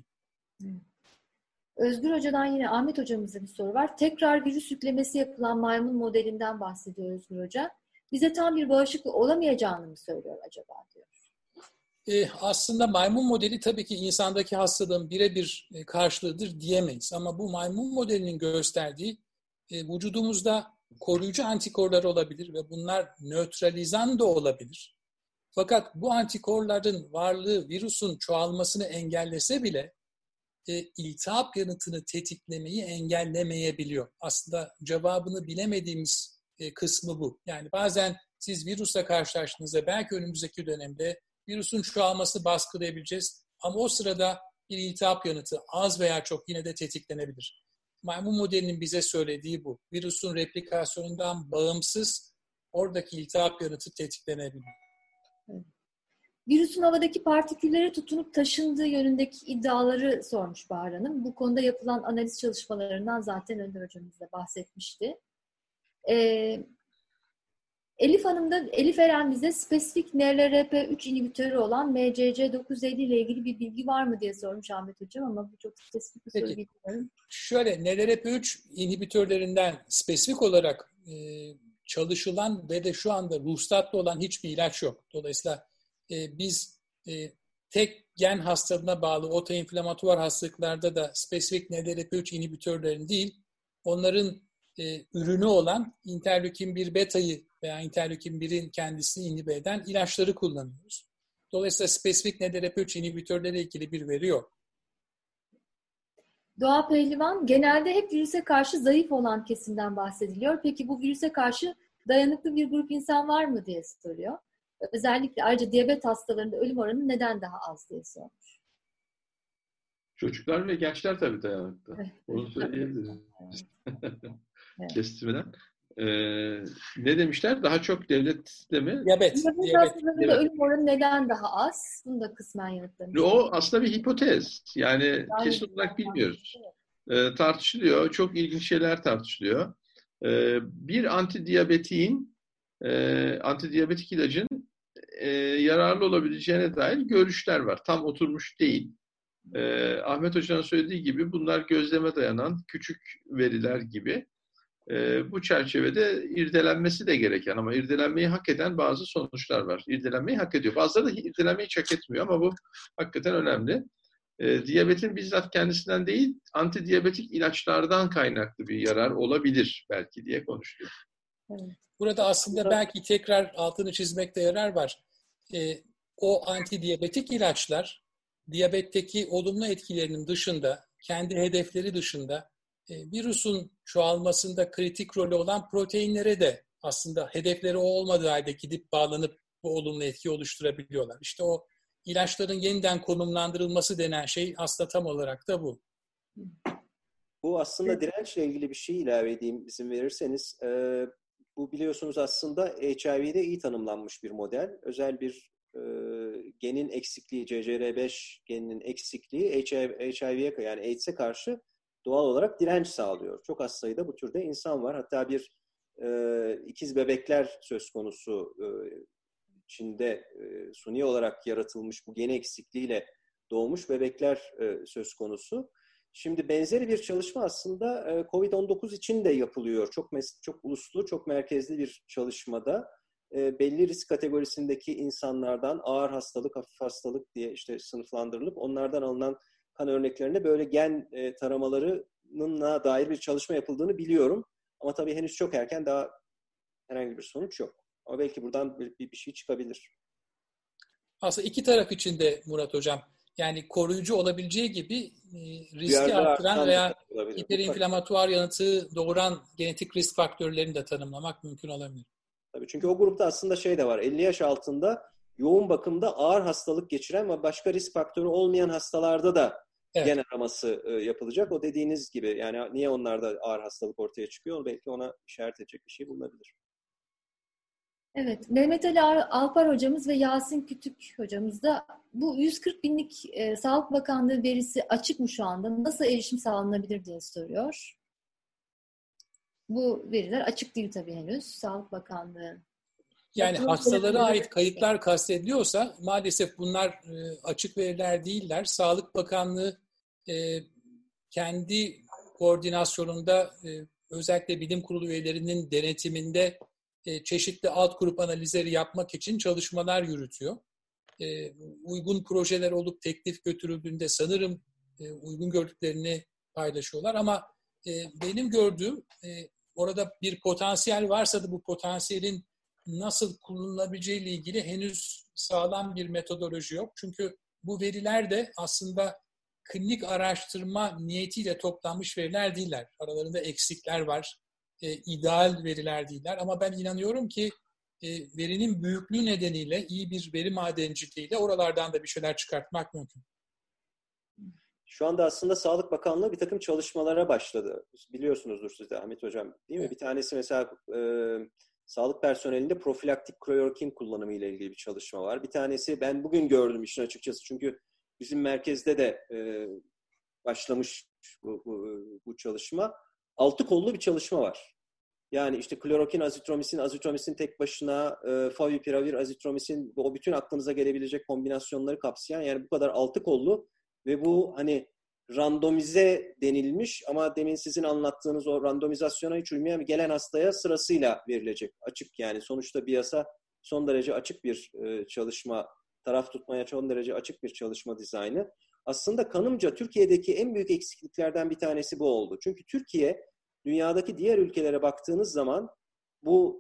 Özgür Hoca'dan yine Ahmet Hocamıza bir soru var. Tekrar virüs yüklemesi yapılan maymun modelinden bahsediyor Özgür Hoca. Bize tam bir bağışıklık olamayacağını mı söylüyor acaba diyor. E, aslında maymun modeli tabii ki insandaki hastalığın birebir karşılığıdır diyemeyiz. Ama bu maymun modelinin gösterdiği e, vücudumuzda koruyucu antikorlar olabilir ve bunlar nötralizan da olabilir. Fakat bu antikorların varlığı virüsün çoğalmasını engellese bile e, iltihap yanıtını tetiklemeyi engellemeyebiliyor. Aslında cevabını bilemediğimiz e, kısmı bu. Yani bazen siz virüsle karşılaştığınızda belki önümüzdeki dönemde virüsün çoğalmasını baskılayabileceğiz. Ama o sırada bir iltihap yanıtı az veya çok yine de tetiklenebilir. Maymun modelinin bize söylediği bu. Virüsün replikasyonundan bağımsız oradaki iltihap yanıtı tetiklenebilir. Evet. Virüsün havadaki partiküllere tutunup taşındığı yönündeki iddiaları sormuş Bahar Hanım. Bu konuda yapılan analiz çalışmalarından zaten Önder Hocamız da bahsetmişti. Ee, Elif Hanım da, Elif Eren bize spesifik N L R P üç inhibitörü olan M C C dokuz yüz elli ile ilgili bir bilgi var mı diye sormuş Ahmet Hocam ama bu çok spesifik bir soru bilmiyorum. Şöyle, N L R P üç inhibitörlerinden spesifik olarak e, çalışılan ve de şu anda ruhsatlı olan hiçbir ilaç yok. Dolayısıyla e, biz e, tek gen hastalığına bağlı otoinflamatuar hastalıklarda da spesifik N L R P üç inhibitörlerin değil, onların e, ürünü olan interleukin bir beta'yı veya interleukin birin kendisini inhibe eden ilaçları kullanıyoruz. Dolayısıyla spesifik N L R P üç inhibitörleriyle ilgili bir veri yok. Doğa Pehlivan, genelde hep virüse karşı zayıf olan kesimden bahsediliyor. Peki bu virüse karşı dayanıklı bir grup insan var mı diye soruyor. Özellikle ayrıca diyabet hastalarında ölüm oranı neden daha az diye sormuş. Çocuklar ve gençler tabii dayanıklı. Evet. Onu söyleyebiliriz. Evet. Kestirmeden. Ee, ne demişler? Daha çok devlette mi? Diyabet. Diyabet Diyabet. hastalarında diyabet. ölüm oranı neden daha az? Bunu da kısmen yanıtlamıştım. O aslında bir hipotez. Yani, yani kesin olarak zaten, bilmiyoruz. evet. Ee, tartışılıyor. Çok ilginç şeyler tartışılıyor. Ee, bir antidiyabetiğin, e, antidiyabetik ilacın e, yararlı olabileceğine dair görüşler var. Tam oturmuş değil. Ee, Ahmet Hoca'nın söylediği gibi bunlar gözleme dayanan küçük veriler gibi. Ee, bu çerçevede irdelenmesi de gereken ama irdelenmeyi hak eden bazı sonuçlar var. İrdelenmeyi hak ediyor. Bazıları da irdelenmeyi hiç hak etmiyor ama bu hakikaten önemli. E, diyabetin bizzat kendisinden değil, antidiyabetik ilaçlardan kaynaklı bir yarar olabilir belki diye konuşuyor. Evet. Burada aslında belki tekrar altını çizmekte yarar var. E, o antidiyabetik ilaçlar diyabetteki olumlu etkilerinin dışında, kendi hedefleri dışında e, virüsün çoğalmasında kritik rolü olan proteinlere de aslında hedefleri o olmadığı halde gidip bağlanıp bu olumlu etki oluşturabiliyorlar. İşte o ilaçların yeniden konumlandırılması denen şey aslında tam olarak da bu. Bu aslında dirençle ilgili bir şey ilave edeyim izin verirseniz. Ee, bu biliyorsunuz aslında H I V'de iyi tanımlanmış bir model. Özel bir e, genin eksikliği, C C R beş geninin eksikliği H I V'ye yani AIDS'e karşı doğal olarak direnç sağlıyor. Çok az sayıda bu türde insan var. Hatta bir e, ikiz bebekler söz konusu e, Çin'de e, suni olarak yaratılmış bu gen eksikliğiyle doğmuş bebekler e, söz konusu. Şimdi benzeri bir çalışma aslında e, kovid on dokuz için de yapılıyor. Çok mes- çok uluslu, çok merkezli bir çalışmada e, belli risk kategorisindeki insanlardan ağır hastalık, hafif hastalık diye işte sınıflandırılıp onlardan alınan kan örneklerine böyle gen e, taramalarına dair bir çalışma yapıldığını biliyorum. Ama tabii henüz çok erken, daha herhangi bir sonuç yok. Ama belki buradan bir, bir şey çıkabilir. Aslında iki taraf için de Murat Hocam, yani koruyucu olabileceği gibi e, riski arttıran veya hiperinflamatuar yanıtı doğuran genetik risk faktörlerini de tanımlamak mümkün olabilir. Tabii, çünkü o grupta aslında şey de var. elli yaş altında yoğun bakımda ağır hastalık geçiren ama başka risk faktörü olmayan hastalarda da evet, gen araması e, yapılacak. O dediğiniz gibi, yani niye onlarda ağır hastalık ortaya çıkıyor? Belki ona işaret edecek bir şey bulunabilir. Evet, Mehmet Ali Alpar hocamız ve Yasin Kütük hocamız da bu yüz kırk binlik e, Sağlık Bakanlığı verisi açık mı şu anda? Nasıl erişim sağlanabilir diye soruyor. Bu veriler açık değil tabii henüz. Sağlık Bakanlığı. Yani hastalara ait kayıtlar kastediliyorsa maalesef bunlar e, açık veriler değiller. Sağlık Bakanlığı e, kendi koordinasyonunda e, özellikle bilim kurulu üyelerinin denetiminde e, çeşitli alt grup analizleri yapmak için çalışmalar yürütüyor. E, uygun projeler olup teklif götürüldüğünde sanırım e, uygun gördüklerini paylaşıyorlar. Ama e, benim gördüğüm e, orada bir potansiyel varsa da bu potansiyelin nasıl kullanılabileceği ile ilgili henüz sağlam bir metodoloji yok. Çünkü bu veriler de aslında klinik araştırma niyetiyle toplanmış veriler değiller. Aralarında eksikler var. E, ideal veriler değiller. Ama ben inanıyorum ki e, verinin büyüklüğü nedeniyle iyi bir veri madenciliğiyle oralardan da bir şeyler çıkartmak mümkün. Şu anda aslında Sağlık Bakanlığı bir takım çalışmalara başladı. Biliyorsunuzdur siz de Ahmet Hocam, değil mi? Evet. Bir tanesi mesela e, sağlık personelinde profilaktik klorokin kullanımı ile ilgili bir çalışma var. Bir tanesi ben bugün gördüm işin açıkçası. Çünkü bizim merkezde de e, başlamış bu, bu, bu çalışma. Altı kollu bir çalışma var. Yani işte klorokin, azitromisin, azitromisin tek başına, e, favipiravir, azitromisin, o bütün aklınıza gelebilecek kombinasyonları kapsayan, yani bu kadar altı kollu ve bu hani randomize denilmiş ama demin sizin anlattığınız o randomizasyona hiç uymayan gelen hastaya sırasıyla verilecek. Açık, yani sonuçta bir yasa son derece açık bir e, çalışma, taraf tutmaya son derece açık bir çalışma dizaynı. Aslında kanımca Türkiye'deki en büyük eksikliklerden bir tanesi bu oldu. Çünkü Türkiye dünyadaki diğer ülkelere baktığınız zaman bu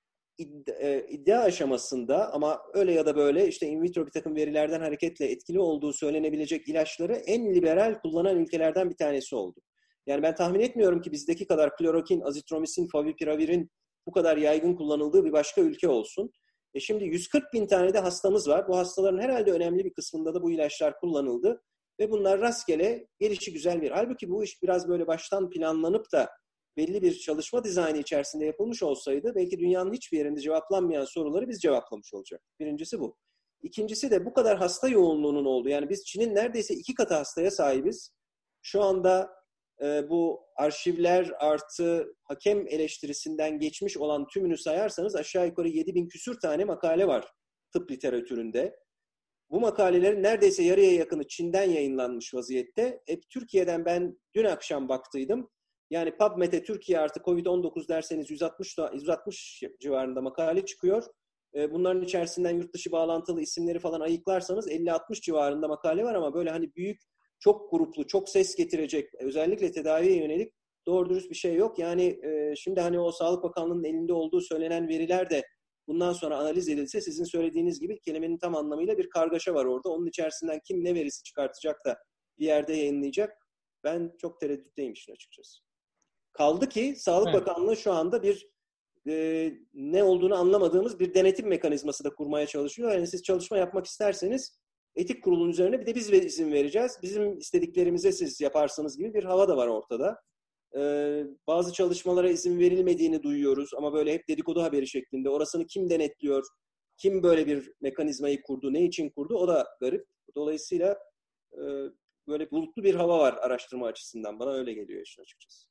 iddia aşamasında ama öyle ya da böyle işte in vitro bir takım verilerden hareketle etkili olduğu söylenebilecek ilaçları en liberal kullanan ülkelerden bir tanesi oldu. Yani ben tahmin etmiyorum ki bizdeki kadar klorokin, azitromisin, favipiravirin bu kadar yaygın kullanıldığı bir başka ülke olsun. E şimdi yüz kırk bin tane de hastamız var. Bu hastaların herhalde önemli bir kısmında da bu ilaçlar kullanıldı. Ve bunlar rastgele gelişigüzel bir. Halbuki bu iş biraz böyle baştan planlanıp da belli bir çalışma dizaynı içerisinde yapılmış olsaydı belki dünyanın hiçbir yerinde cevaplanmayan soruları biz cevaplamış olacaktık. Birincisi bu. İkincisi de bu kadar hasta yoğunluğunun olduğu. Yani biz Çin'in neredeyse iki katı hastaya sahibiz. Şu anda e, bu arşivler artı hakem eleştirisinden geçmiş olan tümünü sayarsanız aşağı yukarı yedi bin küsür tane makale var tıp literatüründe. Bu makalelerin neredeyse yarıya yakını Çin'den yayınlanmış vaziyette. Hep Türkiye'den ben dün akşam baktıydım. Yani PubMed'e Türkiye artı kovid on dokuz derseniz yüz altmış, yüz altmış civarında makale çıkıyor. Bunların içerisinden yurt dışı bağlantılı isimleri falan ayıklarsanız elli altmış civarında makale var ama böyle hani büyük, çok gruplu, çok ses getirecek, özellikle tedaviye yönelik doğru dürüst bir şey yok. Yani şimdi hani o Sağlık Bakanlığı'nın elinde olduğu söylenen veriler de bundan sonra analiz edilse sizin söylediğiniz gibi kelimenin tam anlamıyla bir kargaşa var orada. Onun içerisinden kim ne verisi çıkartacak da bir yerde yayınlayacak. Ben çok tereddütteyim işin açıkçası. Kaldı ki Sağlık evet. Bakanlığı şu anda bir e, ne olduğunu anlamadığımız bir denetim mekanizması da kurmaya çalışıyor. Yani siz çalışma yapmak isterseniz etik kurulun üzerine bir de biz izin vereceğiz. Bizim istediklerimize siz yaparsınız gibi bir hava da var ortada. Ee, bazı çalışmalara izin verilmediğini duyuyoruz ama böyle hep dedikodu haberi şeklinde. Orasını kim denetliyor, kim böyle bir mekanizmayı kurdu, ne için kurdu o da garip. Dolayısıyla e, böyle bulutlu bir hava var araştırma açısından. Bana öyle geliyor işin açıkçası.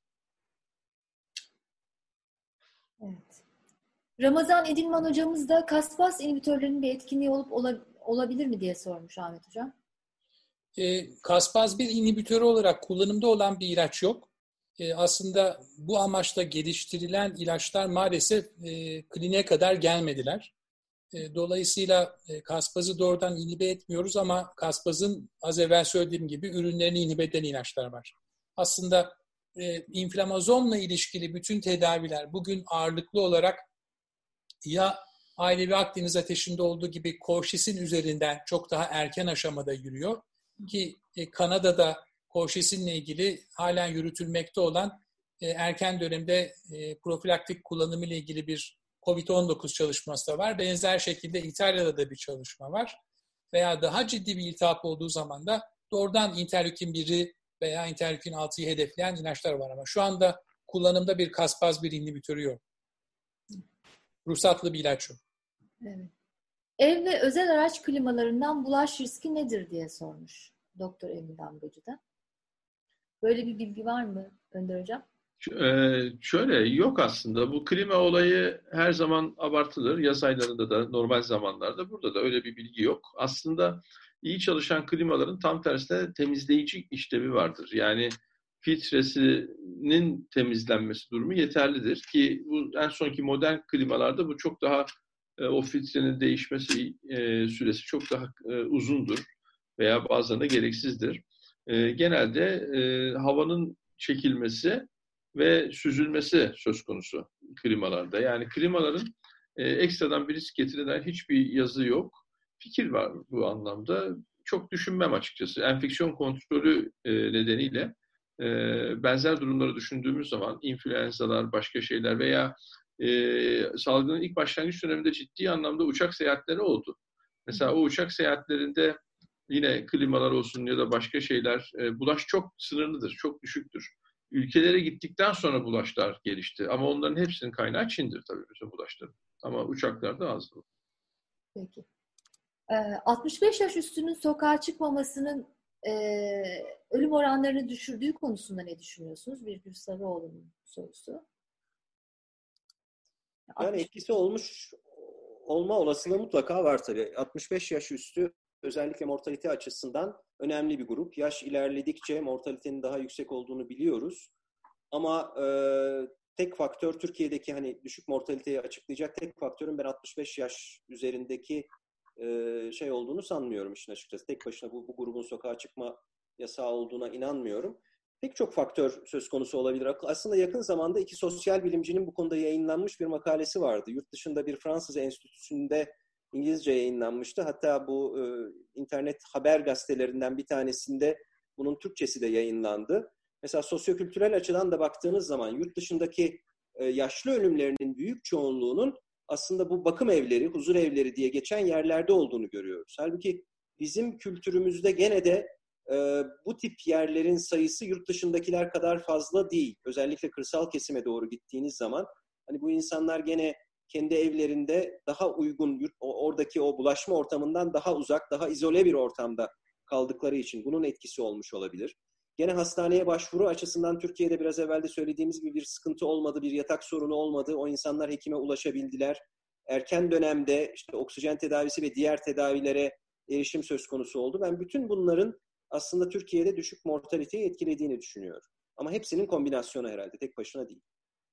Evet. Ramazan Edilman hocamız da Caspase inhibitörlerinin bir etkinliği olup ola, olabilir mi diye sormuş Ahmet hocam. E, Caspase bir inhibitörü olarak kullanımda olan bir ilaç yok. E, aslında bu amaçla geliştirilen ilaçlar maalesef e, kliniğe kadar gelmediler. E, dolayısıyla e, Caspase'ı doğrudan inhibe etmiyoruz ama Caspase'ın az evvel söylediğim gibi ürünlerini inhibe eden ilaçlar var. Aslında e, inflamazomla ilişkili bütün tedaviler bugün ağırlıklı olarak ya ailevi Akdeniz ateşinde olduğu gibi Courches'in üzerinden çok daha erken aşamada yürüyor ki e, Kanada'da Courches'inle ilgili halen yürütülmekte olan e, erken dönemde e, profilaktik kullanımı ile ilgili bir kovid on dokuz çalışması da var. Benzer şekilde İtalya'da da bir çalışma var. Veya daha ciddi bir iltihap olduğu zaman da doğrudan interleukin biri veya interleukin altıyı hedefleyen ilaçlar var ama şu anda kullanımda bir Caspase bir inhibitörü yok. Ruhsatlı bir ilaç yok. Evet. Ev ve özel araç klimalarından bulaş riski nedir diye sormuş Doktor Emin Damgacı'da. Böyle bir bilgi var mı Önder Hocam? Ee, şöyle yok aslında. Bu klima olayı her zaman abartılır. Yaz aylarında da normal zamanlarda. Burada da öyle bir bilgi yok. Aslında iyi çalışan klimaların tam tersine temizleyici işlevi vardır. Yani filtresinin temizlenmesi durumu yeterlidir ki bu en sonki modern klimalarda bu çok daha e, o filtrenin değişmesi e, süresi çok daha e, uzundur veya bazen de gereksizdir. E, genelde e, havanın çekilmesi ve süzülmesi söz konusu klimalarda. Yani klimaların e, ekstradan bir risk getiren hiçbir yazı yok. Fikir var bu anlamda. Çok düşünmem açıkçası. Enfeksiyon kontrolü e, nedeniyle e, benzer durumları düşündüğümüz zaman influenzalar, başka şeyler veya e, salgının ilk başlangıç döneminde ciddi anlamda uçak seyahatleri oldu. Mesela o uçak seyahatlerinde yine klimalar olsun ya da başka şeyler, e, bulaş çok sınırlıdır, çok düşüktür. Ülkelere gittikten sonra bulaşlar gelişti. Ama onların hepsinin kaynağı Çin'dir tabii bütün bulaşların. Ama uçaklarda azdır. Peki. Ee, altmış beş yaş üstünün sokağa çıkmamasının e, ölüm oranlarını düşürdüğü konusunda ne düşünüyorsunuz? Birgül Sarıoğlu'nun sorusu. Yani etkisi olmuş olma olasılığı mutlaka var tabii. altmış beş yaş üstü özellikle mortalite açısından önemli bir grup. Yaş ilerledikçe mortalitenin daha yüksek olduğunu biliyoruz. Ama e, tek faktör Türkiye'deki hani düşük mortaliteyi açıklayacak tek faktörün ben altmış beş yaş üzerindeki e, şey olduğunu sanmıyorum işin açıkçası. Tek başına bu, bu grubun sokağa çıkma yasağı olduğuna inanmıyorum. Pek çok faktör söz konusu olabilir. Aslında yakın zamanda iki sosyal bilimcinin bu konuda yayınlanmış bir makalesi vardı. Yurt dışında bir Fransız enstitüsünde İngilizce yayınlanmıştı. Hatta bu e, internet haber gazetelerinden bir tanesinde bunun Türkçesi de yayınlandı. Mesela sosyokültürel açıdan da baktığınız zaman yurt dışındaki e, yaşlı ölümlerinin büyük çoğunluğunun aslında bu bakım evleri, huzur evleri diye geçen yerlerde olduğunu görüyoruz. Halbuki bizim kültürümüzde gene de bu tip yerlerin sayısı yurt dışındakiler kadar fazla değil. Özellikle kırsal kesime doğru gittiğiniz zaman hani bu insanlar gene kendi evlerinde daha uygun, oradaki o bulaşma ortamından daha uzak, daha izole bir ortamda kaldıkları için bunun etkisi olmuş olabilir. Gene hastaneye başvuru açısından Türkiye'de biraz evvel de söylediğimiz gibi bir sıkıntı olmadı, bir yatak sorunu olmadı. O insanlar hekime ulaşabildiler. Erken dönemde işte oksijen tedavisi ve diğer tedavilere erişim söz konusu oldu. Ben bütün bunların aslında Türkiye'de düşük mortaliteyi etkilediğini düşünüyorum. Ama hepsinin kombinasyonu herhalde, tek başına değil.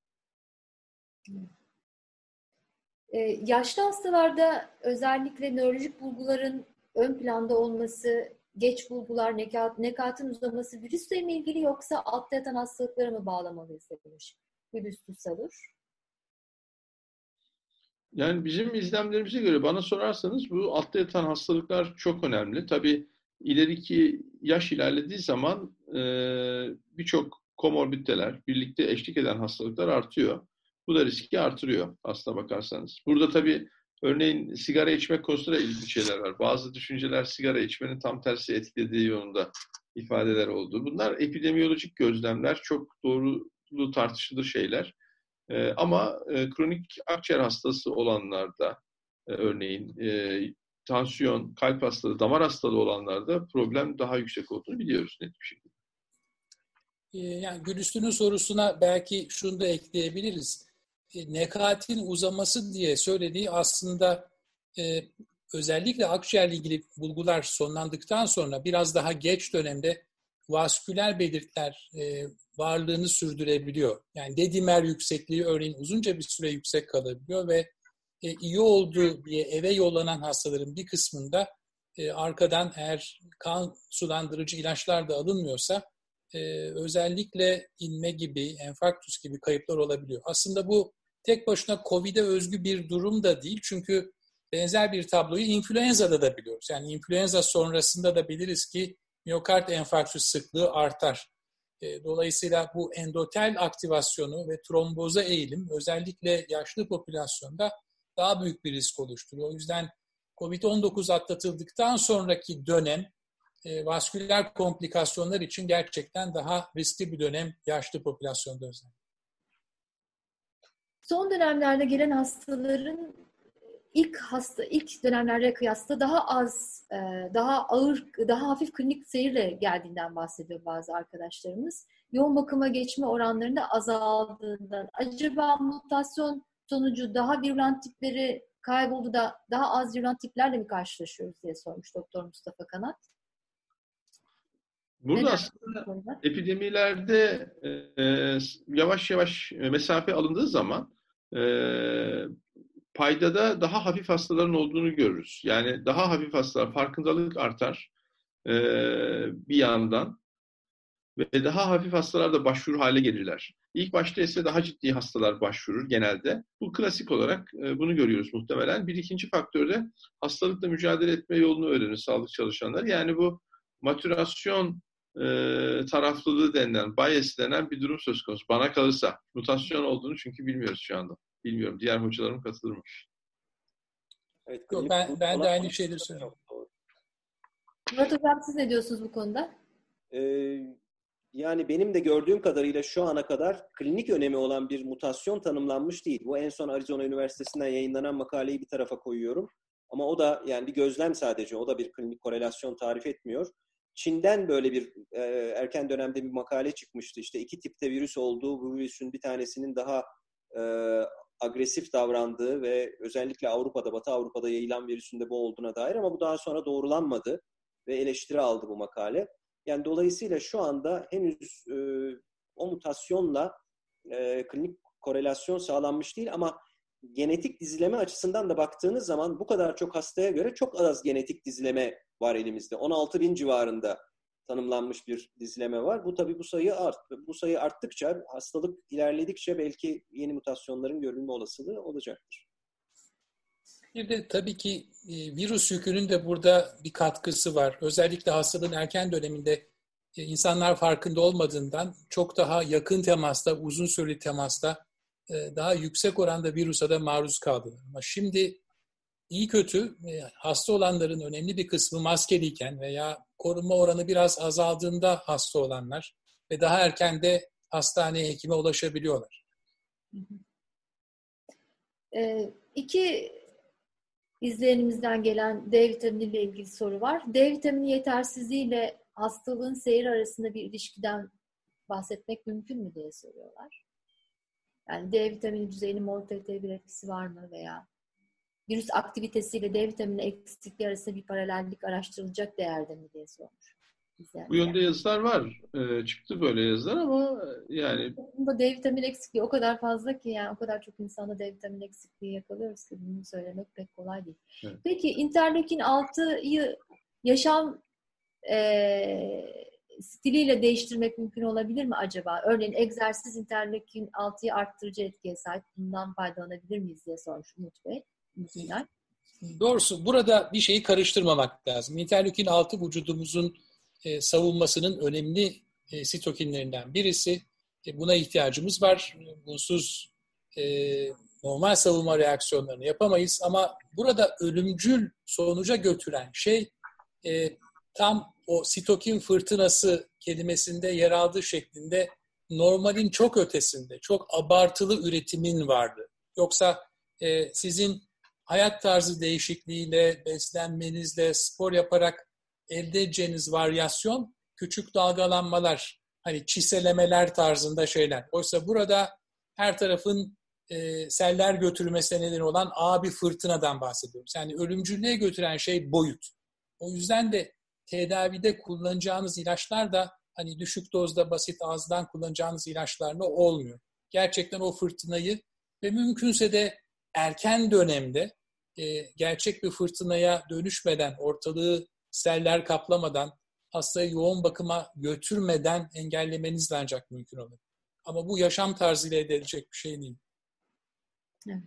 Ee, yaşlı hastalarda özellikle nörolojik bulguların ön planda olması, geç bulgular, nekat, nekatın uzaması virüsle mi ilgili yoksa altta yatan hastalıklara mı bağlamalıyız demiş Hulusi Salur. Yani bizim izlemlerimize göre bana sorarsanız bu altta yatan hastalıklar çok önemli. Tabii ileriki yaş ilerlediği zaman e, birçok komorbiditeler, birlikte eşlik eden hastalıklar artıyor. Bu da riski artırıyor aslına bakarsanız. Burada tabii örneğin sigara içmek konusunda ilginç şeyler var. Bazı düşünceler sigara içmenin tam tersi etkilediği yolunda ifadeler oldu. Bunlar epidemiyolojik gözlemler, çok doğruluğu tartışılır şeyler. Ee, ama e, kronik akciğer hastası olanlarda, e, örneğin e, tansiyon, kalp hastalığı, damar hastalığı olanlarda problem daha yüksek olduğunu biliyoruz net bir şekilde. Yani Gülüstü'nün sorusuna belki şunu da ekleyebiliriz. E, nekatin uzaması diye söylediği aslında e, özellikle akciğerle ilgili bulgular sonlandıktan sonra biraz daha geç dönemde vasküler belirtiler e, varlığını sürdürebiliyor. Yani dedimer yüksekliği örneğin uzunca bir süre yüksek kalabiliyor ve e, iyi oldu diye eve yollanan hastaların bir kısmında e, arkadan eğer kan sulandırıcı ilaçlar da alınmıyorsa e, özellikle inme gibi, enfarktüs gibi kayıplar olabiliyor. Aslında bu tek başına Covid'e özgü bir durum da değil. Çünkü benzer bir tabloyu influenza'da da biliyoruz. Yani influenza sonrasında da biliriz ki miyokard enfarktüs sıklığı artar. Dolayısıyla bu endotel aktivasyonu ve tromboza eğilim özellikle yaşlı popülasyonda daha büyük bir risk oluşturuyor. O yüzden kovid on dokuz atlatıldıktan sonraki dönem e, vasküler komplikasyonlar için gerçekten daha riskli bir dönem yaşlı popülasyonda özellikle. Son dönemlerde gelen hastaların ilk hasta ilk dönemlerde kıyasla daha az, daha ağır, daha hafif klinik seyirle geldiğinden bahsediyor bazı arkadaşlarımız. Yoğun bakıma geçme oranlarında azaldığından, acaba mutasyon sonucu daha virülant tipleri kayboldu da daha az virülant tiplerle mi karşılaşıyoruz diye sormuş Doktor Mustafa Kanat. Burada Neden? aslında epidemilerde e, yavaş yavaş mesafe alındığı zaman e, paydada daha hafif hastaların olduğunu görürüz. Yani daha hafif hastalar, farkındalık artar e, bir yandan ve daha hafif hastalar da başvuru hale gelirler. İlk başta ise daha ciddi hastalar başvurur genelde. Bu klasik olarak e, bunu görüyoruz muhtemelen. Bir ikinci faktör de hastalıkla mücadele etme yolunu öğrenir sağlık çalışanları. Yani bu matürasyon e, taraflılığı denilen, bias denen bir durum söz konusu. Bana kalırsa mutasyon olduğunu çünkü bilmiyoruz şu anda. Bilmiyorum. Diğer hocalarım katılır mı? Evet, Yok, ben, ben de aynı şeyleri söylüyorum. Murat Hocam siz ne diyorsunuz bu konuda? Ee, yani benim de gördüğüm kadarıyla şu ana kadar klinik önemi olan bir mutasyon tanımlanmış değil. Bu en son Arizona Üniversitesi'nden yayınlanan makaleyi bir tarafa koyuyorum. Ama o da yani bir gözlem sadece. O da bir klinik korelasyon tarif etmiyor. Çin'den böyle bir e, erken dönemde bir makale çıkmıştı. İşte iki tipte virüs olduğu, bu virüsün bir tanesinin daha e, agresif davrandığı ve özellikle Avrupa'da, Batı Avrupa'da yayılan virüsün de bu olduğuna dair, ama bu daha sonra doğrulanmadı ve eleştiri aldı bu makale. Yani dolayısıyla şu anda henüz e, o mutasyonla e, klinik korelasyon sağlanmış değil, ama genetik dizileme açısından da baktığınız zaman bu kadar çok hastaya göre çok az genetik dizileme var elimizde. on altı bin civarında tanımlanmış bir dizileme var. Bu tabii bu sayı art, bu sayı arttıkça, hastalık ilerledikçe belki yeni mutasyonların görülme olasılığı olacaktır. Bir de tabii ki e, virüs yükünün de burada bir katkısı var. Özellikle hastalığın erken döneminde e, insanlar farkında olmadığından çok daha yakın temasta, uzun süreli temasta e, daha yüksek oranda virüse de maruz kaldılar. Ama şimdi iyi kötü hasta olanların önemli bir kısmı maskeliyken veya korunma oranı biraz azaldığında hasta olanlar ve daha erken de hastaneye, hekime ulaşabiliyorlar. E, iki izleyenimizden gelen D vitamini ile ilgili soru var. D vitamini yetersizliği ile hastalığın seyri arasında bir ilişkiden bahsetmek mümkün mü diye soruyorlar. Yani D vitamini düzeyinin mortaliteye bir etkisi var mı veya virüs aktivitesiyle D vitamini eksikliği arasında bir paralellik araştırılacak değerde mi diye sormuş. Yani Bu yönde yazılar var. Ee, çıktı böyle yazılar ama yani... Bunda D vitamini eksikliği o kadar fazla ki yani o kadar çok insanda D vitamini eksikliği yakalıyoruz ki bunu söylemek pek kolay değil. Evet. Peki interleukin altıyı yaşam e, stiliyle değiştirmek mümkün olabilir mi acaba? Örneğin egzersiz interleukin altıyı arttırıcı etkiye sahip. Bundan faydalanabilir miyiz diye sormuş Umut Bey. Umut Doğrusu burada bir şeyi karıştırmamak lazım. İnterleukin altı vücudumuzun e, savunmasının önemli e, sitokinlerinden birisi. E, buna ihtiyacımız var. Bunsuz e, normal savunma reaksiyonlarını yapamayız. Ama burada ölümcül sonuca götüren şey e, tam o sitokin fırtınası kelimesinde yer aldığı şeklinde normalin çok ötesinde, çok abartılı üretimin vardı. Yoksa e, sizin hayat tarzı değişikliğiyle, beslenmenizle, spor yaparak elde edeceğiniz varyasyon küçük dalgalanmalar, hani çiselemeler tarzında şeyler. Oysa burada her tarafın e, seller götürmesine neden olan ağır bir fırtınadan bahsediyoruz. Yani ölümcüllüğe götüren şey boyut. O yüzden de tedavide kullanacağınız ilaçlar da hani düşük dozda basit ağızdan kullanacağınız ilaçlarla olmuyor. Gerçekten o fırtınayı ve mümkünse de erken dönemde e, gerçek bir fırtınaya dönüşmeden, ortalığı seller kaplamadan, hastayı yoğun bakıma götürmeden engellemeniz ancak mümkün olur. Ama bu yaşam tarzıyla elde edilecek bir şey değil. Evet.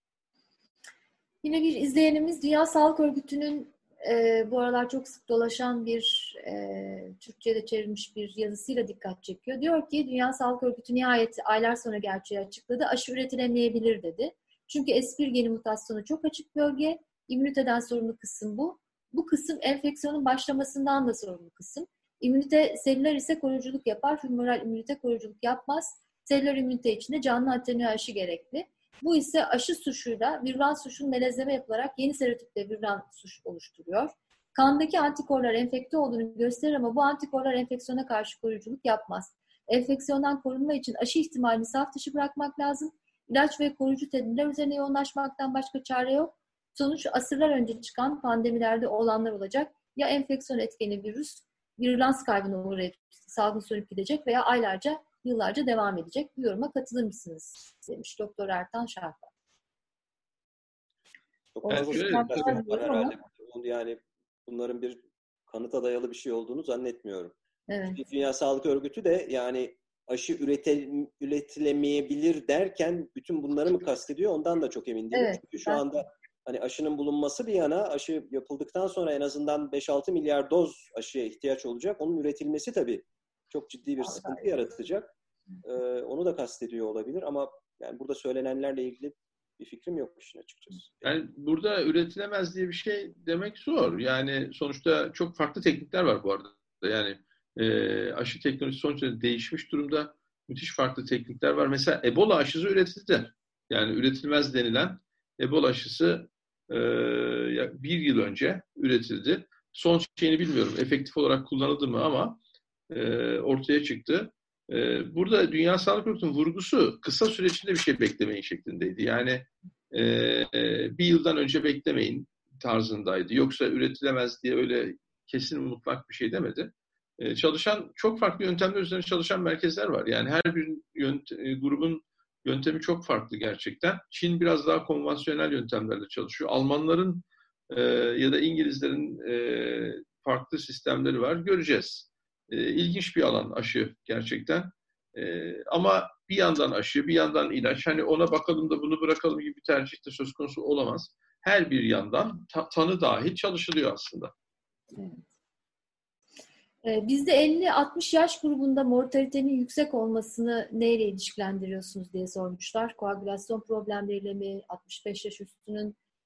Yine bir izleyenimiz Dünya Sağlık Örgütü'nün e, bu aralar çok sık dolaşan bir e, Türkçe'de çevrilmiş bir yazısıyla dikkat çekiyor. Diyor ki Dünya Sağlık Örgütü nihayet aylar sonra gerçeği açıkladı. Aşı üretilemeyebilir dedi. Çünkü S bir geni mutasyonu çok açık bölge. İmmüniteden sorumlu kısım bu. Bu kısım enfeksiyonun başlamasından da sorumlu kısım. İmmünite selüler ise koruyuculuk yapar. Hümoral immünite koruyuculuk yapmaz. Selüler immünite için de canlı atenuya aşı gerekli. Bu ise aşı suçuyla virülan suçun melezleme yapılarak yeni serotiple virülan suç oluşturuyor. Kandaki antikorlar enfekte olduğunu gösterir ama bu antikorlar enfeksiyona karşı koruyuculuk yapmaz. Enfeksiyondan korunma için aşı ihtimalini saf dışı bırakmak lazım. İlaç ve koruyucu tedbirler üzerine yoğunlaşmaktan başka çare yok. Sonuç asırlar önce çıkan pandemilerde olanlar olacak. Ya enfeksiyon etkeni virüs, virülans kaybına uğrayıp salgın sönüp gidecek veya aylarca, yıllarca devam edecek. Bu yoruma katılır mısınız? Demiş Doktor Ertan Şarkı. Çok fazla sıkıntı var herhalde. Yani bunların bir kanıta dayalı bir şey olduğunu zannetmiyorum. Evet. Çünkü Dünya Sağlık Örgütü de yani aşı üretil, üretilemeyebilir derken bütün bunları mı kastediyor ondan da çok emin değilim. Evet, Çünkü şu ben... anda hani aşının bulunması bir yana aşı yapıldıktan sonra en azından beş altı milyar doz aşıya ihtiyaç olacak. Onun üretilmesi tabii çok ciddi bir sıkıntı evet. yaratacak. Ee, onu da kastediyor olabilir ama yani burada söylenenlerle ilgili bir fikrim yok işin açıkçası. Yani burada üretilemez diye bir şey demek zor. Yani sonuçta çok farklı teknikler var bu arada. Yani e, aşı teknolojisi sonuçta değişmiş durumda. Müthiş farklı teknikler var. Mesela Ebola aşısı üretildi. Yani üretilmez denilen Ebola aşısı e, bir yıl önce üretildi. Son şeyini bilmiyorum. Efektif olarak kullanıldı mı ama e, ortaya çıktı. E, burada Dünya Sağlık Örgütü'nün vurgusu kısa süre içinde bir şey beklemeyin şeklindeydi. Yani e, bir yıldan önce beklemeyin tarzındaydı. Yoksa üretilemez diye öyle kesin mutlak bir şey demedi. E, çalışan, çok farklı yöntemler üzerine çalışan merkezler var. Yani her bir yönt- grubun yöntemi çok farklı gerçekten. Çin biraz daha konvansiyonel yöntemlerle çalışıyor. Almanların e, ya da İngilizlerin e, farklı sistemleri var. Göreceğiz. E, ilginç bir alan aşı gerçekten. E, ama bir yandan aşı, bir yandan ilaç. Hani ona bakalım da bunu bırakalım gibi bir tercih de söz konusu olamaz. Her bir yandan ta- tanı dahil çalışılıyor aslında. Evet. Bizde elli altmış yaş grubunda mortalitenin yüksek olmasını neyle ilişkilendiriyorsunuz diye sormuşlar. Koagülasyon problemleriyle mi, altmış beş yaş üstünün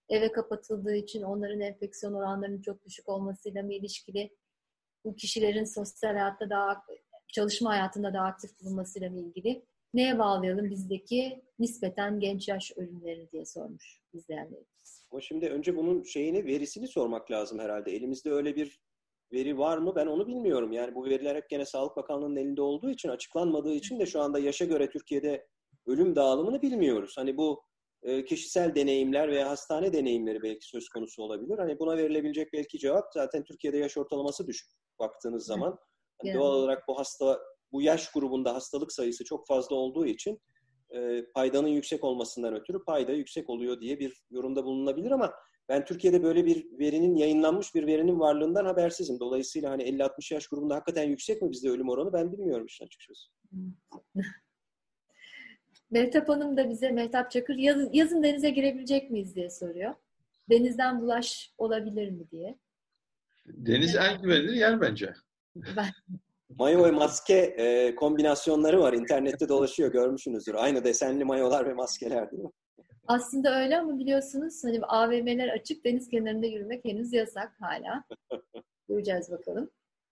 eve kapatıldığı için onların enfeksiyon oranlarının çok düşük olmasıyla mı ilişkili? Bu kişilerin sosyal hayatta daha, çalışma hayatında daha aktif bulunmasıyla mı ilgili? Neye bağlayalım bizdeki nispeten genç yaş ölümleri diye sormuş izleyenlerimiz. Ama şimdi önce bunun şeyini, verisini sormak lazım herhalde. Elimizde öyle bir veri var mı? Ben onu bilmiyorum. Yani bu veriler hep gene Sağlık Bakanlığı'nın elinde olduğu için, açıklanmadığı için de şu anda yaşa göre Türkiye'de ölüm dağılımını bilmiyoruz. Hani bu e, kişisel deneyimler veya hastane deneyimleri belki söz konusu olabilir. Hani buna verilebilecek belki cevap, zaten Türkiye'de yaş ortalaması düşük baktığınız zaman. Hani doğal olarak bu hasta, bu yaş grubunda hastalık sayısı çok fazla olduğu için e, paydanın yüksek olmasından ötürü payda yüksek oluyor diye bir yorumda bulunabilir, ama ben Türkiye'de böyle bir verinin, yayınlanmış bir verinin varlığından habersizim. Dolayısıyla hani elli altmış yaş grubunda hakikaten yüksek mi bizde ölüm oranı, ben bilmiyorum işin açıkçası. Mehtap Hanım da bize, Mehtap Çakır, yazın, yazın denize girebilecek miyiz diye soruyor. Denizden bulaş olabilir mi diye. Deniz en güvenilir yer bence. Ben... Mayo ve maske e, kombinasyonları var. İnternette dolaşıyor, görmüşsünüzdür. Aynı desenli mayolar ve maskeler değil mi? Aslında öyle ama biliyorsunuz hani A V M'ler açık, deniz kenarında yürümek henüz yasak hala. Göreceğiz bakalım.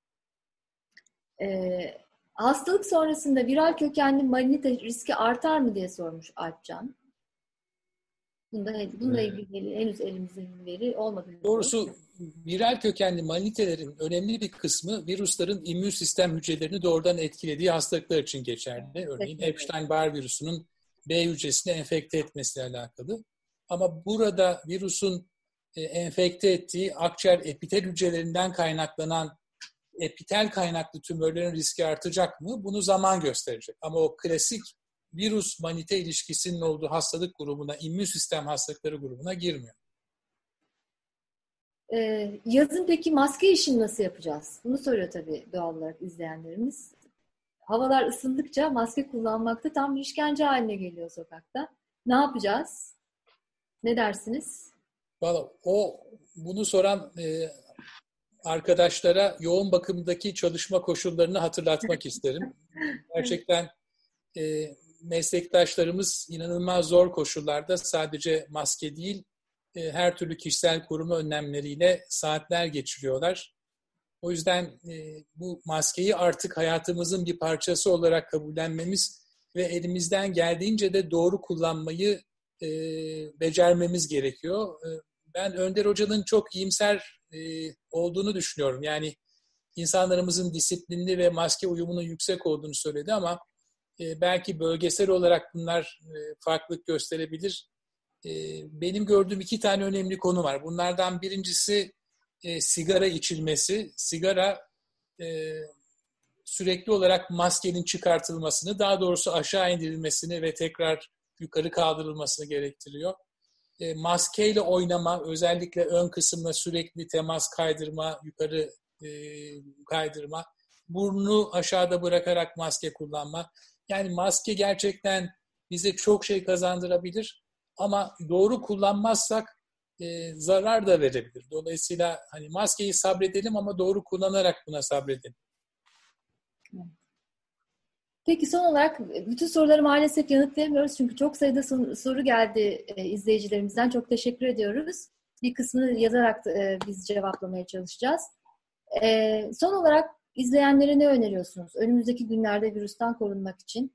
Ee, hastalık sonrasında viral kökenli malinite riski artar mı diye sormuş Alpcan. Bunda, bununla ilgili henüz elimizde bir veri olmadı. Doğrusu viral kökenli malinitelerin önemli bir kısmı virüslerin immün sistem hücrelerini doğrudan etkilediği hastalıklar için geçerli. Örneğin Epstein-Barr virüsünün B hücresini enfekte etmesiyle alakalı. Ama burada virüsün enfekte ettiği akciğer epitel hücrelerinden kaynaklanan epitel kaynaklı tümörlerin riski artacak mı? Bunu zaman gösterecek. Ama o klasik virüs-manite ilişkisinin olduğu hastalık grubuna, immün sistem hastalıkları grubuna girmiyor. Ee, yazın peki maske işini nasıl yapacağız? Bunu soruyor tabii doğal olarak izleyenlerimiz. Havalar ısındıkça maske kullanmakta tam bir işkence haline geliyor sokakta. Ne yapacağız? Ne dersiniz? Vallahi o bunu soran e, arkadaşlara yoğun bakımdaki çalışma koşullarını hatırlatmak isterim. Gerçekten e, meslektaşlarımız inanılmaz zor koşullarda sadece maske değil, e, her türlü kişisel koruma önlemleriyle saatler geçiriyorlar. O yüzden e, bu maskeyi artık hayatımızın bir parçası olarak kabullenmemiz ve elimizden geldiğince de doğru kullanmayı e, becermemiz gerekiyor. E, ben Önder Hoca'nın çok iyimser e, olduğunu düşünüyorum. Yani insanlarımızın disiplinli ve maske uyumunun yüksek olduğunu söyledi ama e, belki bölgesel olarak bunlar e, farklılık gösterebilir. E, benim gördüğüm iki tane önemli konu var. Bunlardan birincisi e, sigara içilmesi. Sigara e, sürekli olarak maskenin çıkartılmasını, daha doğrusu aşağı indirilmesini ve tekrar yukarı kaldırılmasını gerektiriyor. E, maskeyle oynama, özellikle ön kısımla sürekli temas kaydırma, yukarı e, kaydırma, burnunu aşağıda bırakarak maske kullanma. Yani maske gerçekten bize çok şey kazandırabilir ama doğru kullanmazsak e, zarar da verebilir. Dolayısıyla hani maskeyi sabredelim ama doğru kullanarak buna sabredelim. Peki son olarak bütün soruları maalesef yanıtlayamıyoruz çünkü çok sayıda soru geldi e, izleyicilerimizden. Çok teşekkür ediyoruz. Bir kısmını yazarak e, biz cevaplamaya çalışacağız. E, son olarak izleyenlere ne öneriyorsunuz? Önümüzdeki günlerde virüsten korunmak için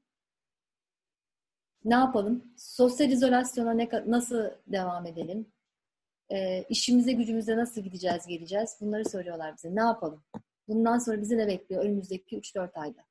ne yapalım? Sosyal izolasyona ne, nasıl devam edelim? E, işimize, gücümüze nasıl gideceğiz, geleceğiz? Bunları soruyorlar bize. Ne yapalım? Bundan sonra bizi ne bekliyor önümüzdeki üç dört ayda?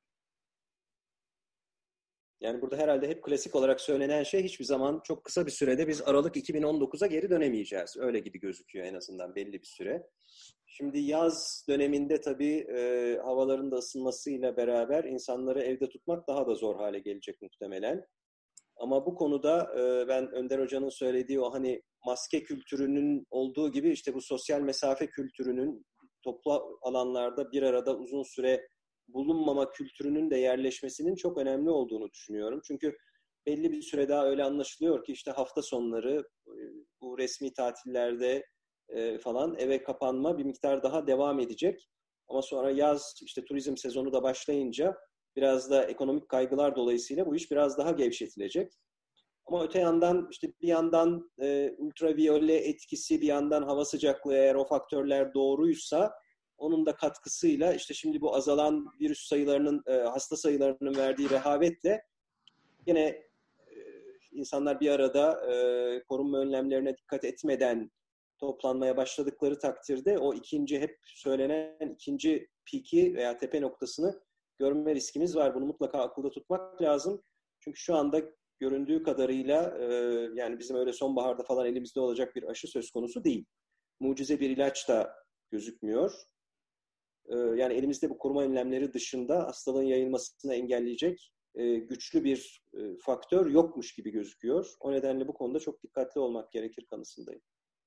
Yani burada herhalde hep klasik olarak söylenen şey, hiçbir zaman çok kısa bir sürede biz Aralık iki bin on dokuza geri dönemeyeceğiz. Öyle gibi gözüküyor en azından belli bir süre. Şimdi yaz döneminde tabii e, havaların da ısınmasıyla beraber insanları evde tutmak daha da zor hale gelecek muhtemelen. Ama bu konuda e, ben Önder Hoca'nın söylediği o hani maske kültürünün olduğu gibi işte bu sosyal mesafe kültürünün toplu alanlarda bir arada uzun süre bulunmama kültürünün de yerleşmesinin çok önemli olduğunu düşünüyorum. Çünkü belli bir süre daha öyle anlaşılıyor ki işte hafta sonları bu resmi tatillerde falan eve kapanma bir miktar daha devam edecek. Ama sonra yaz işte turizm sezonu da başlayınca biraz da ekonomik kaygılar dolayısıyla bu iş biraz daha gevşetilecek. Ama öte yandan işte bir yandan e, ultraviyole etkisi, bir yandan hava sıcaklığı, eğer o faktörler doğruysa onun da katkısıyla işte şimdi bu azalan virüs sayılarının, e, hasta sayılarının verdiği rehavetle yine e, insanlar bir arada e, korunma önlemlerine dikkat etmeden toplanmaya başladıkları takdirde o ikinci, hep söylenen ikinci piki veya tepe noktasını görme riskimiz var. Bunu mutlaka akılda tutmak lazım. Çünkü şu anda göründüğü kadarıyla e, yani bizim öyle sonbaharda falan elimizde olacak bir aşı söz konusu değil. Mucize bir ilaç da gözükmüyor. E, yani elimizde bu koruma önlemleri dışında hastalığın yayılmasını engelleyecek e, güçlü bir e, faktör yokmuş gibi gözüküyor. O nedenle bu konuda çok dikkatli olmak gerekir kanısındayım.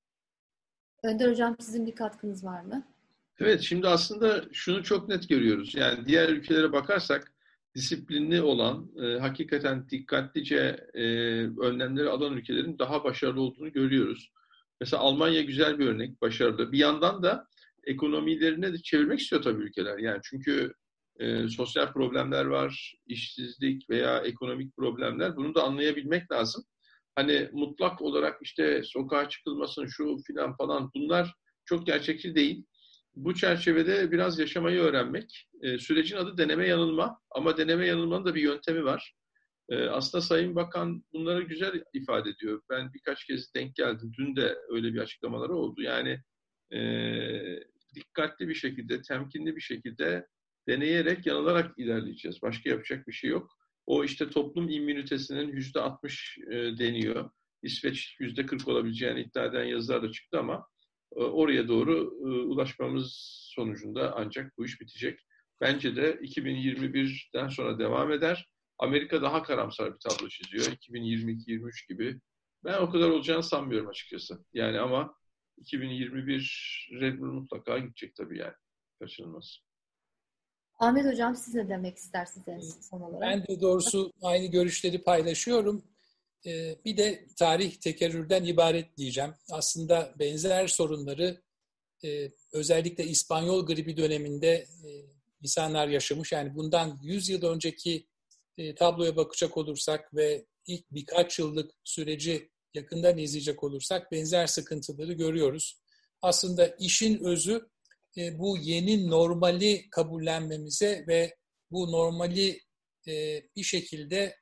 Önder Hocam, sizin bir katkınız var mı? Evet, şimdi aslında şunu çok net görüyoruz. Yani diğer ülkelere bakarsak disiplinli olan, e, hakikaten dikkatlice e, önlemleri alan ülkelerin daha başarılı olduğunu görüyoruz. Mesela Almanya güzel bir örnek, başarılı. Bir yandan da ekonomilerine de çevirmek istiyor tabii ülkeler. Yani çünkü e, sosyal problemler var, işsizlik veya ekonomik problemler. Bunu da anlayabilmek lazım. Hani mutlak olarak işte sokağa çıkılmasın, şu filan falan, bunlar çok gerçekçi değil. Bu çerçevede biraz yaşamayı öğrenmek. E, sürecin adı deneme yanılma, ama deneme yanılmanın da bir yöntemi var. E, aslında Sayın Bakan bunları güzel ifade ediyor. Ben birkaç kez denk geldim. Dün de öyle bir açıklamaları oldu. Yani e, dikkatli bir şekilde, temkinli bir şekilde deneyerek, yanılarak ilerleyeceğiz. Başka yapacak bir şey yok. O işte toplum immünitesinin yüzde altmış e, deniyor. İsveç yüzde kırk olabileceğini iddia eden yazılar da çıktı ama oraya doğru ulaşmamız sonucunda ancak bu iş bitecek. Bence de iki bin yirmi birden sonra devam eder. Amerika daha karamsar bir tablo çiziyor. iki bin yirmi iki yirmi üç gibi. Ben o kadar olacağını sanmıyorum açıkçası. Yani ama iki bin yirmi bir mutlaka gidecek tabii yani. Kaçınılmaz. Ahmet Hocam, siz ne demek istersiniz son olarak? Ben de doğrusu aynı görüşleri paylaşıyorum. Bir de tarih tekerrürden ibaret diyeceğim. Aslında benzer sorunları özellikle İspanyol gribi döneminde insanlar yaşamış. Yani bundan yüz yıl önceki tabloya bakacak olursak ve ilk birkaç yıllık süreci yakından izleyecek olursak benzer sıkıntıları görüyoruz. Aslında işin özü bu yeni normali kabullenmemize ve bu normali bir şekilde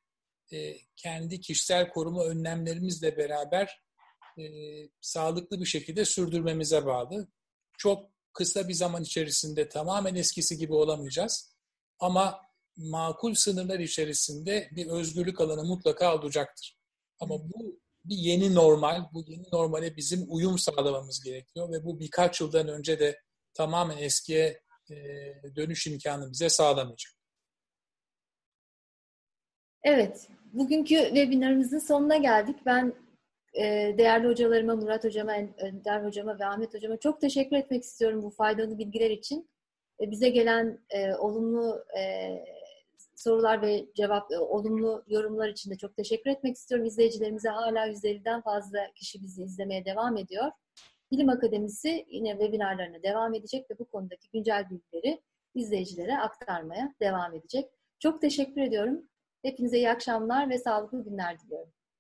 kendi kişisel koruma önlemlerimizle beraber e, sağlıklı bir şekilde sürdürmemize bağlı. Çok kısa bir zaman içerisinde tamamen eskisi gibi olamayacağız. Ama makul sınırlar içerisinde bir özgürlük alanı mutlaka olacaktır. Ama bu bir yeni normal, bu yeni normale bizim uyum sağlamamız gerekiyor ve bu birkaç yıldan önce de tamamen eskiye e, dönüş imkanı bize sağlamayacak. Evet, bugünkü webinarımızın sonuna geldik. Ben e, değerli hocalarıma, Murat Hocama, Önder Hocama ve Ahmet Hocama çok teşekkür etmek istiyorum bu faydalı bilgiler için. E, bize gelen e, olumlu e, sorular ve cevap, e, olumlu yorumlar için de çok teşekkür etmek istiyorum. İzleyicilerimize hala yüz elliden fazla kişi bizi izlemeye devam ediyor. Bilim Akademisi yine webinarlarına devam edecek ve bu konudaki güncel bilgileri izleyicilere aktarmaya devam edecek. Çok teşekkür ediyorum. Hepinize iyi akşamlar ve sağlıklı günler diliyorum.